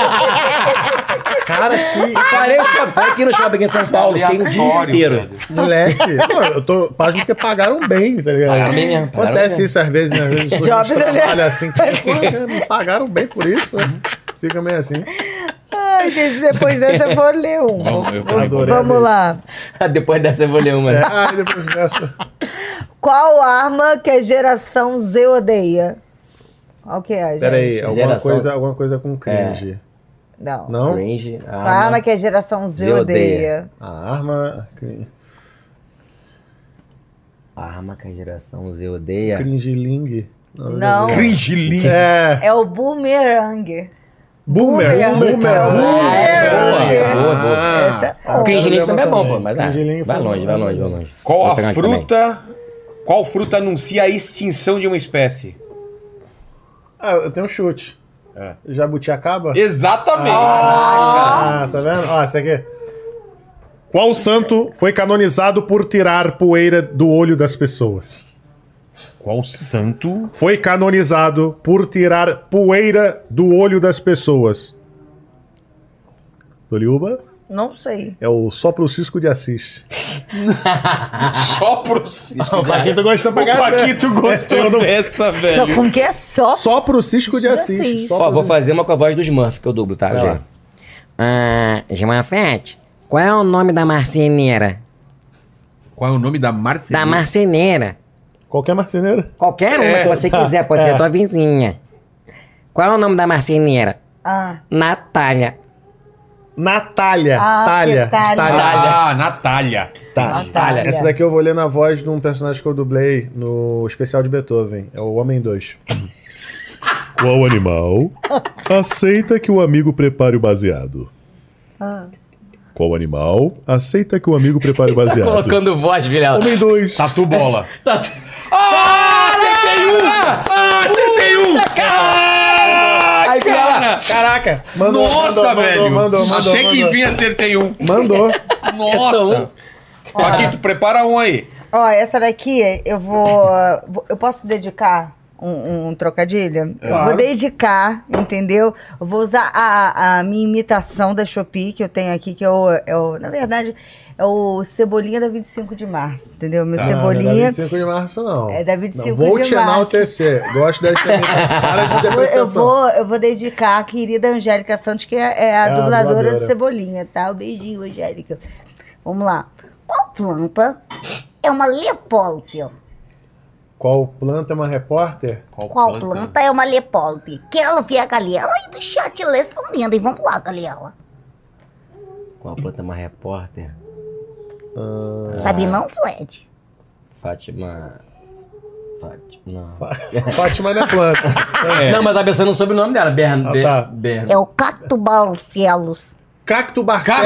Cara, que... Parei o shopping. Foi aqui no shopping aqui em São Paulo. Fiquei um dia Aleatório, inteiro. velho. Moleque. Não, eu tô pasmo porque pagaram bem, tá ligado? Pagaram bem mesmo, pagaram Acontece bem. isso às vezes, né? Às vezes Jobs, Jobs ele- trabalha assim. Pô, cara, me pagaram bem por isso, né? Fica meio assim. Ai, gente, depois dessa eu vou ler um. Vamos, eu também vou. Adorei. Vamos lá. Depois dessa eu vou ler uma. É, ah, depois dessa. Qual arma que a geração Z odeia? Qual que é, gente? Peraí, alguma Geração- coisa, alguma coisa com cringe. Não. Não? Cringe, Qual a arma que a geração Z Z odeia. odeia? A arma. crin- A arma que a geração Z odeia. Cringe-ling. Não. Cringe É. É o boomerang. Boomer. Boomer. Boomer. É o boomerang. Boa, boa, boa. Esse é O bom. Cringe Link também é bom, também. pô. Mas ah, Cringe Link vai foi longe, bom. vai longe, vai longe. Qual Vou a pegar aqui também. fruta... Qual fruta anuncia a extinção de uma espécie? Ah, eu tenho um chute. É. Jabuticaba? Exatamente. Ah, tá vendo? Ó, essa aqui. Qual santo foi canonizado por tirar poeira do olho das pessoas? Qual santo? Foi canonizado por tirar poeira do olho das pessoas. Doliuba? Não sei. É o Só pro Cisco de Assis. Só pro Cisco. O Paquito gostou pra O caramba. Paquito gostou Eu não- dessa, Só velho. com que é só? Só pro Cisco de Cisco de Assis. Assis. Só Ó, pro vou Cisco. fazer uma com a voz do Smurf, que eu dublo, tá, Vai Gê? lá. Ah, Smurfette, qual é o nome da marceneira? Qual é o nome da marceneira? Da marceneira. Qualquer marceneiro? Qualquer uma É, que você tá, quiser, pode é. ser a tua vizinha. Qual é o nome da marceneira? Ah, Natália. Natália. Ah, Talha. que talha. Talha. Ah, Natália. Tá. Natália. Essa daqui eu vou ler na voz de um personagem que eu dublei no especial de Beethoven. É o Homem dois. Qual animal aceita que o amigo prepare o baseado? ah. Qual animal aceita que o amigo prepare o Tá baseado? colocando voz, Vilela. Homem dois. Tatu bola. Tá... Ah, acertei um! Ah, acertei um! Ai, Aí, cara! Caraca. Mandou, Nossa, mandou, velho! Mandou, mandou, Até que mandou. enfim acertei um. Mandou. Nossa! Paquito, prepara um aí. Ó, essa daqui eu vou. vou- Eu posso dedicar um, um trocadilho? Eu Claro. vou dedicar, entendeu? Eu vou usar a, a minha imitação da Shopee que eu tenho aqui, que é o, é o- na verdade, é o Cebolinha da vinte e cinco de março, entendeu? Meu Ah, não é da Cebolinha. vinte e cinco de março, não. É da vinte e cinco não, vou de te março. enaltecer. Gosto dessa imitação. Para de Eu, eu depreciação. vou, eu vou dedicar a querida Angélica Santos, que é, é a É a dubladora dubladora. do Cebolinha, tá? Um beijinho, Angélica. Vamos lá. Qual planta é uma lepólpia? Qual planta é uma repórter? Qual planta é uma lepólpia? Que ela via a Galiela e do chat respondendo. E vamos lá, Galiela. Qual planta é uma repórter? Sabe não, Fred? Fátima... Fátima... Não. Fátima não é planta. Não, mas tá pensando no sobrenome dela. Ber... Ah, Ber... tá. Ber... É o Cacto Barcelos. Cacto Barcelos.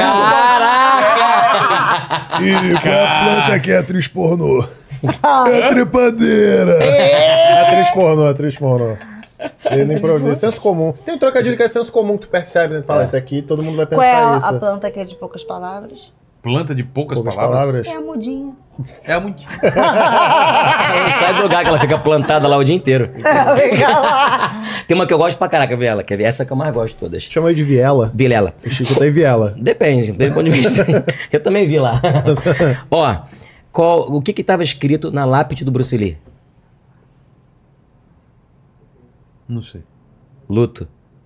Caraca! E qual é a planta que é atriz pornô? É a trepadeira. É atriz pornô, atriz pornô. Ele não improviso. Senso comum. Tem um trocadilho que é senso comum que tu percebe, né? Tu fala isso aqui, todo mundo vai Qual é pensar a, isso. a planta que é de poucas palavras? Planta de poucas, Poucas palavras. palavras. É a mudinha. É muito. Ela não sai do lugar que ela fica plantada lá o dia inteiro. Fica lá. Tem uma que eu gosto pra caraca, Vilela. Quer ver? Essa que eu mais gosto de todas. Chama aí de Viela. Vilela. O Chico tá em Viela. Depende, depende do ponto de vista. Eu também vi lá. Ó, qual, o que que tava escrito na lápide do Bruce Lee? Não sei. Luto.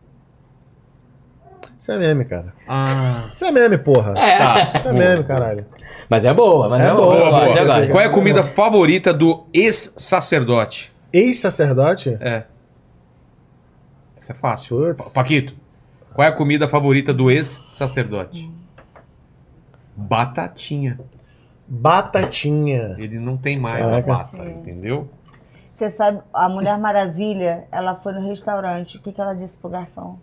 Isso é meme, cara. Ah. Isso é meme, porra. É. Tá. Isso é meme, caralho. Mas é boa, mas é, É boa. boa, eu gosto, boa. eu gosto. Qual é a comida favorita do ex-sacerdote? Ex-sacerdote? É. Essa é fácil. Putz. Pa- Paquito, qual é a comida favorita do ex-sacerdote? Batatinha. Batatinha. Ele não tem mais Caraca. a bata, entendeu? Você sabe, a Mulher Maravilha, ela foi no restaurante. O que, que ela disse pro garçom?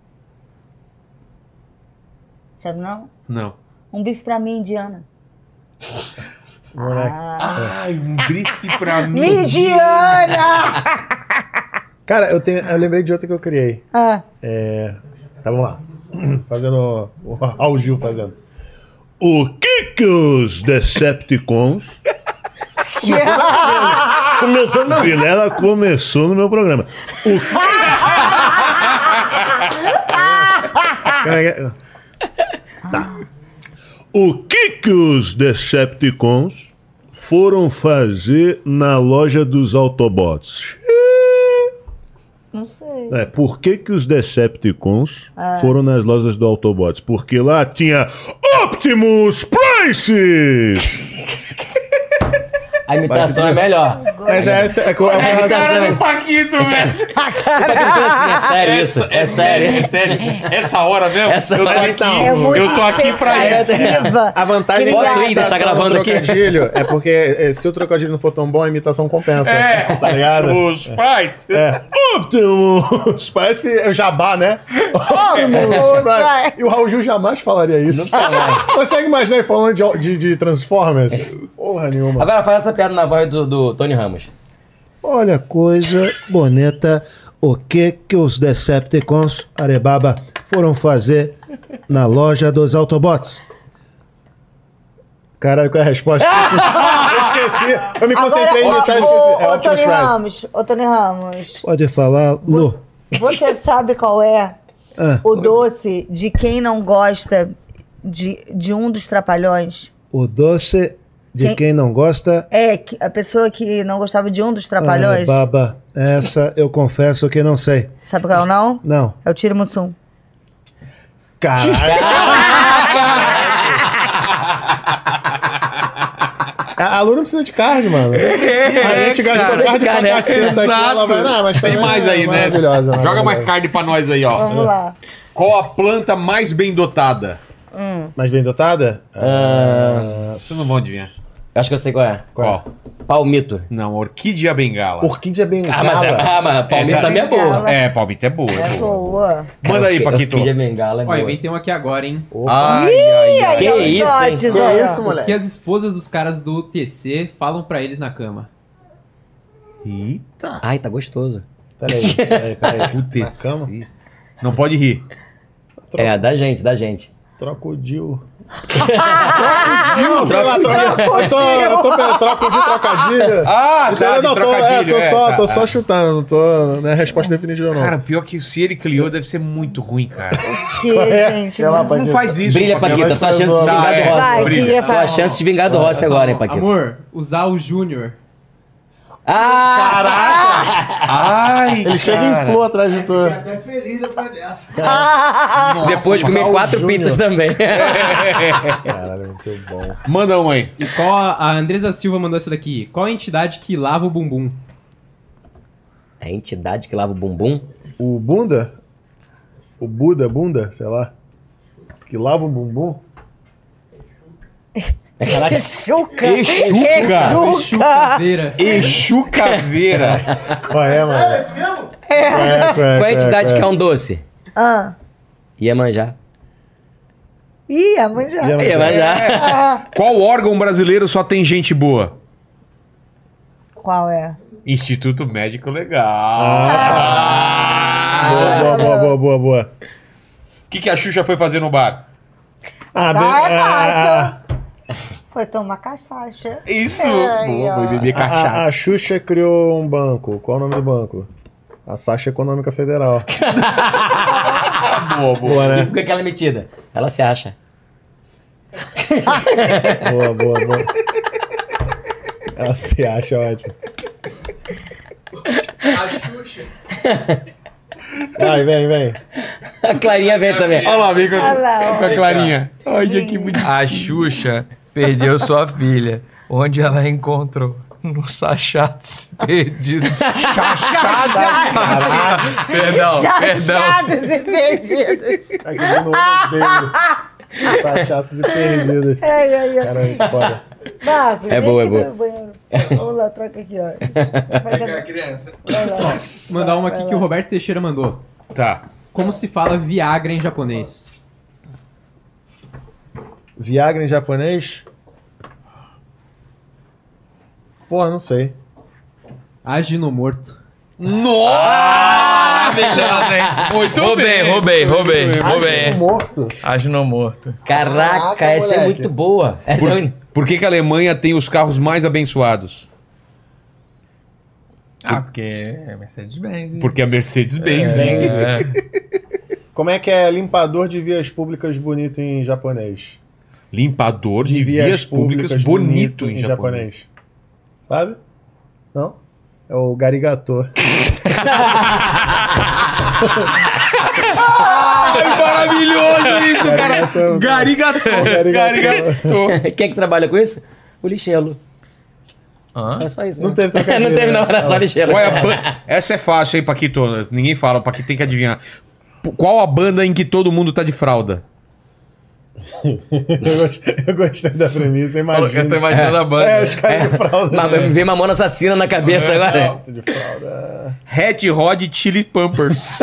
Sabe não? Não. Um bife pra mim, Indiana. Moleque. Ah. Ai, um grife pra mim. Midiana! Cara, eu, tenho, eu lembrei de outra que eu criei. Ah, É. Tá, vamos lá. Fazendo. o- Ó, o Gil fazendo. O que que os Decepticons Começou no... Vilela começou no meu programa. O Tá. O que que os Decepticons foram fazer na loja dos Autobots? Não sei. É, por que que os Decepticons Ah. foram nas lojas do Autobots? Porque lá tinha Optimus Price! A imitação é melhor. Mas essa é, é, A imitação é... Paquito, velho. É sério isso? É sério. É sério. Essa hora mesmo? Essa eu tô hora aqui, então. É muito eu tô aqui pra isso. expectativa. A vantagem Posso da ir? imitação Deixar gravando do aqui? trocadilho é porque eh, se o trocadilho não for tão bom, a imitação compensa. É, tá ligado? Os pais. É. Optimus! Parece o Jabá, né? Optimus Prime. E o Raul Gil jamais falaria isso. Nunca mais. Consegue imaginar ele falando de, de, de Transformers? Porra nenhuma. Agora faz essa piada na voz do, do Tony Ramos. Olha, coisa bonita, o que que os Decepticons, Arebaba, foram fazer na loja dos Autobots? Caralho, qual é a resposta? Eu esqueci. Eu me concentrei Agora, no trás e ô, esqueci. É ô, ô, Optimus Tony Prime. Ramos, ô, Tony Ramos, Pode falar, Lu. você sabe qual é Ah, o doce de quem não gosta de, de um dos trapalhões? o doce de Quem- quem, não gosta. É, que- a pessoa que não gostava de um dos trapalhões. Arebaba, essa eu confesso que não sei. Sabe qual é o não? Não. É o Tiramisu. Caralho. A Lu não precisa de card, mano. A gente gastou cara. card pra Cara, caceta aqui. exato. Ela vai, não, mas Tem também mais é aí, né? maravilhosa, Joga maravilhosa. mais card pra nós aí, ó. Vamos lá. Qual a planta mais bem dotada? Mais bem dotada? Ah, Vocês não vão adivinhar. acho que eu sei qual é. Qual? Palmito. Não, orquídea bengala. Orquídea bengala. Ah, mas, é, ah, mas palmito Essa- também é boa. É, palmito é boa. É É boa. boa. Manda aí, Paquito. Orquídea bengala é Ó, boa. inventei um aqui agora, hein? Ai, ai, E ai. aí, Que ó, os isso, hein? dotes, Que olha. isso, O moleque? que as esposas dos caras do T C falam pra eles na cama? Eita. Ai, tá gostoso. Peraí, peraí, peraí. O Na T C. cama? Não pode rir. É, da gente, da gente. Trocodil. Trocodil, sei lá, troca- eu tô, eu tô pelo trocodil, trocadilho. Ah, Entendeu? tá, de não, tô, trocadilho, é, tô é, só, tá, tô tá. só chutando, não tô, não é resposta definitiva não. Cara, pior que se ele criou, deve ser muito ruim, cara. Que, É, gente. sei lá, mano. Não Paquito. faz isso. Brilha, Paquito. Paquita. Tua chance de Tá, vingar é. do Rossi. Vai, brilha. que ia Tua falar. chance de vingar do Rossi agora, hein, Paquita. Amor, usar o Júnior. Ah! Ai, Ele chega cara. em flor atrás de tu. Até feliz depois dessa. Depois de comer Raul quatro Júnior. pizzas também. Caralho, muito bom. Manda um aí. E qual a, a Andresa Silva mandou essa daqui? Qual a entidade que lava o bumbum? A entidade que lava o bumbum? O bunda? O Buda, bunda, sei lá. Que lava o bumbum? Caraca. Exuca. Exuca. Exu Caveira. Exu Caveira. Qual é, mano? É isso mesmo? É. Qual é, qual é, Qual é a entidade qual que é um doce? Ah. Iemanjá. Ih, a mãe já. Iemanjá. Iemanjá. Ah, Qual órgão brasileiro só tem gente boa? qual é? Instituto Médico Legal. Ah, boa, boa, boa, boa, boa, boa. O que, que a Xuxa foi fazer no bar? Ah, Tá, é ah, fácil. Foi tomar cachaça. Isso! Ai, Boa, ó. foi beber a, cachaça. a, a Xuxa criou um banco. Qual é o nome do banco? A Saixa Econômica Federal. Boa, boa. Boa, E né? por que que ela é metida? Ela se acha. Boa, boa, boa. Ela se acha ótimo. A Xuxa. Vai, vem, vem. A Clarinha vem também. Olha lá, vem com, Olha lá, com a ó. Clarinha. Olha que bonito. A Xuxa perdeu sua filha. Onde ela a encontrou? Nos sachados perdidos. Cachados. Perdão, perdão. Chachados e perdidos. Aqui no olho dele. Cachaças e perdidas. Ai, ai, ai. Caramba, que foda. Marcos, É vem boa, é aqui boa. pro banheiro. Vamos lá, troca aqui, ó. Faz a- criança. Vai lá. Mandar uma Vai aqui lá. que o Roberto Teixeira mandou. Tá. Como se fala Viagra em japonês? Viagra em japonês? Porra, não sei. Aginomorto. Nossa! Maravilhoso, hein? Muito Roubei, bem. roubei, roubei, roubei. Acho morto. Aginomorto. Caraca, Caraca, essa é moleque. muito boa. Essa Por, é muito... por que, que a Alemanha tem os carros mais abençoados? Ah, porque é Mercedes-Benz. hein? Porque a Mercedes-Benz. É, hein? é. Como é que é limpador de vias públicas bonito em japonês? Limpador de, vias, públicas, bonito em japonês. Sabe? Não? É o garigatô. Ai, maravilhoso isso, cara. Garigatô. Garigatô. Quem é que trabalha com isso? O lixelo. Hã? É só isso. Não né? teve trocadilho, Não teve, não, era só né? lixelo. Qual é a ban- Essa é fácil, hein, Paquito? Ninguém fala, o Paquito tem que adivinhar. P- Qual a banda em que todo mundo tá de fralda? eu, gostei, eu gostei da premissa, imagina. Eu tô imaginando a banda. É, os caras de fralda. Mas assim. me veio Mamona Assassina na cabeça agora. De fralda. Red Hot Chili Pampers.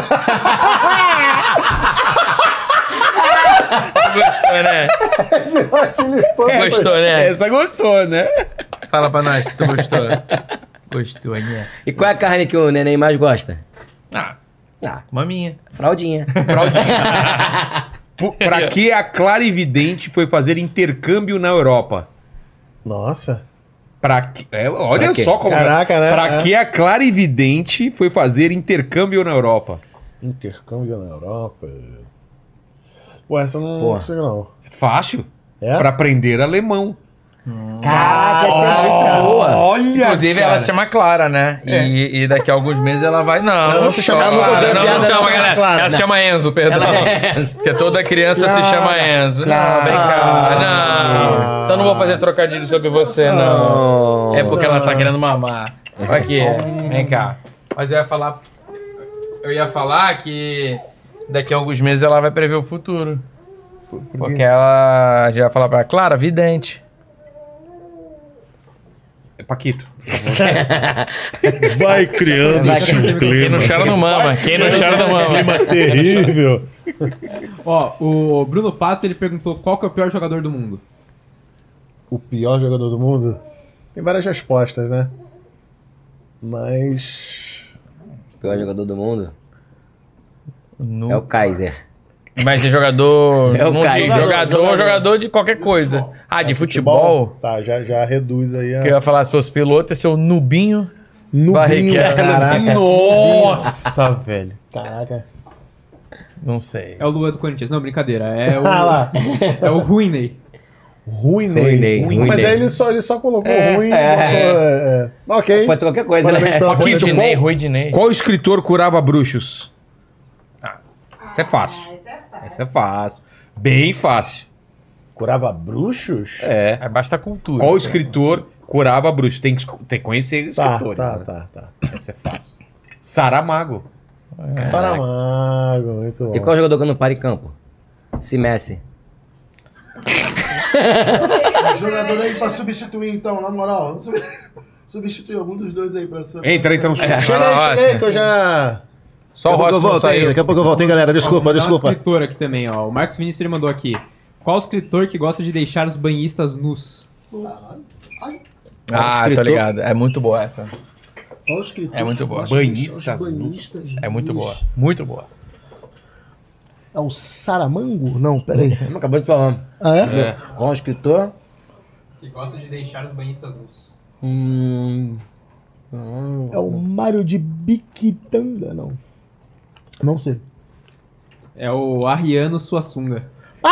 Gostou, né? Gostou, né? Essa gostou, né? Fala pra nós se tu gostou. Gostou, né? E qual é a carne que o neném mais gosta? Ah, Ah, maminha. fraldinha. P- Pra que a Clarividente foi fazer intercâmbio na Europa? Nossa. Pra que... é, olha Pra quê? só como... Caraca, né? Pra É. que a Clarividente foi fazer intercâmbio na Europa? Intercâmbio na Europa. Pô, essa eu não Pô. consigo, não. É fácil. É? Pra aprender alemão. Caraca, essa é muito boa. Olha, Inclusive, cara. ela se chama Clara, né? E, e daqui a alguns meses ela vai. Não, Ela não se se chama chama Clara. Clara. Não, Ela não se chama, chama galera. Clara. Ela se chama Enzo, perdão. Ela é Enzo. Porque toda criança se Clara. chama Enzo. Não, Clara. vem cá. Não. Então não vou fazer trocadilho sobre você, não. É porque ela tá querendo mamar. Aqui, vem cá. Mas eu ia falar. Eu ia falar que daqui a alguns meses ela vai prever o futuro. Porque ela já ia falar pra Clara, vidente. É Paquito. Vai criando Vai esse criando. Quem clima. não chora não mama. Quem não chora não mama. Clima terrível. Ó, o Bruno Pato, ele perguntou qual que é o pior jogador do mundo. O pior jogador do mundo? Tem várias respostas, né? Mas. Pior jogador do mundo No- é o Kaiser. Mas de jogador. É o não Caio. de jogador, Jogador. jogador, de qualquer coisa. Ah, de futebol? Tá, já, já reduz aí a. Que eu ia falar, se fosse piloto, ia ser o Nubinho. Nubinho, Barrichello. caraca. Nossa, velho. Caraca. Não sei. É o Luan do Corinthians. Não, brincadeira. É o, Ah lá. é o Ruiney. Ruinei. Ruinei, Ruim, mas ruinei. aí ele só, ele só colocou É, ruim. é. botou, é, é. Ok. Pode ser qualquer coisa, Parabéns né? pela Paquito, correção. Ruidinei, qual- Ruidinei. Qual escritor curava bruxos? Ah. Isso é fácil. Isso é fácil. Bem fácil. Curava bruxos? É. Aí basta a cultura. Qual escritor curava bruxos? Tem que, esco- tem que conhecer os Tá, escritores. tá, né? tá, tá. Essa é fácil. Saramago. Saramago, muito bom. E qual jogador que não para em campo? Se Messi. Jogador aí pra substituir, então, na moral. Sub- Substituir algum dos dois aí pra ser. Entra, entra no som. É. Chega Vai aí, lá, chega Rossi. aí, que eu já. Só o Daqui a pouco Rossi eu não volto, hein? saiu. Daqui a pouco eu volto, hein, galera? Desculpa, Ó, desculpa. Tem um escritor aqui também, ó. O Marcos Vinícius ele mandou aqui. Qual escritor que gosta de deixar os banhistas nus? Ah, tô ligado. É muito boa essa. Qual o escritor? É muito boa. que gosta de Banhistas, deixar os banhistas É muito nus? boa. Muito boa. É o Saramango? Não, peraí. Acabou de falar. Ah, é? É. Qual escritor? Que gosta de deixar os banhistas nus. Hum. Hum. É o Mário de Biquitanga, não. Não sei. É o Ariano Suassuna.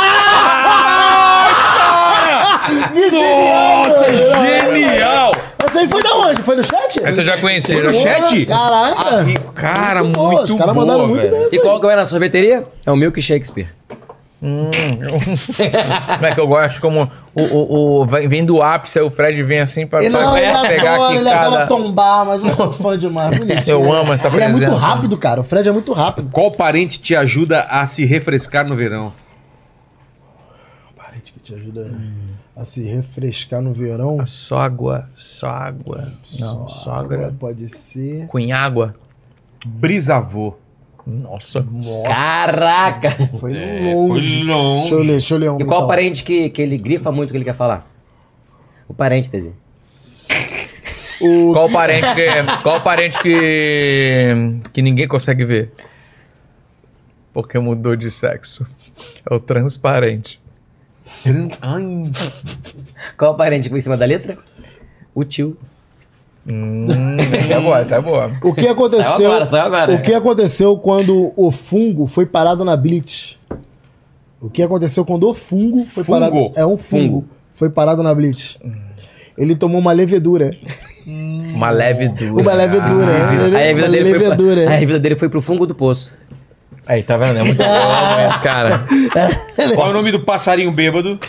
Nossa, genial! Essa aí foi da onde? Foi no chat? Essa eu já conheci. No já- chat? Caraca! Ah, cara, Muito muito boa, os caras boa, mandaram muito velho. bem essa E aí. qual que é na sorveteria? É o Milk Shakespeare. Hum. Como é que eu gosto? Como o, o, o- vem vem do ápice, aí o Fred vem assim pra, Ele, pra não, ele pegar adora, aqui ele adora cada... tombar, mas eu sou fã demais. Bonitinho. Eu amo essa Ele é muito presença. rápido, cara. O Fred é muito rápido. Qual parente te ajuda a se refrescar no verão? Parente que te ajuda a se refrescar no verão. Sógua, sógua. Não, Sogra sogra. pode ser. Cunhágua. Brisavô. Nossa. Caraca! Foi É, longe. foi longe. Deixa eu ler, deixa eu ler um. E qual então. parente que, que ele grifa muito que ele quer falar? O parêntese. O... Qual parente que. Qual parente que. que ninguém consegue ver? Porque mudou de sexo. É o transparente. Ai. Qual parente que foi em cima da letra? O tio. Hum, essa é boa, essa é boa. O que aconteceu? Saiu agora, saiu agora. O que aconteceu quando o fungo foi parado na Blitz? O que aconteceu quando o fungo foi Fungo. parado? É um fungo. Foi parado na Blitz. Ele tomou uma levedura. Uma levedura. Uma levedura. Ah, entendeu? Aí a vida, Uma dele foi pra, levedura. aí a vida dele foi pro fundo do poço. Aí, tá vendo? É muito bom esse cara. Qual é o nome do passarinho bêbado?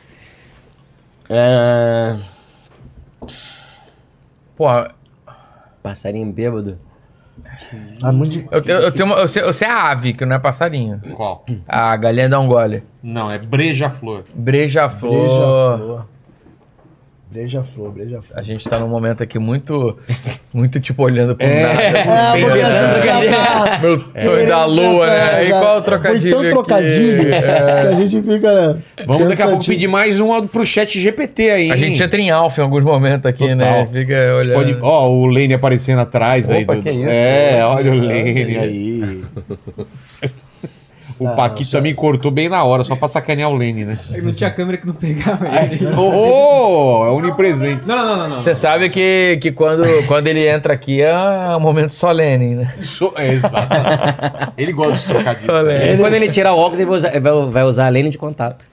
É... Porra, Passarinho bêbado. Ah, muito de- eu, eu, eu, tenho uma, eu, sei, eu sei a ave, que não é passarinho. Qual? A galinha da Angólia. Não, é breja-flor. Breja-flor. Beija-flor. Beija-flor, beija-flor. A gente tá num momento aqui muito, muito tipo olhando pro É. nada. É, Assim, porque pensando, já tá meu sonho da lua, né? E já- qual o trocadilho Foi tão trocadilho aqui? É. que a gente fica... Vamos daqui a pouco pensativo. pedir mais um pro chat G P T aí, hein? A gente entra em alfa em alguns momentos aqui, Total. né? Fica olhando. Pode... Ó, o Lene aparecendo atrás aí. Opa, do- que isso? É, olha o É, Lene aí. O Paquito também cortou bem na hora, só pra sacanear o Lene, né? Não tinha câmera que não pegava ele. Ô, oh, é onipresente. Não, não, não, não, não. Você sabe que, que quando, quando ele entra aqui é um momento solene, né? So- É, exato. Ele gosta de trocadilho. Solene. Quando ele tirar o óculos, ele vai usar, vai- vai usar a lente de contato.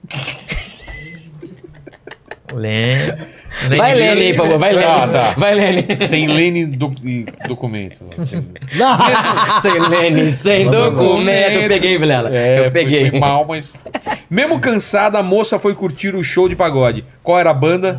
Lene. Vai, Lene aí, por favor. Vai, Lene. Ah, tá. Vai, Lene. Sem Lene do... e documento. Assim. Sem Lene, sem documento. Eu peguei, Vilela. É, Eu peguei. Foi mal, mas... Mesmo cansada, a moça foi curtir o show de pagode. Qual era a banda?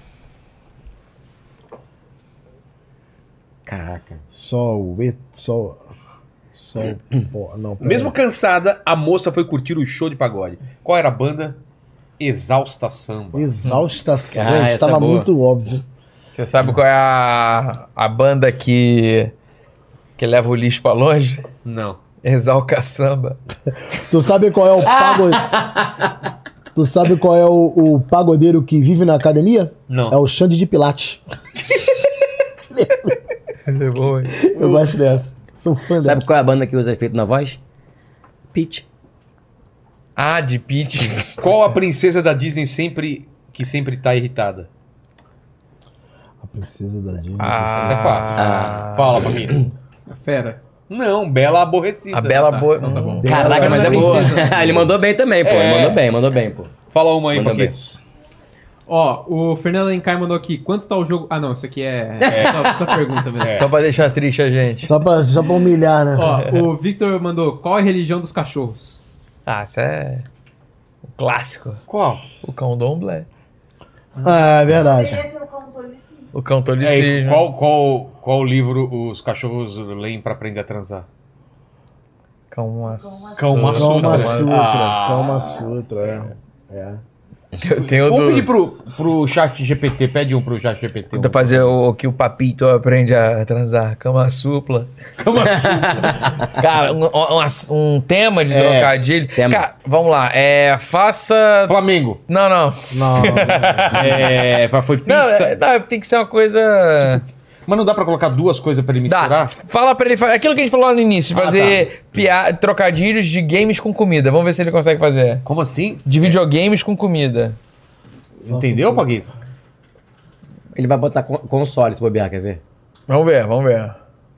Caraca. Sol, et, sol... Sol... Pô, não, pera Mesmo aí. cansada, a moça foi curtir o show de pagode. Qual era a banda? Exausta Samba. Exaustação. Ah, Gente, essa tava é boa. muito óbvio. Você sabe qual é a, a banda que, que leva o lixo pra longe? Não. Exalca Samba. Tu sabe qual é o pagodeiro? Tu sabe qual é o, o pagodeiro que vive na academia? Não. É o Xande de Pilates. É bom, hein? Eu gosto dessa. Sou fã Sabe dessa. qual é a banda que usa efeito na voz? Pitch. Ah, de Pete. Qual a princesa da Disney sempre que sempre tá irritada? A princesa da Disney. Ah, Essa é fácil. Ah. Fala, Paquito. A fera. Não, Bela Aborrecida. A Bela tá. Boa. Então tá bom. Caraca, mas é boa. Princesa. Ele mandou bem também, pô. Ele É. mandou bem, mandou bem, pô. Fala uma aí, Manda Paquitos. Ó, o Fernando Alencar mandou aqui. Quanto tá o jogo... Ah, não, isso aqui é, é. Só, só pergunta mesmo. Só pra deixar triste a gente. Só pra, só pra humilhar, né? Ó, o Victor mandou. Qual é a religião dos cachorros? Ah, isso é o clássico. Qual? O cão domblé. Ah, é verdade. O cão É, tolicismo. qual, qual, qual livro os cachorros leem pra aprender a transar? Cão Calma Calma Sutra. Sutra. Ah. Calma Sutra, é. É. Eu tenho Vamos do... pedir pro, pro chat G P T. Pede um pro chat G P T. Tenta fazer o que o papito aprende a transar. Cama supla. Cama supla. Cara, um, um, um tema de É, trocadilho. tema. Cara, vamos lá. É, faça... Flamengo. Não, não. Não, É, foi pizza. Não, é, dá, tem que ser uma coisa... Mas não dá pra colocar duas coisas pra ele misturar? Dá. Fala pra ele... fa- Aquilo que a gente falou lá no início. Ah, Fazer pia- trocadilhos de games com comida. Vamos ver se ele consegue fazer. Como assim? De videogames com comida. Entendeu, Paquito? Ele vai botar con- console, se bobear, quer ver? Vamos ver, vamos ver.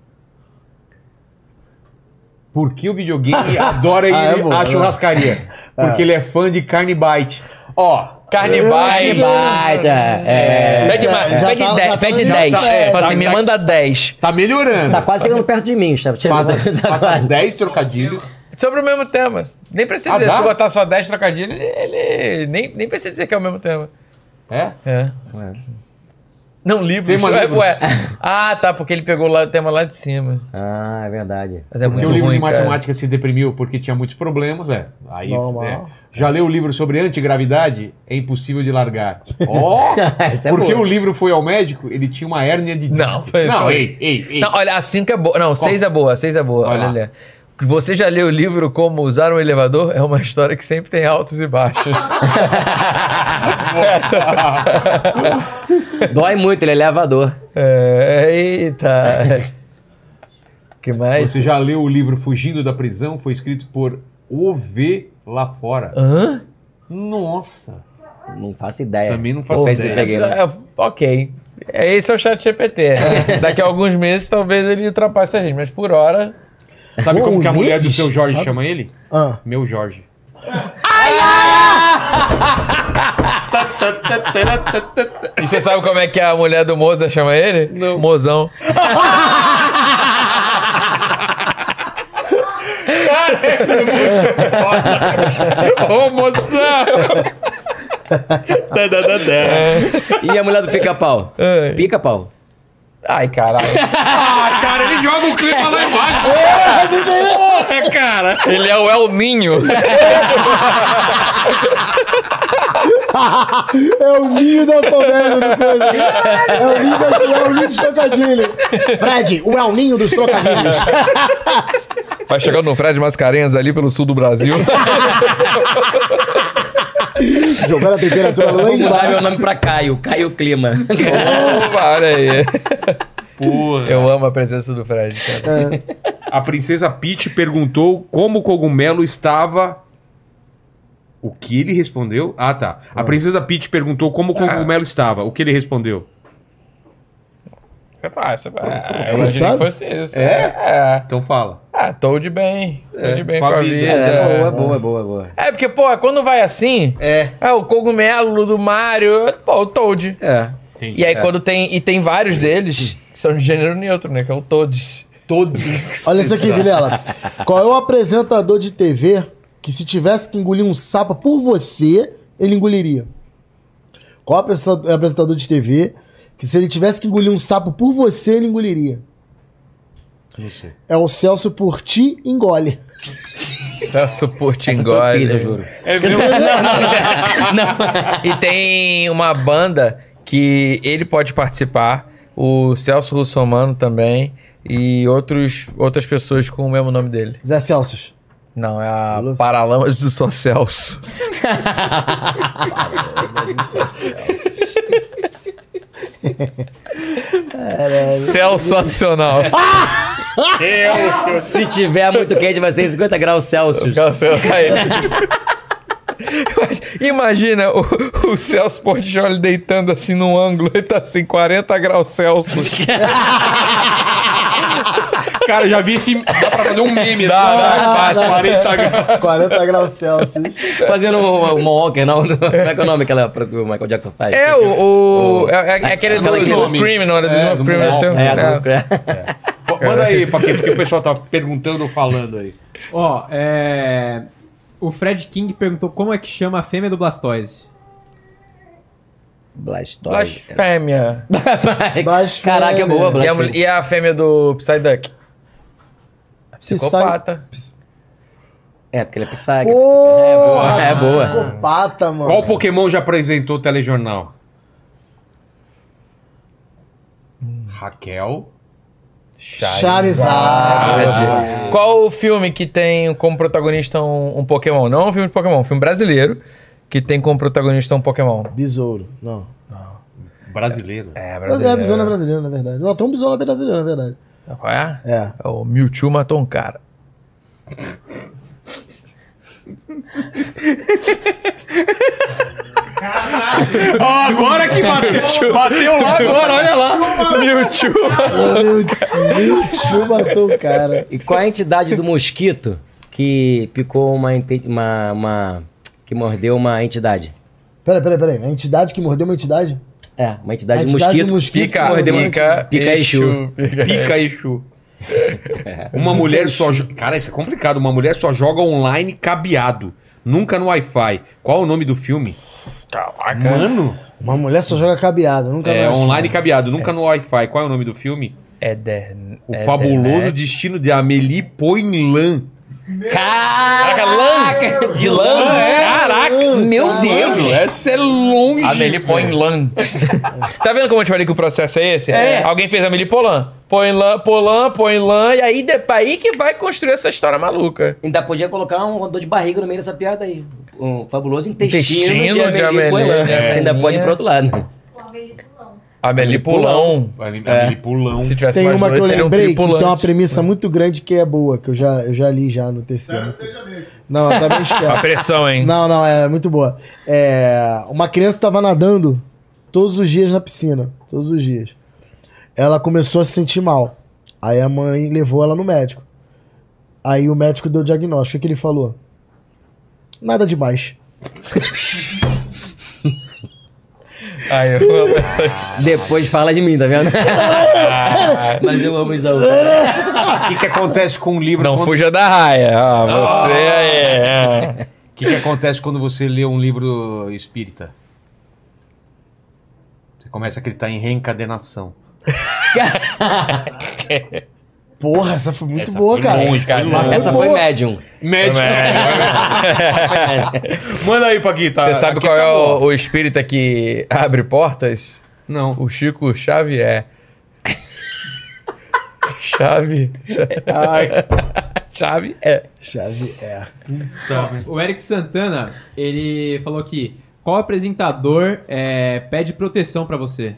Por que o videogame adora ir Ah, é bom, à é bom. churrascaria? Porque ele é fã de carne bite. Ó, Carne Eu- bite. Baita, é. Pede, Esse ma- é- já pede tá- dez. já tá Pede no- dez. já tá- é, Fala assim, tá- me tá- manda dez. tá melhorando. Tá quase chegando perto de mim, tá? Tá Passa, passa quase. dez trocadilhos. Sobre o mesmo tema. Nem precisa Ah, dizer. dá? Se tu botar só dez trocadilhos, ele, ele nem, nem precisa dizer que é o mesmo tema. É? É. Ué. Não, livros. Tema Ué, livros. ué. Ah, tá, porque ele pegou lá, o tema lá de cima. Ah, é verdade. Mas é Porque muito o livro ruim, de cara. matemática se deprimiu porque tinha muitos problemas, é. Aí, Normal. é. Já leu o livro sobre antigravidade? É impossível de largar. Ó! Essa é porque boa. o livro foi ao médico, ele tinha uma hérnia de Não, disco. foi- Não, foi. ei, ei, ei. Não, olha, a cinco é boa. Não, seis é boa, seis é boa. Vai Olha lá. ali. Você já leu o livro Como Usar um Elevador? É uma história que sempre tem altos e baixos. Dói muito, ele é elevador. É, eita. Que mais? Você já leu o livro Fugindo da Prisão? Foi escrito por O V lá fora. Hã? Nossa. Não faço ideia. Também não faço Não sei se ideia. peguei, né? É, ok. Esse é o chat G P T. Daqui a alguns meses, talvez ele ultrapasse a gente, mas por hora... Sabe Pô, como que a mulher do meses? seu Jorge Ah. chama ele? Ah. Meu Jorge. E você sabe como é que a mulher do Moza chama ele? Não. Mozão. Ô, mozão! E a mulher do pica-pau? Pica-pau. Ai, caralho. Ah, cara, ele joga o clipe lá embaixo. É, cara. Ele é o El Ninho. É o ninho da favela do coisa. É o ninho, da, é o ninho dos trocadilhos. Fred, o El Ninho dos trocadilhos. Vai chegando no Fred Mascarenhas ali pelo sul do Brasil. Jogando a temperatura lá Vou mudar embaixo. meu nome pra Caio. Caio Clima. Opa, olha aí. Porra. Eu amo a presença do Fred, cara. É. A princesa Peach perguntou como o cogumelo estava... O que ele respondeu? Ah, tá. A princesa Peach perguntou como o cogumelo estava. O que ele respondeu? Você faz, você faz. Ah, eu Ele imaginei sabe? que fosse isso. É? É. Então fala. Ah, tô de bem. Tô É, de bem com com a a vida. vida. É, boa, boa, boa, boa. É, porque, pô, quando vai assim, é, é o cogumelo do Mario, pô, o Toad. É. E aí É. quando tem, e tem vários deles que são de gênero neutro, né, que é o Toads. Todos. Olha isso aqui, Vilela. Qual é o apresentador de T V que se tivesse que engolir um sapo por você, ele engoliria? Qual é o apresentador- apresentador de T V que se ele tivesse que engolir um sapo por você, ele engoliria? Não sei. É o Celso por ti engole. Celso Portingoli. Essa foi eu que fiz, eu juro. É mesmo? E tem uma banda que ele pode participar, o Celso Russomano também, e outros, outras pessoas com o mesmo nome dele. Zé Celso. Não, é a Paralamas do Só Celso. Sensacional. Se tiver muito quente, vai ser cinquenta graus Celsius. Celsius aí. Mas imagina o, o Celso Portioli deitando assim num ângulo e tá assim, quarenta graus Celsius. Cara, já vi esse... Dá pra fazer um meme. Dá, dá, dá, faz dá. quarenta graus. quarenta graus Celsius. Fazendo o, o Moonwalker, não? Como é que é o nome que ela- que o Michael Jackson faz? É o. o é, é aquele aquela do que- Smooth Criminal, era do É, Smooth do Criminal. Moonwalker. tem- É, é. do- Manda aí, Paquinho, porque o pessoal tá perguntando ou falando aí. Ó, é... O Fred King perguntou como é que chama a fêmea do Blastoise. Blastoise. Blasfêmia. Caraca, é boa, E a, Blastoise. mulher- e a fêmea do Psyduck? Psicopata. É, porque ele é Psyche. Porra, É boa. psicopata, mano. Qual Pokémon já apresentou o telejornal? Raquel. Charizard. Qual o filme que tem como protagonista um, um Pokémon? Não é um filme de Pokémon, é um filme brasileiro que tem como protagonista um Pokémon. Besouro. Não. Brasileiro. É, Mas é, Besouro é brasileiro, na verdade. Não, tem um Besouro brasileiro, na verdade. Qual é? É. O Mewtwo matou um cara. Ó, agora que bateu, bateu lá agora, olha lá. Mewtwo. Mewtwo matou o cara. E qual é a entidade do mosquito que picou uma, ente- uma, uma- que mordeu uma entidade? Peraí, peraí, peraí. A entidade que mordeu uma entidade? É, uma entidade A de entidade mosquito, do mosquito que mordeu uma pica, pica Exu. Pica Exu. Uma mulher só... jo- Cara, isso é complicado. Uma mulher só joga online cabeado. Nunca no Wi-Fi. Qual é o nome do filme? Caraca. Mano. Uma mulher só joga cabeado, nunca É, mais. online cabeado. Nunca no Wi-Fi. Qual é o nome do filme? Éder. O Fabuloso Destino de Amélie Poulain. Caraca, lã! De lã? Caraca, meu Mano, Deus. essa é longe. Amélie põe lã. Tá vendo como eu te falei que o processo é esse? É. Alguém fez Amélie Polan. Põe lã, Polan, põe lã, e aí, de- aí que vai construir essa história maluca. Ainda podia colocar um dor de barriga no meio dessa piada aí. Um fabuloso intestino, Intestino de de Amélie Amélie, Poulain. de Ainda Amélie. pode ir pro outro lado. Amélie Pulão. Amélie Poulain. Se tivesse Tem mais uma dois, que eu seriam lembrei que tem uma tripulantes. premissa muito grande que é boa, que eu já, eu já li já no T C. Não, tá bem esperto. A pressão, hein? Não, não, é muito boa. É, uma criança estava nadando todos os dias na piscina. Todos os dias. Ela começou a se sentir mal. Aí a mãe levou ela no médico. Aí o médico deu o diagnóstico. O que, que ele falou? Nada demais. Ai, eu Depois fala de mim, tá vendo? Mas eu amo Isaú. O que, que acontece com um livro... Não quando... fuja da raia. Ah, você aí. O que, que acontece quando você lê um livro espírita? Você começa a acreditar em reencadenação. Porra, essa foi muito essa boa, foi cara. Muito, cara. Foi essa foi boa. Medium. Médium. Manda aí, Paquito. Você sabe Aqui qual é acabou. o, o espírita que abre portas? Não. O Chico Xavier. Chave. Ai. Chave é. Chave é. O Eric Santana, ele falou aqui: qual apresentador é, pede proteção pra você?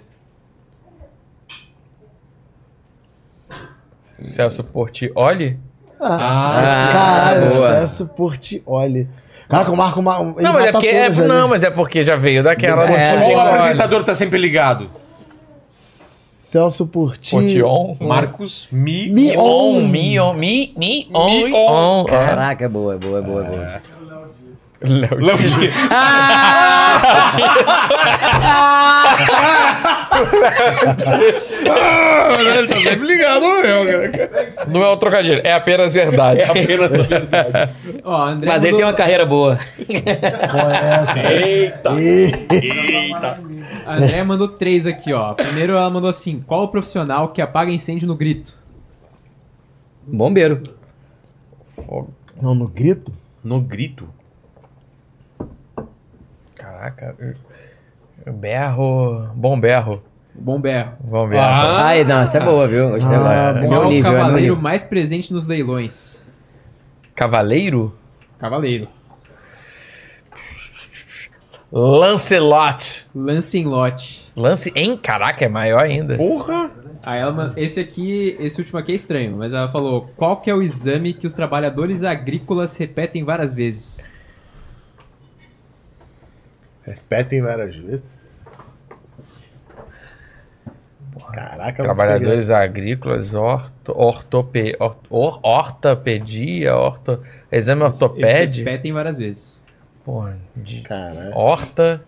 Celso Portiolli? Ah, caralho, Celso Portiolli. Caraca, o Marco... Mar... ele Não, mas é mata porque, é, todas ali. não, mas é porque já veio daquela... É, do qual Portiolli. apresentador tá sempre ligado? Celso Porti... Portion. Marcos Mi... Mion. Mion. Mi... Mi... Mion. On. Caraca, é boa, é boa, é boa, é boa. Léo Léo Dias. Ele tá sempre ligado, meu, cara. Não é um trocadilho, é apenas verdade. É apenas verdade. Ó, André Mas ele mandou- tem uma carreira boa. Eita. Eita. A André mandou três aqui, ó. Primeiro ela mandou assim: qual o profissional que apaga incêndio no grito? Bombeiro. Não, no grito? No grito? Caraca. eu- Berro... Bom berro. Bom berro. Bom berro. Ah. Ai, não, essa é boa, viu? Gostei Ah, agora. É bom. Qual meu o nível, é meu cavaleiro nível. mais presente nos leilões? Cavaleiro? Cavaleiro. Lancelot. Lancelot. Lance... Hein? Caraca, é maior ainda. Porra. Aí ela, ma- esse aqui, esse último aqui é estranho, mas ela falou: qual que é o exame que os trabalhadores agrícolas repetem várias vezes? Repetem várias vezes. Caraca, Trabalhadores agrícolas, orto, ortope, or, or, ortopedia, orto, exame Eles ortopédico. repetem várias vezes. Porra, de Caralho. horta.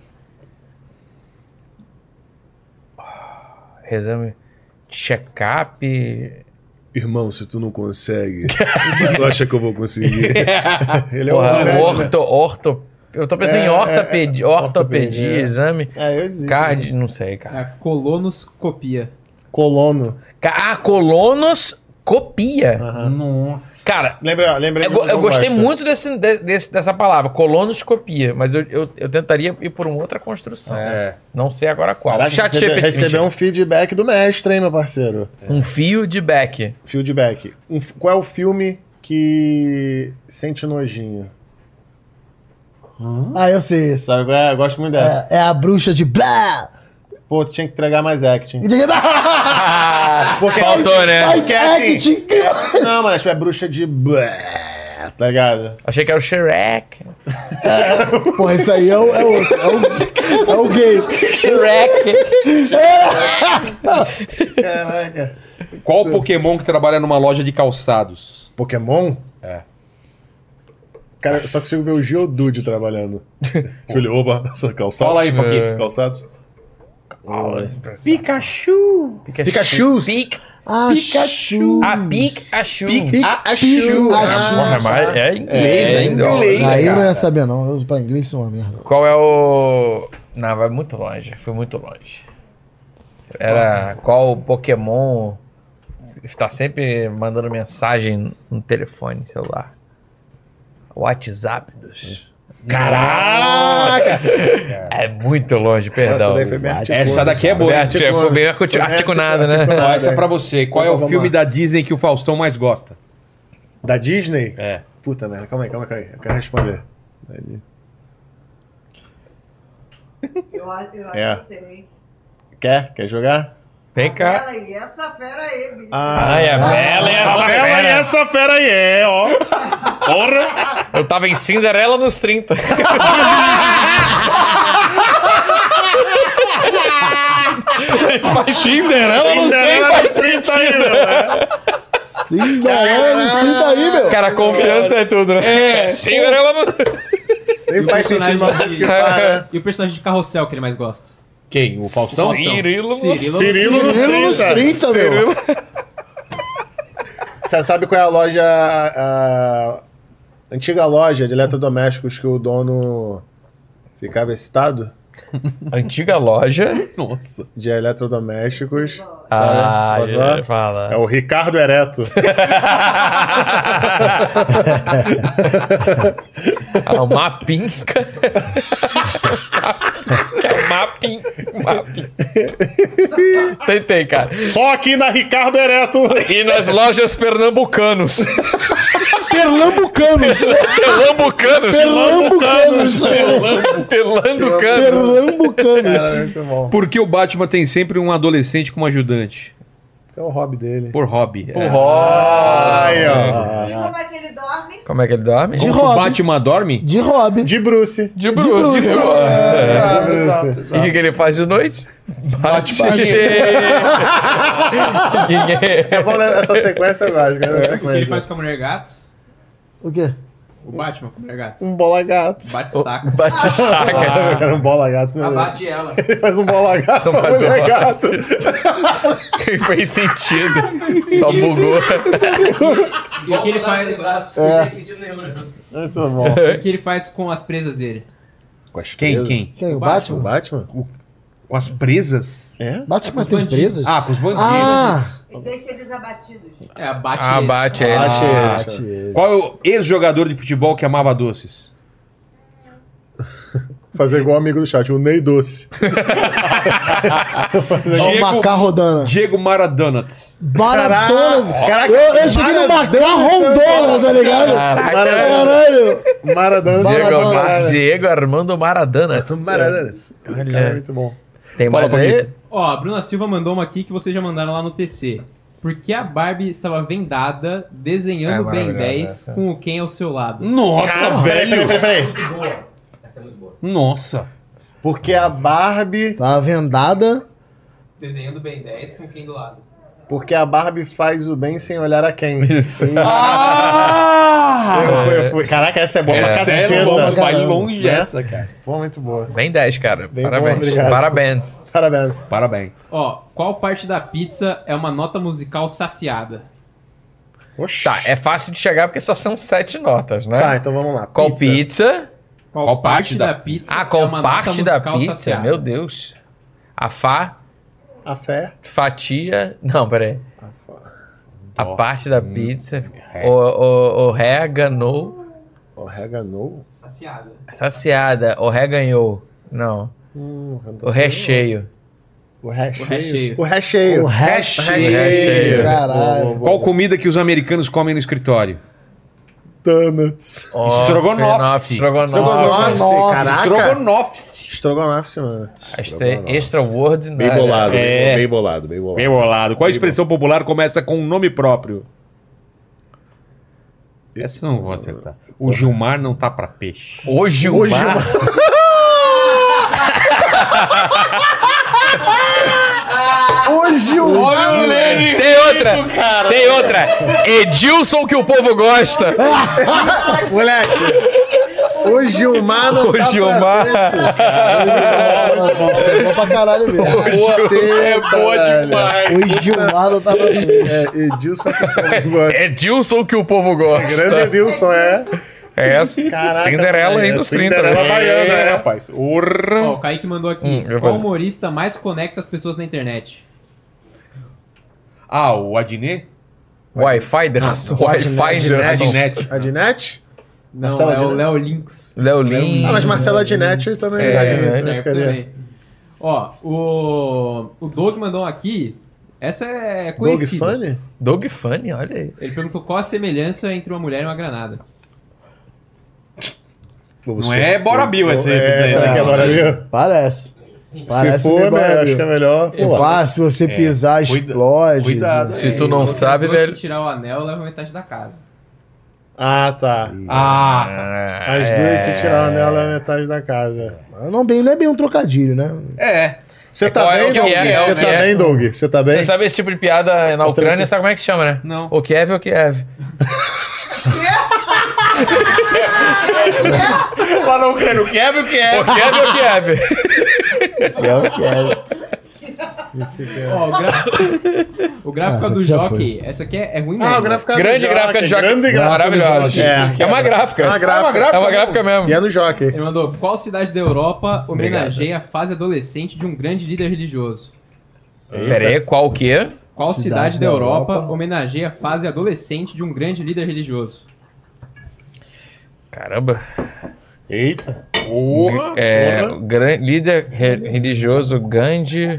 Exame. Check-up. Irmão, se tu não consegue, tu acha que eu vou conseguir? Ele é Porra, um médico, orto, orto. Eu tô pensando É, em ortopedia, é, é, ortopedia, ortopedia. exame. É, eu desisto. Card, não sei, É cara. a colonoscopia. Colono. Ca- Ah, colonoscopia. Nossa. Cara, Lembra, lembra eu, go- eu gostei muito desse, de- desse- dessa palavra, colonoscopia, mas eu, eu, eu tentaria ir por uma outra construção. É. Não sei agora qual. Caraca, Chat recebe, G P T. recebeu um feedback do mestre, hein, meu parceiro? Um fio de back. Feedback. Um, f- qual é o filme que sente nojinho? Ah, eu sei esse. Sabe qual é? Eu gosto muito dessa. É, é a bruxa de blá. Pô, tu tinha que entregar mais acting. Porque Faltou, né? Faz Porque é assim. acting. Não, mano, acho que é bruxa de blá, tá ligado? Achei que era o Shrek. Porra, isso aí é o, é o, é o, é o gay. Shrek. Caraca. Qual Pokémon que trabalha numa loja de calçados? Pokémon? É. Cara, eu só consigo ver o Geodude trabalhando. Ele, oba, essa calçados. Fala aí, Paquito. É. Calçados? Pikachu. Pikachu. Pic, Ah, Pikachu. a Pikachu. Pikachu. Porra, mas é inglês É, ainda. ó. inglês. Aí eu não cara. ia saber, não. Eu, pra inglês sou uma merda. Qual é o... Não, vai muito longe. Foi muito longe. Era qual Pokémon está sempre mandando mensagem no telefone celular? WhatsApp dos... Caraca! É muito longe, perdão. Essa daí foi bem articulada. Essa daqui é boa. Bem hein? articu- Foi bem articu- articulada, né? Ó, essa é pra você. Qual é o Vamos filme lá. da Disney que o Faustão mais gosta? Da Disney? É. Puta merda, calma aí, calma aí, calma aí. Eu quero responder. Eu, acho- eu acho É. que eu sei. Quer? Quer jogar? Vem cá. Ela aí, essa fera aí, bicho. Ai, a Bela e essa fera. essa fera aí é, ó. Porra! Eu tava em Cinderela nos trinta. Mas Cinderela não tem mais trinta aí, meu. Cinderela nos trinta aí, meu. Cara, confiança é tudo, né? É. Cinderela não... E o faz personagem sentido, mas de- que para. E o personagem de Carrossel que ele mais gosta? Quem? O Faustão? Cirilo nos- Cirilo, Cirilo nos Cirilo nos trinta, meu. Você sabe qual é a loja, a, a antiga loja de eletrodomésticos que o dono ficava excitado? Antiga loja. Nossa. De eletrodomésticos. Ah, sabe? Posso já falar? fala. É o Ricardo Ereto. Ah, o Mapinca. É o Mapin. Mapin. Tentei, cara. Só aqui na Ricardo Ereto. E nas lojas pernambucanos. Pernambucanos. Pernambucanos. Pernambucanos. Pernambucanos. Pernambucanos. É, muito bom. Por que o Batman tem sempre um adolescente como ajudante? É o hobby dele. Por hobby. Por É. hobby. Aí, ó. E como é que ele dorme? Como é que ele dorme? De Como que o hobby. Batman dorme? De hobby. De Bruce. De Bruce. Bruce. É. De Bruce. E o que que ele faz de noite? Bate. É bom, né? Essa sequência eu gosto. Essa O que ele sequência. faz com a mulher gato? O quê? O Batman com a mulher gato. Um bola gato. Bate estaca. Bate estaca. Era um bola gato. Né? Abate ela. Ele faz um bola gato Não pra faz mulher bola. gato. Fez sentido. Só bugou. E o que ele faz? É. sentido nenhum, né? Muito bom. O que ele faz com as presas dele? Quem? Quem? Quem? O O Batman? Batman? Com as presas? É? Batman Os tem bandidos. presas? Ah, com os bandidos. Ah! E deixa eles abatidos. É, abate Ah, eles. bate ele. Bate Ah, ele. Bate ele. Qual é o ex-jogador de futebol que amava doces? Fazer igual o amigo do chat, o Ney Doce. Olha o Macarrodana. Diego Maradona. Maradona. Caraca, Eu, eu cheguei no Macarrodona, tá ligado? Caralho. Maradona. Diego, Maradona. Mar- Diego Armando Maradona. Maradona. Olha. É muito bom. Tem Fala, mais aí? Paquito. Ó, a Bruna Silva mandou uma aqui que vocês já mandaram lá no T C. Por que a Barbie estava vendada desenhando É Ben maravilhosa dez essa. com o Ken ao seu lado? Nossa, Peraí, peraí, velho. peraí, peraí. Essa é muito boa. Nossa. Porque a Barbie. Tá vendada. Desenhando Ben dez com o Ken do lado. Porque a Barbie faz o bem sem olhar a quem. Ah! Eu fui, eu fui. Caraca, essa é boa pra Essa é caceta. boa, pra vai caramba. longe Né? essa, cara. Pô, muito boa. Bem dez, cara. Bem Parabéns. bom, obrigado. Parabéns. Parabéns. Parabéns. Ó, qual parte da pizza é uma nota musical saciada? Oxi. Tá, é fácil de chegar porque só são sete notas, né? Tá, então vamos lá. Qual pizza? Qual, Qual parte, parte da, da- pizza Ah, é qual uma nota parte da musical pizza? saciada? Meu Deus. A fa, A fé. fatia... Não, peraí. A Dó. parte da pizza... O, o, o ré ganhou... Oregano. Saciada. Saciada. O ré ganhou. Não. Hum, eu não tô O recheio. O recheio. O recheio. O recheio. O recheio. recheio. Caralho. Qual comida que os americanos comem no escritório? Donuts. Ó, Estrogonofe. Estrogonofe. Estrogonofe. Caraca. Estrogonofe. Estrogonofe, mano. Extra, extraordinário. Bem bolado, É. bem bolado, bem bolado. Bem bolado. Qual a expressão popular começa com um nome próprio? Essa eu não vou acertar. O Gilmar não tá pra peixe. O Gilmar. O Gilmar. O Gilmar. Tem outra. Tem outra. Edilson que o povo gosta. Moleque. O Gilmar não O tá Gilmar. pra peixe, cara. Você é bom pra caralho mesmo. Você É boa velho. demais. O Gilmar não tá pra peixe. É, Edilson que o povo gosta. Edilson que o povo Grande gosta. Edilson, é. É essa. Caraca, Cinderela velho, aí dos trinta. Cinderela né? baiana, É, é. rapaz. Urra. Ó, o Kaique mandou aqui. Hum, eu vou Qual fazer. humorista mais conecta as pessoas na internet? Ah, o Adnet? Wi-Fi Derson. Wi-Fi Derson. Adnet. A Dinete? Não, Marcelo é o Adnet? Léo Lynx. Léo Lins. Ah, mas Marcela Dinete também. É, Adnet, né? né, Certo ficaria. também. Ó, o, o Doug mandou aqui. Essa é Dog conhecida. Funny? Dog Funny, olha aí. Ele perguntou qual a semelhança entre uma mulher e uma granada. Não é Bora Bill essa aí. É, essa aqui é Bora Bill? Parece. Se Parece for, bem né, Bora acho Bill. que é melhor. Pô, Pá, se você pisar, Cuida- explode. cuidado. Se tu não Outras sabe, duas, velho. Se tirar o anel, leva metade da casa. Ah, tá. Ah, As É. duas, se tirar o anel, é metade da casa. Não, bem, não é bem um trocadilho, né? é. Você tá Qual é bem, o que Doug? é, é o Você que tá é. bem, Doug? Você tá bem? Você sabe esse tipo de piada na Ucrânia, sabe como é que se chama, né? Não. O Kiev é o Kiev. Lá na Ucrânia, o Kiev, o Kiev. O Kiev é o Kiev. Kiev, Kiev. Ó, o, gra... o gráfico Ah, essa do aqui já Jockey, essa aqui é, é ruim mesmo. Ah, o gráfico é Grande do gráfica de Jockey. Grande gráfico Maravilhosa. do Jockey. É. É uma gráfica. É uma gráfica. É uma gráfica mesmo. E é no Jockey. Ele mandou, qual cidade da Europa homenageia a fase adolescente de um grande líder religioso? Pera aí, qual o quê? Qual cidade, Cidade da da Europa, Europa homenageia a fase adolescente de um grande líder religioso? Caramba. Eita. G- é, gran- líder re- religioso Gandhi.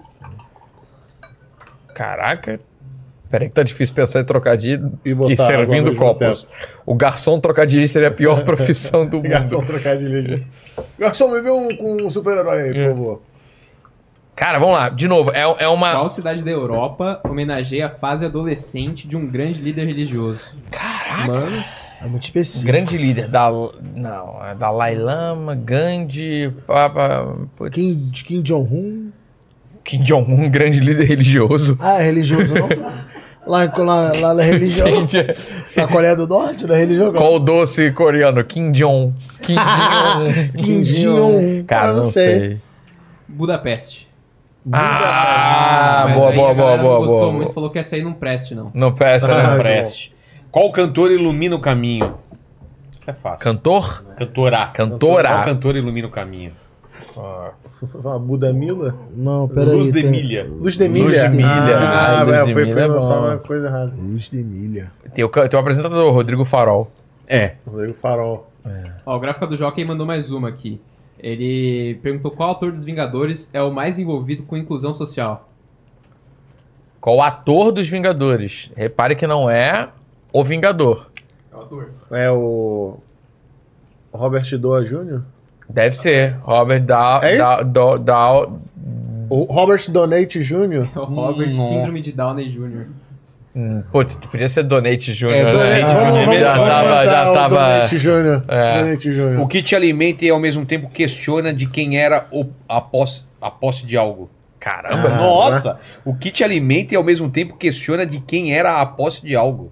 Caraca. Peraí que tá difícil pensar em trocadilho E e, botar servindo água ao mesmo copos. O garçom trocadilho seria a pior profissão do mundo. Garçom trocar de liga. Garçom, me vê um, com um super-herói aí, por favor. Cara, vamos lá. De novo, é, é uma... Qual cidade da Europa homenageia a fase adolescente de um grande líder religioso? Caraca. Mano, é muito específico. Grande líder. Da, não, é Dalai Lama, Gandhi, Papa... putz. Kim, Kim Jong-un. Kim Jong-un, grande líder religioso. Ah, é religioso não? Lá, lá, lá na religião. Na Coreia do Norte, na religião. Qual o doce coreano? Kim Jong. Kim Jong. Kim Jong-un. Cara, Ah, não sei. Budapeste. Ah, Mas boa, aí boa, a boa, galera boa, não gostou boa. muito, falou que essa aí não preste, não. Não presta, Ah, né? Preste. Qual cantor ilumina o caminho? Isso é fácil. Cantor? Cantora. Cantora. Qual cantor ilumina o caminho? A Budamila? Não, peraí. Luz de tem- Milha. Luz de Milha. Luz de Milha. Ah, Ah, Luz velho, de foi, Milha foi é só bom. uma coisa errada. Luz de Milha. Tem o, can- tem o apresentador, Rodrigo Farol. É. Rodrigo Farol. Ó, o gráfico do Jockey mandou mais uma aqui. Ele perguntou qual autor dos Vingadores é o mais envolvido com inclusão social. Qual ator dos Vingadores? Repare que não é o Vingador. É o ator. É o Robert Doa Júnior? Deve ser. Robert Dow... É isso? Dow- Dow- Dow- O Robert Donate Júnior? É o Robert Nossa. Síndrome de Downey júnior Hum, Putz, podia ser Donate Júnior, É, né? Donate Já Vamos, já vamos tava... botar Já o tava... Donate Júnior. É. Donate Júnior. O que te alimenta e ao mesmo tempo questiona de quem era o- a, posse, a posse de algo. Caramba. Ah, Nossa! O que te alimenta e ao mesmo tempo questiona de quem era a posse de algo.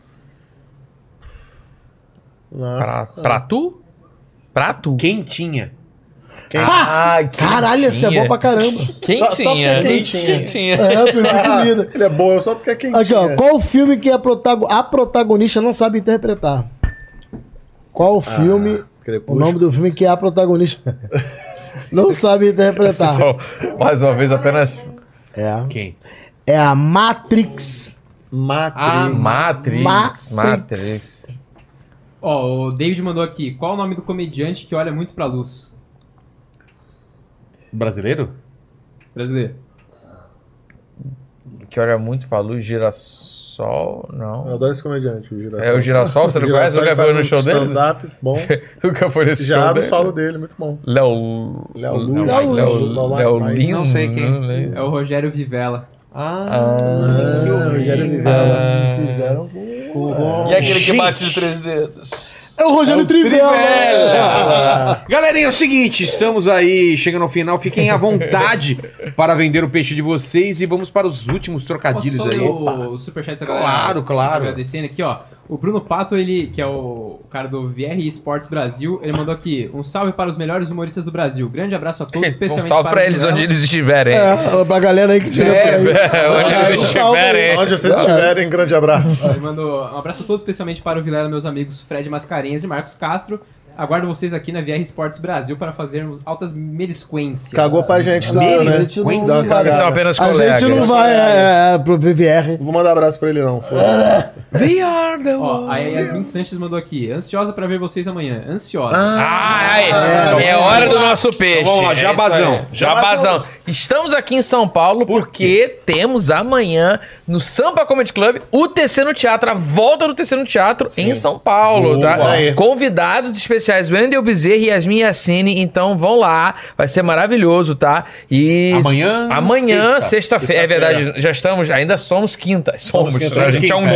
Nossa. Pra, pra tu? Pra tu? Quem tinha? Quem? Ah, quem Caralho, essa é tinha? bom pra caramba. Quem Só- só tinha? porque quem tinha. Quem tinha? É, primeira comida. Ele é bom só porque é quem Aqui, ó. tinha. Qual o filme que a, protago- a protagonista não sabe interpretar? Qual o filme, o Crepúsculo. nome do filme que a protagonista não sabe interpretar? Só, mais uma vez, apenas... É. Quem? É a Matrix. Matrix. Ah, Matrix. Matrix. Matrix. Ó, o David mandou aqui. Qual o nome do comediante que olha muito pra luz? Brasileiro? Brasileiro. Que olha muito pra luz, girassol, Eu não. adoro esse comediante, o Girassol. É o Girassol, você não conhece? Nunca foi no show dele? Stand-up, bom. Nunca foi nesse Já show do dele? solo dele, muito bom. Léo... Léo Luz. Léo Léo- Léo Léo- Lino? Não sei quem. não lembro. É o Rogério Vivela. Ah, Ah, Rogério Vivela. Fizeram com... E aquele que Gente. bate de três dedos? É o Rogério Trivela. Trivela! Galerinha, é o seguinte, estamos aí chegando ao final. Fiquem à vontade para vender o peixe de vocês e vamos para os últimos trocadilhos Posso aí. ler o, o superchat da galera? Claro, claro. Agradecendo aqui, ó. O Bruno Pato, ele, que é o cara do V R Esportes Brasil, ele mandou aqui: um salve para os melhores humoristas do Brasil. Grande abraço a todos, Um especialmente salve para pra o eles Vilela. onde eles estiverem. É, pra galera aí que tira É, por aí. é, onde Ah, eles um salve aí. estiverem. Onde vocês estiverem, grande abraço. Ele mandou um abraço a todos, especialmente para o Vilela, meus amigos Fred Mascarenhas e Marcos Castro. Aguardo vocês aqui na V R Esportes Brasil para fazermos altas melisquências. Cagou pra gente, Não, né? a gente não Dá uma vai. cagada. Vocês são apenas A colegas. gente não vai é, é, pro V V R. Não vou mandar abraço pra ele, não. foda-se. We are the Ó, a Yasmin Sanches mandou aqui: ansiosa para ver vocês amanhã. Ansiosa. Ah, aí, é, hora do nosso peixe. Então vamos lá, É isso jabazão. aí. Jabazão. Estamos aqui em São Paulo porque temos amanhã no Sampa Comedy Club o T C no Teatro, a volta do T C no Teatro em São Paulo, Boa. tá? Isso aí. Convidados especiais, Wendel Bezerra e Yasmin Yassine, então vão lá, vai ser maravilhoso, tá? E Amanhã, amanhã, sexta. sexta-feira, é verdade, já estamos, ainda somos quinta, somos, quinta, a gente é um somos dia. todos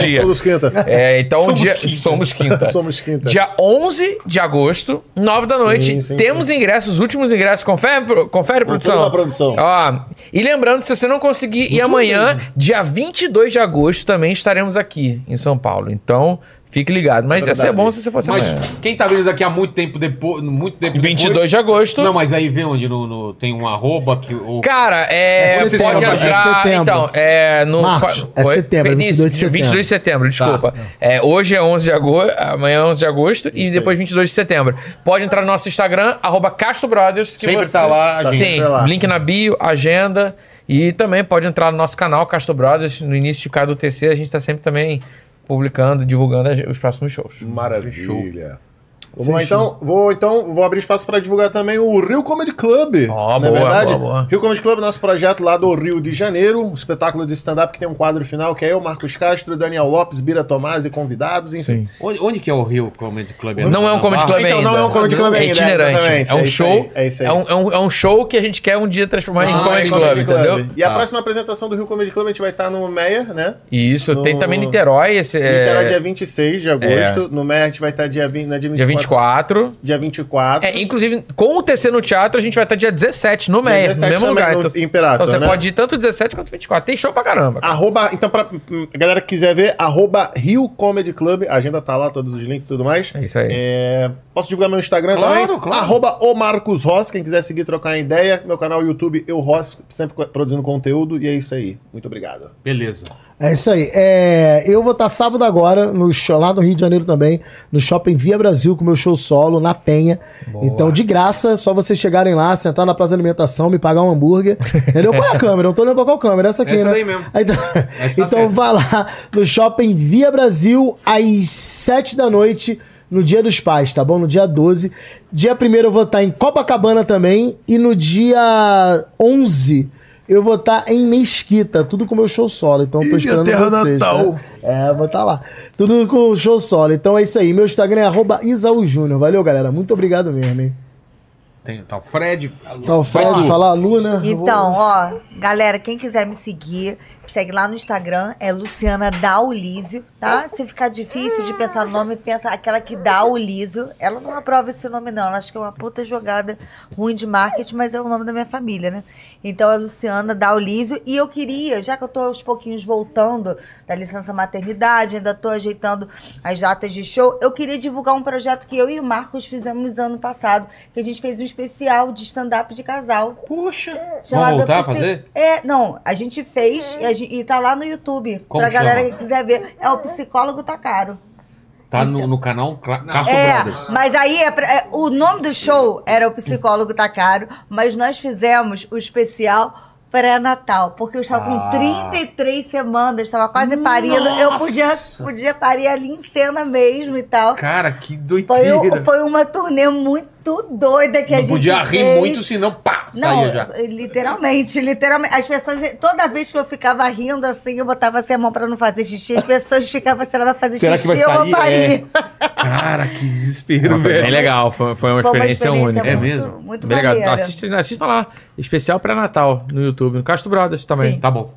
quinta. É, então, Somos dia, quinta. somos quinta. Somos quinta. Dia onze de agosto, nove da noite, Sim, sim, temos ingressos, os últimos ingressos. Confere, pro- confere produção? da produção. Ó, e lembrando, se você não conseguir ir amanhã, dia vinte e dois de agosto, também estaremos aqui em São Paulo. Então, fique ligado. Mas ia ser bom se você fosse Mas amanhã. quem tá vendo isso aqui há muito tempo depois, muito tempo vinte e dois depois... de agosto. Não, mas aí vê onde no, no- tem um arroba que o Cara, é, É você setembro, pode é entrar. setembro. Então, é no. Marcos, é Oi? setembro, é vinte e dois de Isso, setembro. vinte e dois de setembro, desculpa. É, hoje é onze de agosto, amanhã é onze de agosto e depois vinte e dois de setembro. Pode entrar no nosso Instagram, arroba Castro Brothers, que Sempre você... tá lá, a gente. Sim, Sempre lá. link na bio, agenda. E também pode entrar no nosso canal, Castro Brothers, no início de cada U T C, a gente tá sempre também publicando, divulgando as- os próximos shows. Maravilha. Vamos lá, então. Vou, então, vou abrir espaço para divulgar também o Rio Comedy Club. Ó, não é boa, verdade? boa, boa. Rio Comedy Club, nosso projeto lá do Rio de Janeiro. Um espetáculo de stand-up que tem um quadro final, que é eu, Marcos Castro, Daniel Lopes, Bira Tomás e convidados, enfim. Onde, onde que é o Rio Comedy Club? Não é um comedy club Então, ainda. não é um comedy club é ainda, itinerante. exatamente, É um é isso show. aí, é isso aí. É um, é um- é um show que a gente quer um dia transformar em Ah, comedy é club, Comedy Club. entendeu? E a Tá. próxima apresentação do Rio Comedy Club a gente vai estar no Meyer, né? Isso, No- tem também Niterói. Esse, é, Niterói dia vinte e seis de agosto. No Meyer a gente vai estar dia vinte, né, dia dia vinte e quatro. Dia vinte e quatro. É, inclusive, com o T C no teatro, a gente vai estar dia dezessete no Meia, no dezessete mesmo também, lugar. no Então, Imperator, então você né? pode ir tanto dezessete quanto vinte e quatro. Tem show pra caramba. cara. Arroba, então, pra hum, a galera que quiser ver, arroba Rio Comedy Club, a agenda tá lá, todos os links e tudo mais. É isso aí. É, posso divulgar meu Instagram Claro, também? claro. Arroba o Marcos Ross, quem quiser seguir, trocar ideia. Meu canal YouTube, Eu Ross, sempre co- produzindo conteúdo, e é isso aí. Muito obrigado. Beleza. É isso aí. É, eu vou estar sábado agora, no show, lá no Rio de Janeiro também, no Shopping Via Brasil, com meu show solo, na Penha. Então, de graça, só vocês chegarem lá, sentar na praça de alimentação, me pagar um hambúrguer. Entendeu? Qual é a câmera? Eu não tô olhando pra qual câmera, essa aqui, Essa né? daí mesmo. Aí, então, Essa tá então certa. vá lá no Shopping Via Brasil, às sete da noite, no Dia dos Pais, tá bom? No dia doze. Dia primeiro eu vou estar em Copacabana também, e no dia onze... eu vou estar em Mesquita, tudo com meu show solo. Então eu tô Ih, esperando terra vocês. natal. Né? É, vou estar lá. Tudo com o show solo. Então é isso aí. Meu Instagram é arroba Isaú Júnior. Valeu, galera. Muito obrigado mesmo, hein? Tem, tá o Fred. Tá o Fred, Vai tu. falar a Luna. eu vou- Então, ó, galera, quem quiser me seguir, segue lá no Instagram, é Luciana Daulísio, tá? Se ficar difícil de pensar no nome, pensa aquela que dá o Lísio. Ela não aprova esse nome, não. Ela acha que é uma puta jogada ruim de marketing, mas é o nome da minha família, né? Então é Luciana Daulísio. E eu queria, já que eu tô aos pouquinhos voltando da licença maternidade, ainda tô ajeitando as datas de show, eu queria divulgar um projeto que eu e o Marcos fizemos ano passado, que a gente fez um especial de stand-up de casal. Poxa. Chamado Vamos voltar a Psi- fazer? É, não, a gente fez e, a gente, e tá lá no YouTube. Como pra que galera chama? que quiser ver. É o Psicólogo Tá Caro. Tá no, no canal Cla- Castro É, Brothers. mas aí é pra- é, o nome do show era o Psicólogo Tá Caro, mas nós fizemos o especial pré-natal, porque eu estava Ah. com trinta e três semanas, estava quase parindo. Eu podia, podia parir ali em cena mesmo e tal. Cara, que Foi, doideira. um- foi uma turnê muito doida que a Não gente podia rir fez. muito, senão pá, Não, saía já. literalmente, literalmente. As pessoas, toda vez que eu ficava rindo assim, eu botava assim a mão pra não fazer xixi, as pessoas ficavam, se ela vai fazer Será que xixi, vai eu vou sair? parir. Cara, que desespero, Não, foi velho. bem legal, foi, foi uma Foi uma experiência, experiência única. muito- É mesmo? muito bem legal. maneira. Assista, assista lá, especial pré-natal no YouTube, no Castro Brothers também. Sim. Tá bom.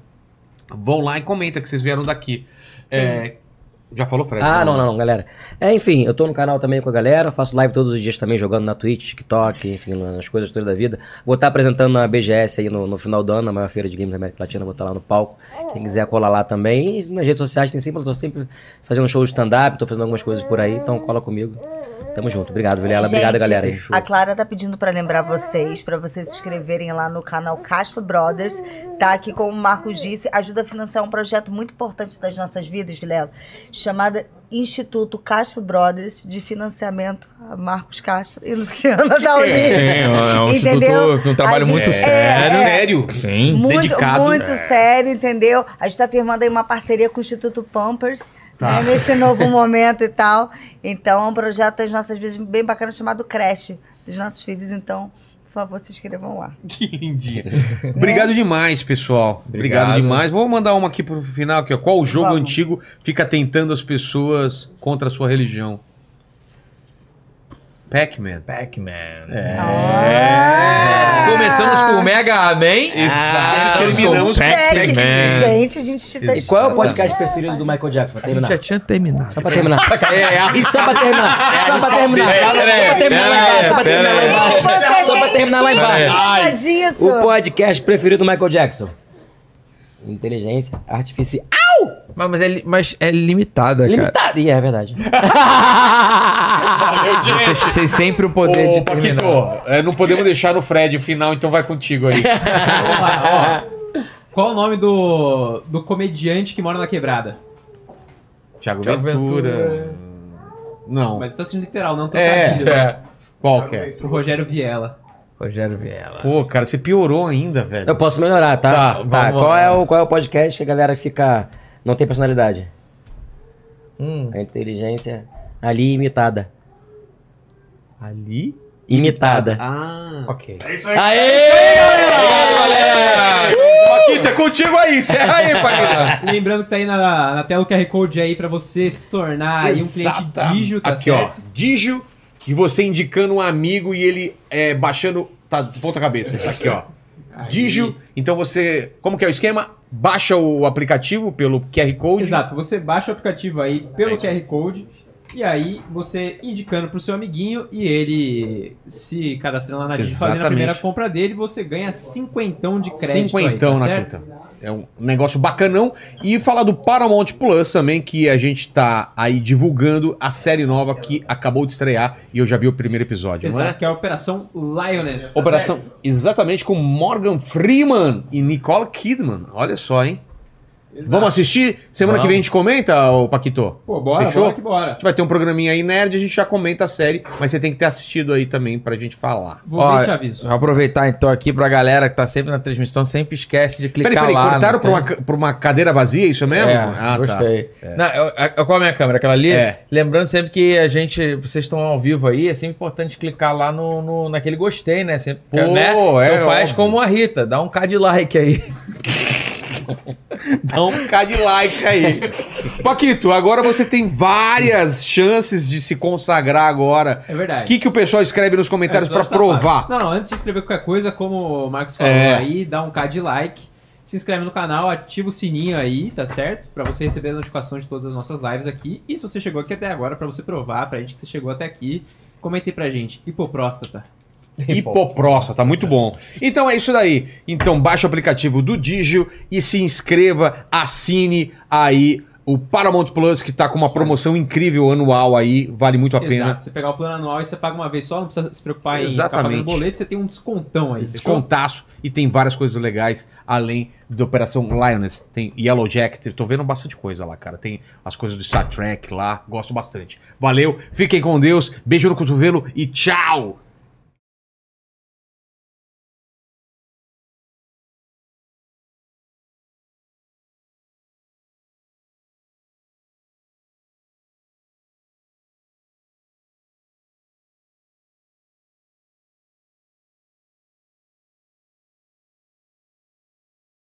Vão lá e comenta que vocês vieram daqui. É, já falou, Fred? Ah, não, não, não, galera. É, enfim, eu tô no canal também com a galera, faço live todos os dias também, jogando na Twitch, TikTok, enfim, nas coisas todas da vida. Vou estar apresentando na B G S aí no, no final do ano, na maior feira de games da América Latina, vou estar lá no palco. Quem quiser colar lá também. E nas redes sociais tem sempre, eu tô sempre fazendo show de stand-up, tô fazendo algumas coisas por aí, então cola comigo. Tamo junto. Obrigado, Vilela. Obrigado, Gente, galera aí. A Clara tá pedindo pra lembrar vocês, pra vocês se inscreverem lá no canal Castro Brothers, tá? Que, como o Marcos disse, ajuda a financiar um projeto muito importante das nossas vidas, Vilela, chamada Instituto Castro Brothers de Financiamento a Marcos Castro e Luciana Daulísio. Sim, é um Entendeu? instituto com um trabalho A muito gente- sério. é, Sério? Sim. Muito, Dedicado. muito É. sério, entendeu? A gente tá firmando aí uma parceria com o Instituto Pampers, né, nesse novo momento e tal. Então, é um projeto das nossas vidas bem bacana chamado Creche dos nossos filhos. Então, por favor, se inscrevam lá. Que lindinho. Obrigado demais, pessoal. Obrigado. Obrigado. demais. Vou mandar uma aqui pro final. Aqui, ó. Qual jogo Vamos. antigo fica tentando as pessoas contra a sua religião? Pac-Man. Pac-Man. É. Ah. Começamos com o Mega Man. Exato. Terminamos com Pac-Man. Gente, a gente tá E qual é o podcast preferido do Michael Jackson? Pra A gente terminar. já tinha terminado. Só pra terminar. É, Só pra terminar. Só pra terminar. Peraí, Só pra terminar lá embaixo. Só pra terminar lá embaixo. Só pra terminar lá embaixo. disso. O podcast preferido do Michael Jackson. Inteligência artificial. Mas, mas, é, li- mas é limitada, cara. Limitada. E é verdade. Vocês, vocês sempre o poder Ô, de terminar. Paquito, é, não podemos deixar no Fred o final, então vai contigo aí. Vamos lá, ó. Qual o nome do, do comediante que mora na quebrada? Thiago Thiago Ventura. Ventura. Não. Mas tá sendo literal, não É, trocadilho. é. Qual que é? O Rogério Viela. Rogério Viela. Pô, cara, você piorou ainda, velho. Eu posso melhorar, tá? Tá, Tá, vamos qual, lá. é o, qual é o podcast que a galera fica... Não tem personalidade? Hum. A inteligência ali imitada. Ali? Imitada. Ah. Ok. É isso aí. Aê, galera! Paquito, é contigo aí. Encerra aí, Paquito. Lembrando que tá aí na, na tela o Q R Code aí pra você se tornar aí um cliente Exata. Digio, tá Aqui, certo? ó. Digio, e você indicando um amigo e ele é, baixando... Tá de ponta cabeça. Isso aqui, ó. Digio. Então você... Como que é o esquema? Baixa o aplicativo pelo Q R Code. Exato, você baixa o aplicativo aí pelo É isso. Q R Code e aí você indicando pro seu amiguinho e ele se cadastrando lá na Digio, fazendo a Exatamente. primeira compra dele, você ganha cinquentão de crédito Cinquentão aí, tá na certo? conta. É um negócio bacanão. E falar do Paramount Plus também, que a gente tá aí divulgando a série nova que acabou de estrear e eu já vi o primeiro episódio, não Exato, é? que é a Operação Lioness. tá Operação, certo? exatamente, com Morgan Freeman e Nicole Kidman. Olha só, hein? Vamos assistir? Semana Vamos. que vem a gente comenta, ô Paquito? Pô, bora, Fechou? bora que bora. A gente vai ter um programinha aí nerd, a gente já comenta a série, mas você tem que ter assistido aí também pra gente falar. Vou Ó, ver e te aviso. Vou aproveitar então aqui pra galera que tá sempre na transmissão, sempre esquece de clicar Peraí, peraí, lá. cortaram não pra uma, tem? ca- pra uma cadeira vazia, isso mesmo? É, Ah, gostei. tá. Não, eu, eu- qual é a minha câmera? Aquela ali? É. Lembrando sempre que a gente, vocês estão ao vivo aí, é sempre importante clicar lá no, no- naquele gostei, né? Sempre, Pô, né? é Então faz óbvio. como a Rita, dá um K de like aí. Dá um K de like aí. Paquito, agora você tem várias chances de se consagrar agora. É verdade. O que, que o pessoal escreve nos comentários É, pra tá provar? fácil. Não, não, antes de escrever qualquer coisa, como o Marcos falou É. aí, dá um K de like, se inscreve no canal, ativa o sininho aí, tá certo? Pra você receber a notificação de todas as nossas lives aqui. E se você chegou aqui até agora, pra você provar pra gente que você chegou até aqui, comente aí pra gente. Hipopróstata. Hipopróstata, tá muito bom. Então é isso daí. Então baixa o aplicativo do Digio e se inscreva, assine aí o Paramount Plus, que tá com uma promoção incrível anual aí, vale muito a pena. Exato, você pegar o plano anual e você paga uma vez só, não precisa se preocupar em ficar Exatamente. pagando boleto, você tem um descontão aí, fechou? Descontaço e tem várias coisas legais além da Operação Lioness. Tem Yellow Jacket, tô vendo bastante coisa lá, cara. Tem as coisas do Star Trek lá, gosto bastante. Valeu, fiquem com Deus, beijo no cotovelo e tchau!